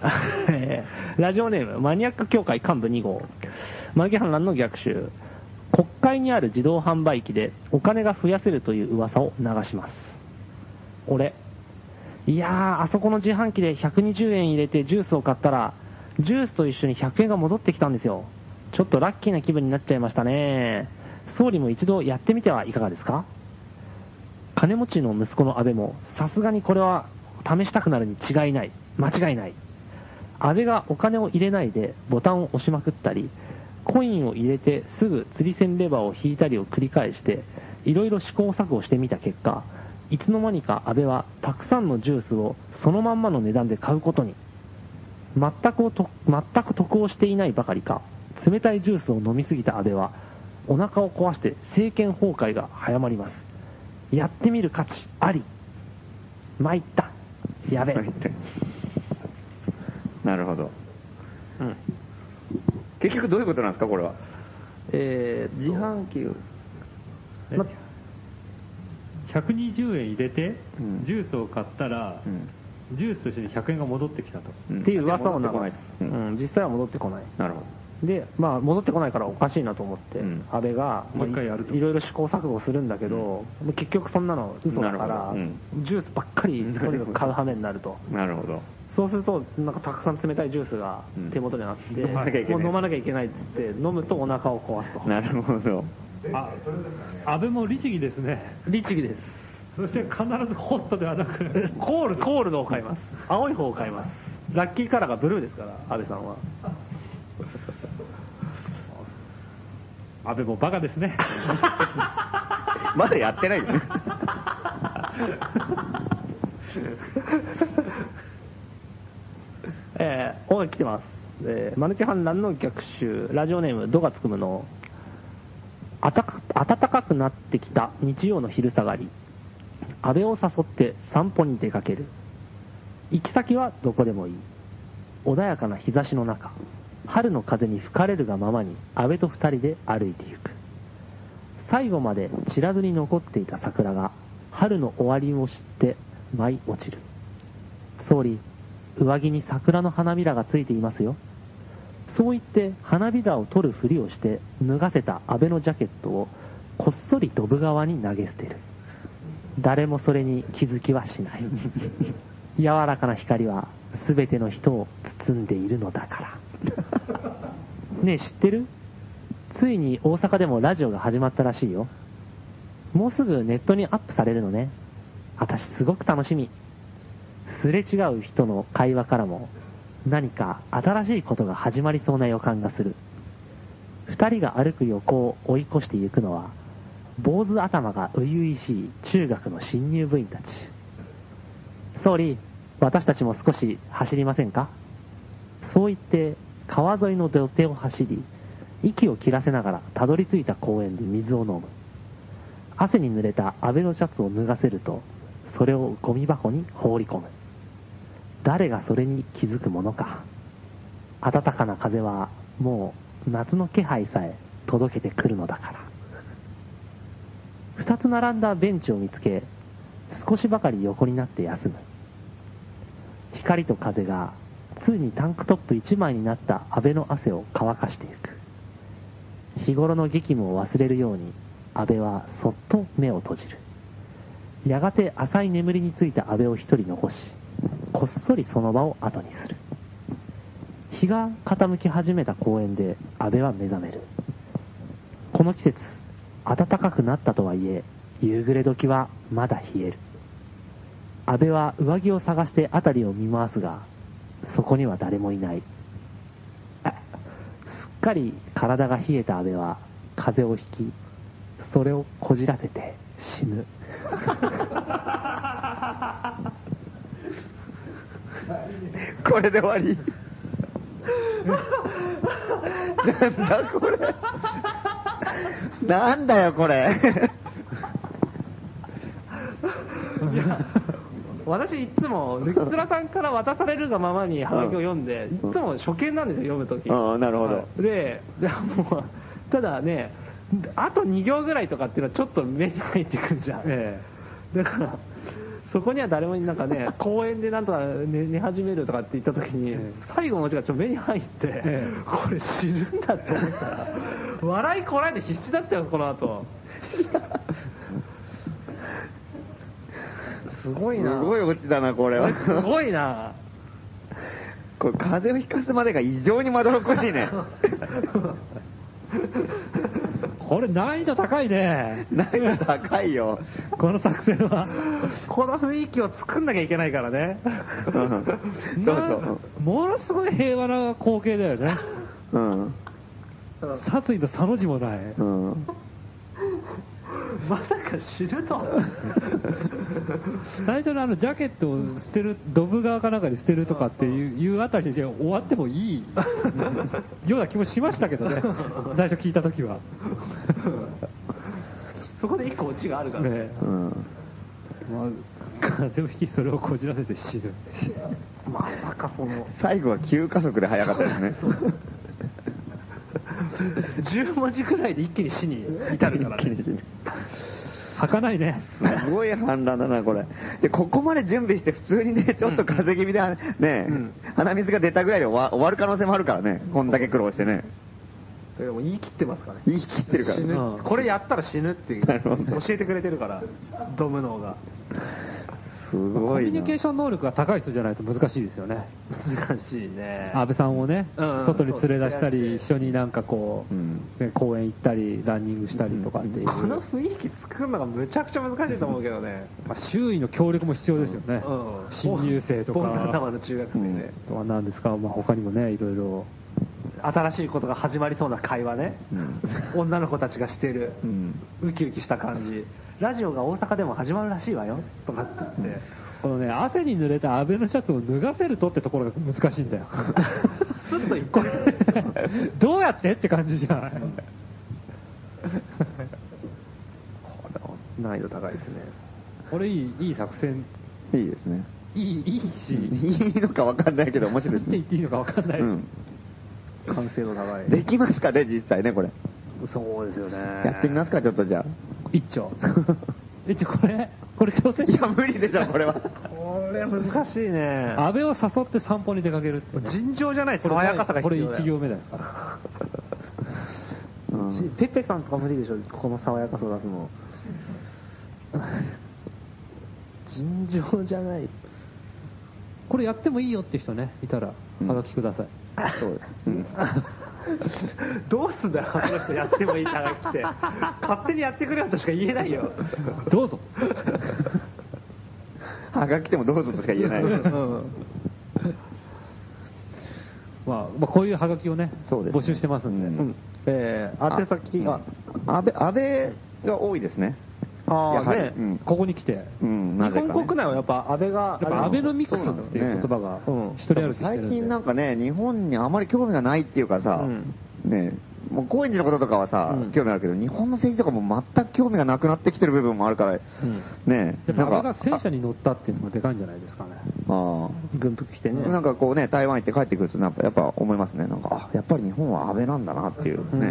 ラジオネームマニアック協会幹部に号。間抜け反乱の逆襲。国会にある自動販売機でお金が増やせるという噂を流します。俺いやー、あそこの自販機でひゃくにじゅうえん入れてジュースを買ったら、ジュースと一緒にひゃくえんが戻ってきたんですよ。ちょっとラッキーな気分になっちゃいましたね。総理も一度やってみてはいかがですか？金持ちの息子の安倍も、さすがにこれは試したくなるに違いない。間違いない。安倍がお金を入れないでボタンを押しまくったり、コインを入れてすぐ釣り線レバーを引いたりを繰り返して、いろいろ試行錯誤してみた結果、いつの間にか安倍はたくさんのジュースをそのまんまの値段で買うことに。全くと全く得をしていないばかりか、冷たいジュースを飲みすぎた安倍はお腹を壊して政権崩壊が早まります。やってみる価値あり。参った。やべえ。 なるほど。 うん。 結局どういうことなんですか、これは。 えー、自販機を、 ま、ひゃくにじゅうえん入れて、 うん、 ジュースを買ったら、うん、ジュースとしてひゃくえんが戻ってきたと、 うん、っていう噂を流す、 うんうん、実際は戻ってこない。 なるほど。 で、まあ、戻ってこないからおかしいなと思って、うん、安倍がもう一回やるといろいろ試行錯誤するんだけど、うん、結局そんなの嘘だから、うん、ジュースばっかりとにかく買う羽目になると。 なるほど。 そうするとなんかたくさん冷たいジュースが手元にあって、うん、もう飲まなきゃいけないって言って飲むとお腹を壊すと。 なるほど。 あ、安倍も律儀ですね。 律儀です。 そして必ずホットではなくコールコールのを買います。青い方を買います。ラッキーカラーがブルーですから、安倍さんは。 安倍もバカですね。 まだやってないよね。 えー、音楽来てます。えー、マヌケ反乱の逆襲、ラジオネームドがつくむの。あたか暖かくなってきた日曜の昼下がり、安倍を誘って散歩に出かける。行き先はどこでもいい。穏やかな日差しの中、春の風に吹かれるがままに安倍と二人で歩いてゆく。最後まで散らずに残っていた桜が春の終わりを知って舞い落ちる。総理、上着に桜の花びらがついていますよ。そう言って花びらを取るふりをして脱がせた安倍のジャケットをこっそりドブ川に投げ捨てる。誰もそれに気づきはしない。柔らかな光は全ての人を包んでいるのだからねえ、知ってる？ついに大阪でもラジオが始まったらしいよ。もうすぐネットにアップされるのね。私すごく楽しみ。すれ違う人の会話からも何か新しいことが始まりそうな予感がする。二人が歩く横を追い越してゆくのは坊主頭が初々しい中学の新入部員たち。総理、私たちも少し走りませんか？そう言って川沿いの土手を走り、息を切らせながらたどり着いた公園で水を飲む。汗に濡れた安倍のシャツを脱がせると、それをゴミ箱に放り込む。誰がそれに気づくものか。暖かな風はもう夏の気配さえ届けてくるのだから。二つ並んだベンチを見つけ、少しばかり横になって休む。光と風がついにタンクトップ一枚になった安倍の汗を乾かしていく。日頃の激務を忘れるように安倍はそっと目を閉じる。やがて浅い眠りについた安倍を一人残し、こっそりその場を後にする。日が傾き始めた公園で安倍は目覚める。この季節、暖かくなったとはいえ、夕暮れ時はまだ冷える。安倍は上着を探して辺りを見回すが、そこには誰もいない。すっかり体が冷えた安倍は風邪をひき、それをこじらせて死ぬ。 これで終わり。なんだこれ。なんだよこれ。 いや、私いつもルキツラさんから渡されるがままにハガキを読んで、いつも初見なんですよ、読むとき。 ああ、なるほど。 で、でもうただね、あとに行ぐらいとかっていうのはちょっと目に入ってくるじゃん。ええ、だからそこには誰もなんかね、公園でなんとか 寝, 寝始めるとかって言った時に、ええ、最後のうちがちょっと目に入って、ええ、これ死ぬんだって思ったら笑いこらえて必死だったよ、この後。 すごいな。 すごいオチだな、これは。 すごいな。 これ、風邪をひかすまでが異常にまどろっこしいね。 これ難易度高いね。 難易度高いよ。 この作戦は。 この雰囲気を作んなきゃいけないからね。 そうそう。 ものすごい平和な光景だよね。 うん。 殺意のさの字もない。うん。 まさか死ぬと最初のあのジャケットを捨てる、ドブ側かなんかに捨てるとかっていういうあたりで終わってもいいような気もしましたけどね、最初聞いたときは。 そこで一個オチがあるからね。うん、 まあ、風邪をひきそれをこじらせて死ぬ。 まさかその。 最後は急加速で早かったですね。 じゅう文字くらいで一気に死に至るからね。 儚かないね。 すごい反乱だな、これ。で、ここまで準備して普通にね、ちょっと風邪気味でね、うん、鼻水が出たぐらいで終わ、終わる可能性もあるからね、こんだけ苦労してね。 でも言い切ってますからね。 言い切ってるから、ね、 死ぬ、うん、これやったら死ぬって教えてくれてるから、ドム脳が。 すごいな。 コミュニケーション能力が高い人じゃないと難しいですよね。 難しいね。 安倍さんをね、うん、外に連れ出したり、一緒になんかこう、うん、公園行ったり、ランニングしたりとかっていう。 この雰囲気作るのがむちゃくちゃ難しいと思うけどね。 まあ周囲の協力も必要ですよね。うん、新入生とか。 僕頭の中学生ね。 とは何ですか、まあ他にもね、いろいろ。 新しいことが始まりそうな会話ね、うん、女の子たちがしてる、うん、ウキウキした感じ、ラジオが大阪でも始まるらしいわよとかって言って、 このね、汗に濡れた安倍のシャツを脱がせるとってところが難しいんだよ。 スッと言ってる。 どうやってって感じじゃない。 難易度高いですね。 これいい、いい作戦。 いいですね。 いい、いいし。 いいのか分かんないけど面白いですね。 言っていいのか分かんない。うん、 完成度高い。 できますかね、実際ね、これ。 そうですよね。 やってみますか、ちょっとじゃあ。 一丁。一丁、これ、これ挑戦しいや、無理でしょ、これは。 これ難しいね。 安倍を誘って散歩に出かけるって、ね。 尋常じゃない爽やかさが必要だよ。 これ一行目ですから。 うん、ペッペさんとか無理でしょ、この爽やかさを出すの。尋常じゃない。 これやってもいいよって人ね、いたら、はがきください。 そうです。うん、 どうすんだよ、あの人やってもいいはがきって。勝手にやってくれよとしか言えないよ。 どうぞ。 はがきでもどうぞとしか言えない。うん、 まあ、まあ、こういうはがきをね、募集してますんで。うん、 えー、宛先が。 安倍、安倍が多いですね。 ああね、うん、ここに来て、 うん、なぜかね、日本国内はやっぱ安倍が、 やっぱアベノミクスっていう言葉が一人歩きしてるんで、 最近なんかね、日本にあまり興味がないっていうかさ、うん、ね、もう高円寺のこととかはさ、うん、興味あるけど、日本の政治とかも全く興味がなくなってきてる部分もあるから、うん、ね、 やっぱ安倍が戦車に乗ったっていうのがでかいんじゃないですかね。 ああ、 軍服着てね。 なんかこうね、台湾行って帰ってくるとやっぱ、やっぱ思いますね。なんか、あ、やっぱり日本は安倍なんだなっていうね。うん、うん、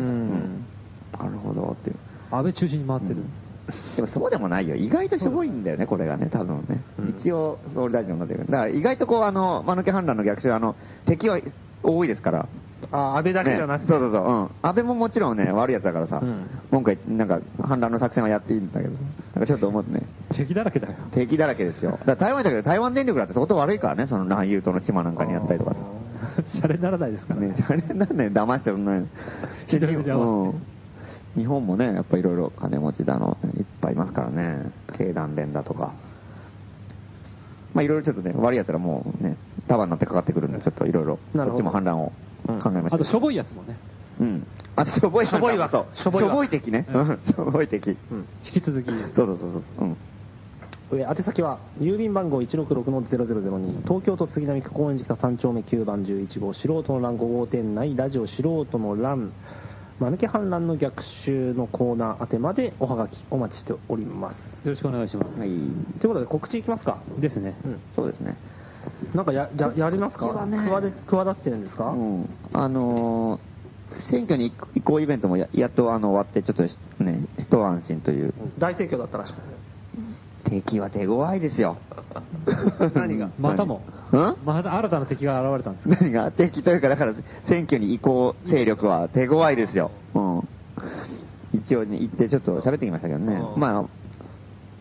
なるほどっていう。 安倍中心に回ってる。うん、 でもそうでもないよ。意外としょぼいんだよね、これがね、多分ね。うん、一応、総理大臣になってる。だから意外とこう、あの、間抜け反乱の逆襲、あの、敵は多いですから。 あ、安倍だけじゃなくて、 ね。そうそうそう。うん。安倍ももちろんね、悪いやつだからさ、うん、文句なんか、反乱の作戦はやっていいんだけどさ。なんかちょっと思ってね。 敵だらけだよ。 敵だらけですよ。だから台湾だけど、台湾電力だって相当悪いからね、その南友島の島なんかにやったりとかさ。 シャレにならないですからね。シャレにならない。騙してもない。 ひどい目で合わせて。 日本もね、やっぱいろいろ金持ちだの、いっぱいいますからね。経団連だとか。まあいろいろちょっとね、悪い奴らもうね、束になってかかってくるんで、ちょっといろいろ、こっちも反乱を考えました、うん。 あと、しょぼいやつもね。 うん。あと、しょぼいしょぼいはそう。しょぼい敵ね。うん。しょぼい敵。 うん。引き続き。 そうそうそうそう。うん。 宛先は郵便番号 いちろくろくのゼロゼロゼロに 東京都杉並区高円寺北さん丁目きゅうばんじゅういち号素人の欄ご号店内ラジオ素人の欄間抜け反乱の逆襲のコーナー宛てまでおはがきお待ちしております。 よろしくお願いします。 はい。 ということで告知いきますか。 ですね。 うん、そうですね。 なんかやややりますか。 ね、 企ててるんですか。 うん。あのー、選挙に移行イベントも や, やっとあの終わってちょっとね一安心という。 大盛況だったらしくて。 敵は手強いですよ。 何がまたも。 うん、 また新たな敵が現れたんですか。 何が敵というか、だから選挙に移行勢力は手強いですよ。うん。一応ね、行ってちょっと喋ってきましたけどね。まあ、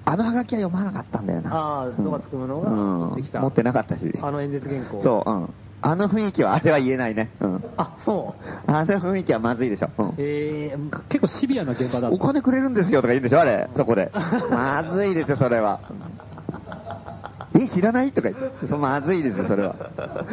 あのハガキは読まなかったんだよな。 ああ、ドがつくものが持ってきた。持ってなかったし。 あの演説原稿。 そう、うん。あの雰囲気はあれは言えないね。うん。 あ、そう。 あの雰囲気はまずいでしょ。うん。 えー、結構シビアな現場だった。 お金くれるんですよとか言うんでしょあれ、そこで。まずいですよ、それは。え、知らないとか言って。そうまずいですよ、それは。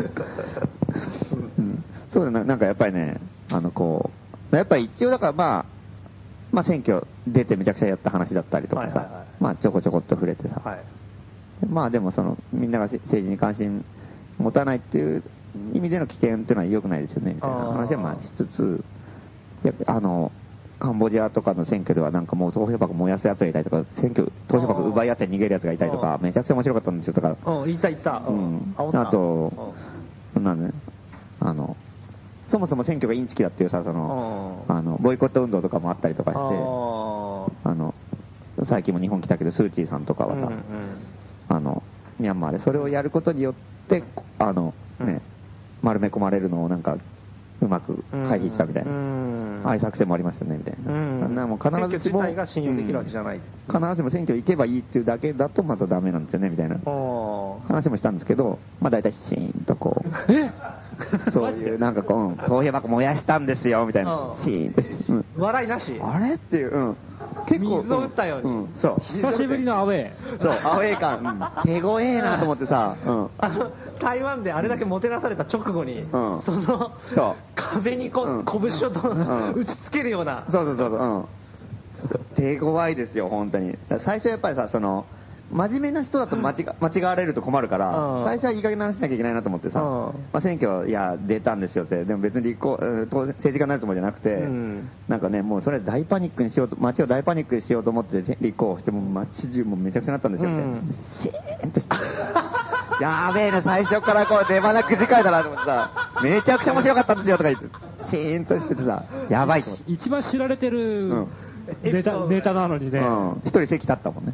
うん、そうだな、なんかやっぱりね、あの、こう、やっぱり一応だからまあ、まあ選挙出てめちゃくちゃやった話だったりとかさ、はいはいはい、まあちょこちょこっと触れてさ、はい、まあでもその、みんなが政治に関心持たないっていう意味での危険っていうのは良くないですよね、みたいな話はまあしつつ、やっぱあの、カンボジアとかの選挙ではなんかもう投票箱燃やすやつがいたりとか、選挙、投票箱奪い合って逃げるやつがいたりとか、めちゃくちゃ面白かったんですよ、だから。 うん、いたいた。 うん。あと、なんね、あの、そもそも選挙がインチキだっていうさ、その、あの、ボイコット運動とかもあったりとかして、あの、最近も日本来たけど、スーチーさんとかはさ、うんうん、あの、ミャンマーでそれをやることによって、あの、ね、うん、丸め込まれるのをなんか、うまく回避したみたいな、ああいう作戦もありましたねみたいな、うん、なもう必ずしも選挙自体が信用できるわけじゃない、うん、 必ずしも選挙行けばいいっていうだけだとまたダメなんですよねみたいな話もしたんですけど、まあ大体シーンとこうえそういうなんかこう、うん、投票箱燃やしたんですよみたいなシーンです、うん、 笑いなしあれっていう、うん、結構水を打ったように、うん、 そう久しぶりのアウェーそうアウェー感、うん、手ごええなと思ってさ、うん、 あの台湾であれだけもてなされた直後に、うん、そのそう壁にこう、うん、拳をと、うん、打ちつけるようなそうそうそうそう、うん、手強いですよ本当に。最初やっぱりさその真面目な人だと間違間違われると困るから、うん、最初はいい加減な話しなきゃいけないなと思ってさ、うんまあ、選挙いや出たんですよってでも別に立候補政治家になるつもりじゃなくて、うん、なんかねもうそれ大パニックにしようと街を大パニックにしようと思って立候補しても街中もめちゃくちゃなったんですよって、うん、シーンとしてやべえな最初からこう出花くじかえたなと思ってさめちゃくちゃ面白かったんですよとか言ってシーンとしててさやばいと思って一番知られてる、うんネタ、ネタなのにね。 うん。一人席立ったもんね。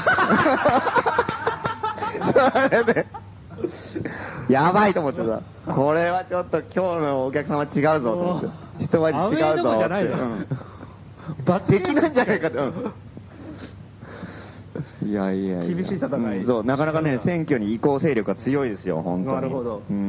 それで、やばいと思ってさ、これはちょっと今日のお客様は違うぞと思って。人は違うぞって。アウェーどころじゃないの、うん、敵なんじゃないかって。うんいやいやいや厳しい戦い、 うん、そうなかなかね選挙に移行勢力が強いですよ本当に。 なるほど。 うん。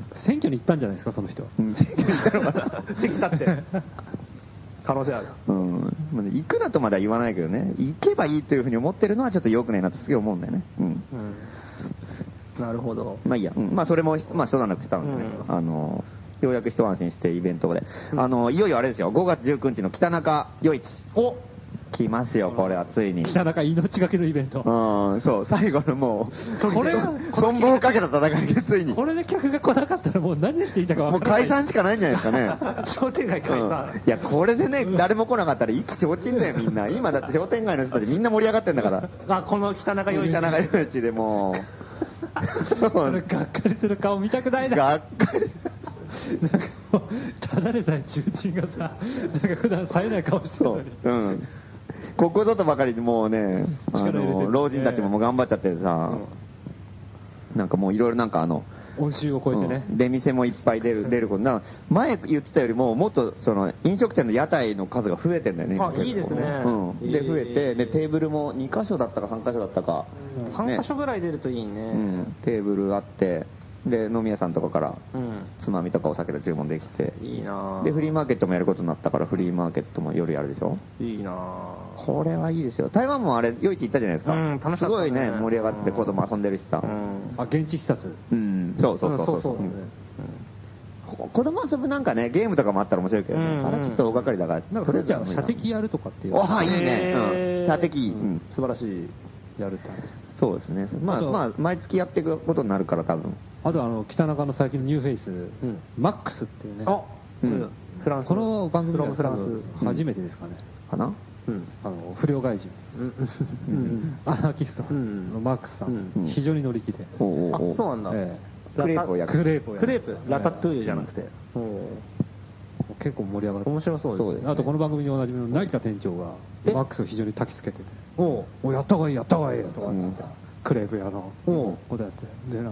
選挙に行ったんじゃないですかその人は。 うん、選挙に行ったのかな。 席立って可能性ある。 うん。行くなとまでは言わないけどね行けばいいというふうに思ってるのはちょっと良くないなとすげえ思うんだよね。うん。 うん、なるほど。 まあいいや。うん、まあそれもまあ一段落したのでね、うん、あのようやく一安心してイベントで、うん、あのいよいよあれですよごがつじゅうくにちの北中夜市。 お来ますよ、これはついに。 北中命がけのイベント。 うん、そう、最後のもう、これが、存亡をかけた戦いがついに。 これで客が来なかったらもう何していいんだか分からない。 もう解散しかないんじゃないですかね。商店街解散、 うん。いや、これでね、誰も来なかったら意気消沈だよ、みんな。今だって商店街の人たちみんな盛り上がってんだから。 あ、この北中夜市。 北中夜市でもう。 それがっかりする顔見たくないな。 がっかり。 なんかもう、ただでさえ重鎮がさ、なんか普段冴えない顔してるのに。 うん。ここぞとばかりにもうね、あの、老人たちももう頑張っちゃってさ、うん、なんかもういろいろなんかあの、 音州を超えてね、 うん、出店もいっぱい出る、出ること。な前言ってたよりも、もっとその飲食店の屋台の数が増えてんだよね。 あ、いいですね。 うん。で、増えて、で、テーブルもにかしょだったかさんかしょだったか。 うん、さんかしょぐらい出るといいね。 うん。テーブルあって、で、飲み屋さんとかから、つまみとかお酒で注文できて、 いいなで、フリーマーケットもやることになったから、フリーマーケットも夜やるでしょ。 いいなこれはいいですよ。台湾もあれ、夜市行ったじゃないですか。 うん、楽しかった、ね。 すごいね、盛り上がってて子供遊んでるしさ。 うん、あ、現地視察。 うん、そうそうそうそう。そうそうそう、うん、子供遊ぶなんかね、ゲームとかもあったら面白いけどね。うんうん、あれちょっと大掛かりだから。 なんか、とりあえず射的やるとかっていう。 あ、いいね。うん。射的、 うん。素晴らしい。やるって話。 そうですね。まあ、まあ、毎月やっていくことになるから多分。 あとあの、北中の最近のニューフェイス、うん、マックスっていうね。 あ、うん、フランス。 この番組はフランス初めてですかね。 かなうん。あの、不良外人。うん。アナーキストのマックスさん。非常に乗り気で。 あ、そうなんだ。ええ。クレープを焼く。 クレープを焼く。クレープラタトゥイユじゃなくて。 結構盛り上がる。 面白そうです。 あとこの番組におなじみの成田店長がマックスを非常に焚きつけてて。おお、やった方がいい、やった方がいいとかって。クレープ屋のことやって。でな、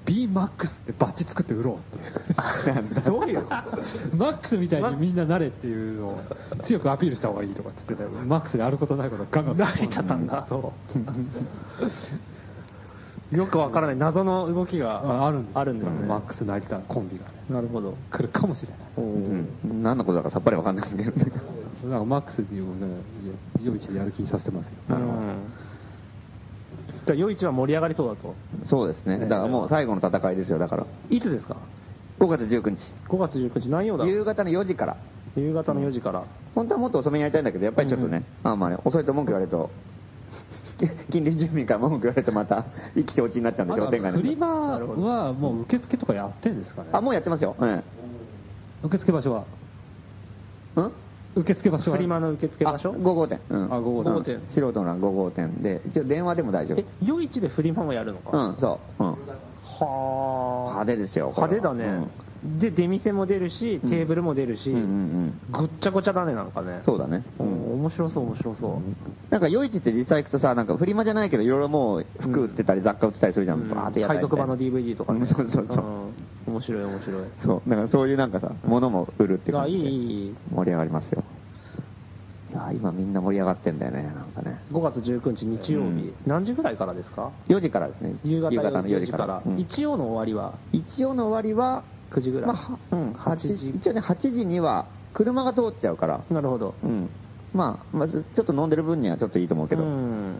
ビーマックス ってバッジ作って売ろうっていう。 どういうマックスみたいにみんななれっていうのを強くアピールした方がいいとかって言ってたよ。マックスであることないことガンガン。 成田さんがそうよくわからない謎の動きがあるんですあるんですね。 マックス成田コンビがね。 なるほど。 来るかもしれない。 うん、何のことだかさっぱりわかんないですけどね。 なんかマックスっていうのをね、夜市でやる気にさせてますよ。 うん。じゃあ夜市は盛り上がりそうだと。 そうですね。だからもう最後の戦いですよ、だから。 いつですか？ ごがつじゅうくにち。 ごがつじゅうくにち何曜だ？ 夕方のよじから。 夕方のよじから。 本当はもっと遅めにやりたいんだけど、やっぱりちょっとね、うん、あまあね、遅いと文句言われると、近隣住民から文句言われるとまた意気消沈になっちゃうんで、商店街の。 フリマはもう受付とかやってんですかね？ あ、もうやってますよ。うん。 受付場所はうん受付場所はフリマの受付場所 ? ご 号店。うん。 あ、ご号店。 素人のご号店で、一応電話でも大丈夫。 え、夜市でフリマもやるのか？ うん、そう。うん。 はあ。 派手ですよ。 派手だね。で、出店も出るし、テーブルも出るし、ぐっちゃごちゃだね、なんかね。 そうだね。 うん、面白そう、面白そう。 なんか夜市って実際行くとさ、なんかフリマじゃないけど、いろいろもう服売ってたり雑貨売ってたりするじゃん。バーってやったり。 海賊版の ディーブイディー とかね。 そうそうそう。 面白い、面白い。 そう。だからそういうなんかさ、物も売るっていうか。 あ、いい、いい。 盛り上がりますよ。いや今みんな盛り上がってんだよね、なんかね。 ごがつじゅうくにち日曜日、何時ぐらいからですか？ よじからですね。 夕方のよじから。 うん、 一応の終わりは一応の終わりはくじぐらい。 まあ、うん、はちじ。一応ね、はちじには車が通っちゃうから。 なるほど。 うん。まあ、まずちょっと飲んでる分にはちょっといいと思うけど、うん、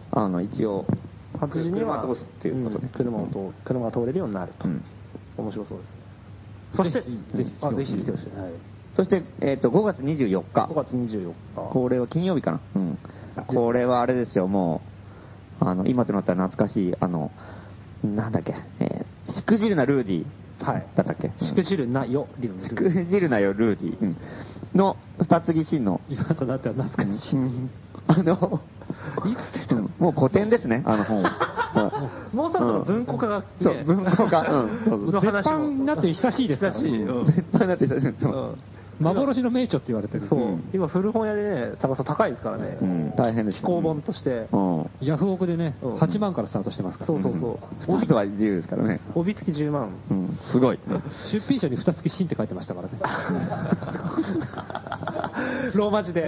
あの、一応、 はちじには車通すっていうことで、うん、 車を通、車が通れるようになると。うん、面白そうですね。そして、ぜひ、ぜひ、あ、ぜひ来てほしい。はい。 そして、えっと、ごがつにじゅうよっか。 ごがつにじゅうよっか。 これは金曜日かな。うん。これはあれですよ、もう、あの、今となったら懐かしい、あの、なんだっけ、えー、しくじるなルーディー。はい。だったっけ、 しくじるなよ、ルーディー。 しくじるなよ、ルーディー。うん。の、二つぎしんの。 今となっては懐かしい。 あの、もう古典ですね、あの本。 もうそろそろ文庫化が、 そう、文庫化。うん。 絶版になって久しいですし。絶版になって久しい。 幻の名著って言われてる。 そう。今古本屋でね、探すと高いですからね。 うん。大変です。 非公本として。 ヤフオクでね、はちまんからスタートしてますから。 そうそうそう。 スタートは自由ですからね。 帯付きじゅうまん。 うん。すごい。 出品者に二月新って書いてましたからね。 ローマ字で。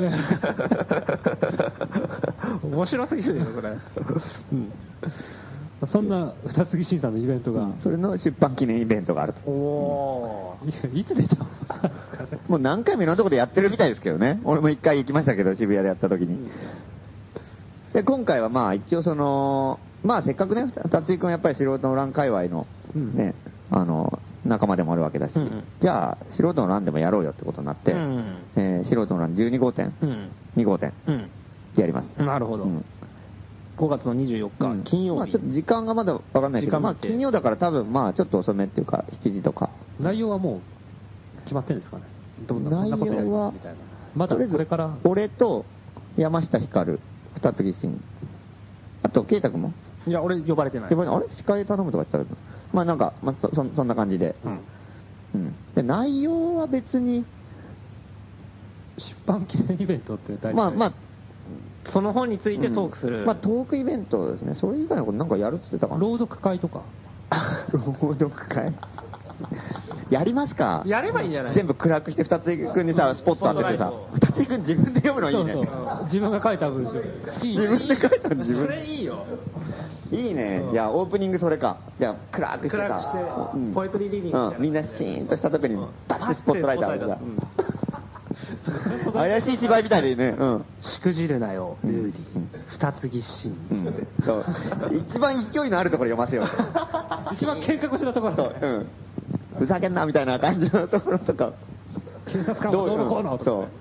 面白すぎるよ、これ。うん。 そんな二月新さんのイベントが、 それの出版記念イベントがあると。 おー。いつ出たの？ もう何回もいろんなとこでやってるみたいですけどね。俺も一回行きましたけど、渋谷でやった時に。で、今回はまあ一応その、まあせっかくね、二つ井くんやっぱり素人の欄界隈のね、うん、あの、仲間でもあるわけだし、うん、じゃあ素人の欄でもやろうよってことになって、うん、えー、素人の欄じゅうにごうてん、うん、にごうてん、うん、やります。 なるほど。うん、ごがつのにじゅうよっか、うん、金曜日。 まあちょっと時間がまだわかんないけど、まあ金曜だから多分まあちょっと遅めっていうか、しちじとか。 内容はもう決まってるんですかね？どんな内容は、 まだこれから。 俺と山下ひかる、二つぎしん。あと、圭太君もいや、俺呼ばれてない。 呼ばれあれ司会頼むとか言ってたけど。まあなんか、まあそ、そんな感じで。うん。うん。で、内容は別に、 出版記念イベントって大体。 まあまあ、 その本についてトークする。 うん、まあトークイベントですね。それ以外のことなんかやるって言ってたかな。 朗読会とか。 朗読会やりますか？ やればいいんじゃない？ 全部暗くして二つ井くんにさ、スポット当ててさ、二つ井くん自分で読むのいいね。そうそう自分が書いた文章。 自分で書いたの自分。 それいいよ。 いいね。じゃあオープニングそれか。じゃあ暗くしてさ、 暗くして、うん、ポエトリーリーディングみたいな、 うん、みんなシーンとした時にバッてスポットライト当ててさ、うん、怪しい芝居みたいでね。うん。 しくじるなよ、ルーディ。二つぎしん。 うん。そう。一番勢いのあるところ読ませよう。 一番喧嘩腰のところ。 そう。うん。ふざけんなみたいな感じのところとか。 警察官もどうのこうのとか。 そう。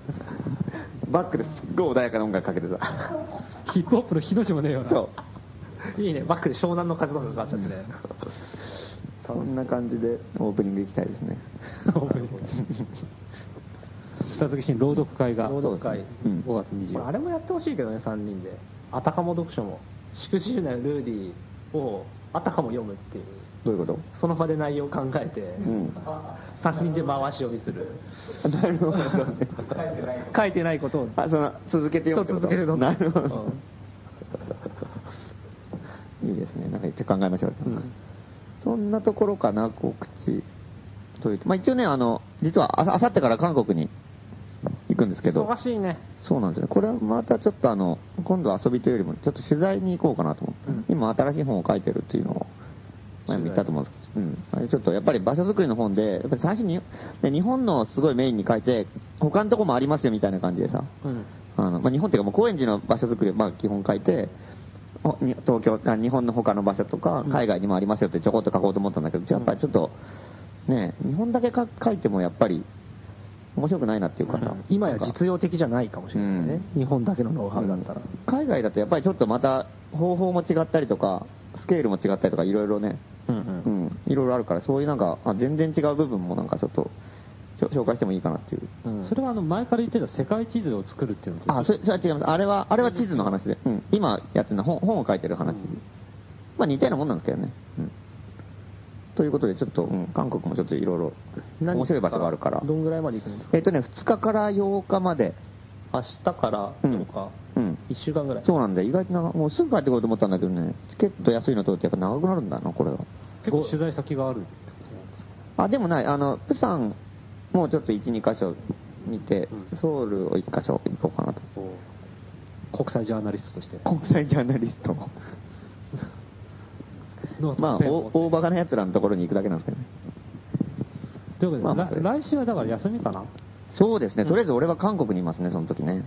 バックですっごい穏やかな音楽かけてさ。 ヒップホップの日の字もねえよな。 そう。 いいね。バックで湘南の風とかかかっちゃってね。 そんな感じでオープニング行きたいですね。オープニング。 二つぎしん朗読会が。 朗読会。 ごがつにじゅう。 あれもやってほしいけどね、さんにんで。あたかも読書も。しくじるなよ、ルーディーをあたかも読むっていう。 どういうこと？ その場で内容を考えて、うん、さんにんで回し読みする。 なるほど、ね。 書いてないことを。 あ、その、続けて読むってこと？ 続けて読む。 なるほど。うん、いいですね。なんか一応考えましょう。うん、 そんなところかな、告知というと。まあ一応ね、あの、実はあさってから韓国に行くんですけど。 忙しいね。 そうなんですよ。これはまたちょっとあの、今度遊びというよりも、ちょっと取材に行こうかなと思って。うん、今新しい本を書いてるっていうのを、前も言ったと思うんですけど、うん。あれちょっとやっぱり場所作りの本で、やっぱり最初に、ね、日本のすごいメインに書いて、他のとこもありますよみたいな感じでさ、うん、あの、まあ、日本っていうかもう高円寺の場所作りをまあ基本書いて、東京、日本の他の場所とか、海外にもありますよってちょこっと書こうと思ったんだけど、やっぱりちょっと、ね、日本だけ書いてもやっぱり、面白くないなっていうかさ、うん、 今や実用的じゃないかもしれないね、うん、日本だけのノウハウだったら、うん、 海外だとやっぱりちょっとまた方法も違ったりとかスケールも違ったりとかいろいろね、うんうんうん、いろいろあるから、そういうなんかあ全然違う部分もなんかちょっと紹介してもいいかなっていう、 うん、それはあの前から言ってた世界地図を作るっていうのと、 あ、それ、それは違います。あれはあれは地図の話で、うん、今やってるのは 本, 本を書いてる話、うん、まあ似たようなもんなんですけどね、うんということで、ちょっと、うん、韓国もちょっといろいろ面白い場所があるから。 どんぐらいまで行くんですか？ えっとね、ふつかからようかまで。 明日からようか、うん、いっしゅうかんぐらい。 そうなんで、意外と長、もうすぐ帰ってこようと思ったんだけどね、チケット安いのとってやっぱ長くなるんだな、これは。 結構取材先があるってことなんですか？ あ、でもない、あの、プサンもうちょっといち、にかしょ見て、うん、ソウルをいっかしょ行こうかなと。 国際ジャーナリストとして。 国際ジャーナリスト。まあ、大バカな奴らのところに行くだけなんですけどね。 ということで、まあ、来週はだから休みかな？ そうですね、とりあえず俺は韓国にいますね、その時ね。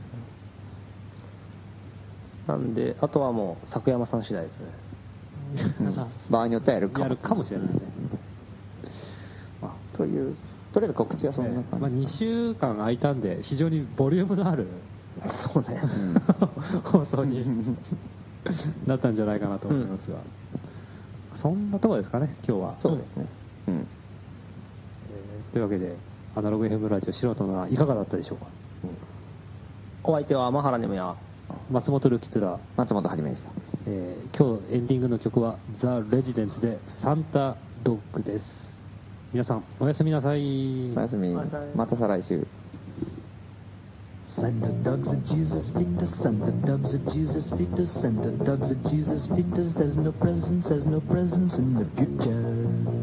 なんで、あとはもう、作山さん次第ですね。 うん、場合によってはやるかも。 やるかもしれないね。 まあ、という、とりあえず告知はそんな感じ。 ね、まあ、にしゅうかん空いたんで、非常にボリュームのある、 そうね、うん、 放送になったんじゃないかなと思いますが。うん、そんなところですかね、今日は。 そうですね。うん。えー、というわけで、アナログ エフエム ラジオ素人のはいかがだったでしょうか。うん、 お相手は天原ねむや、 松本るきつら、 松本はじめでした。 えー、今日エンディングの曲はザ・レジデンツでサンタドッグです。皆さん、おやすみなさい。 おやすみ。また再来週。 Santa dogs at Jesus' feet, Santa dogs at Jesus' feet, Santa dogs at Jesus' feet, says no presents, says no presents in the future.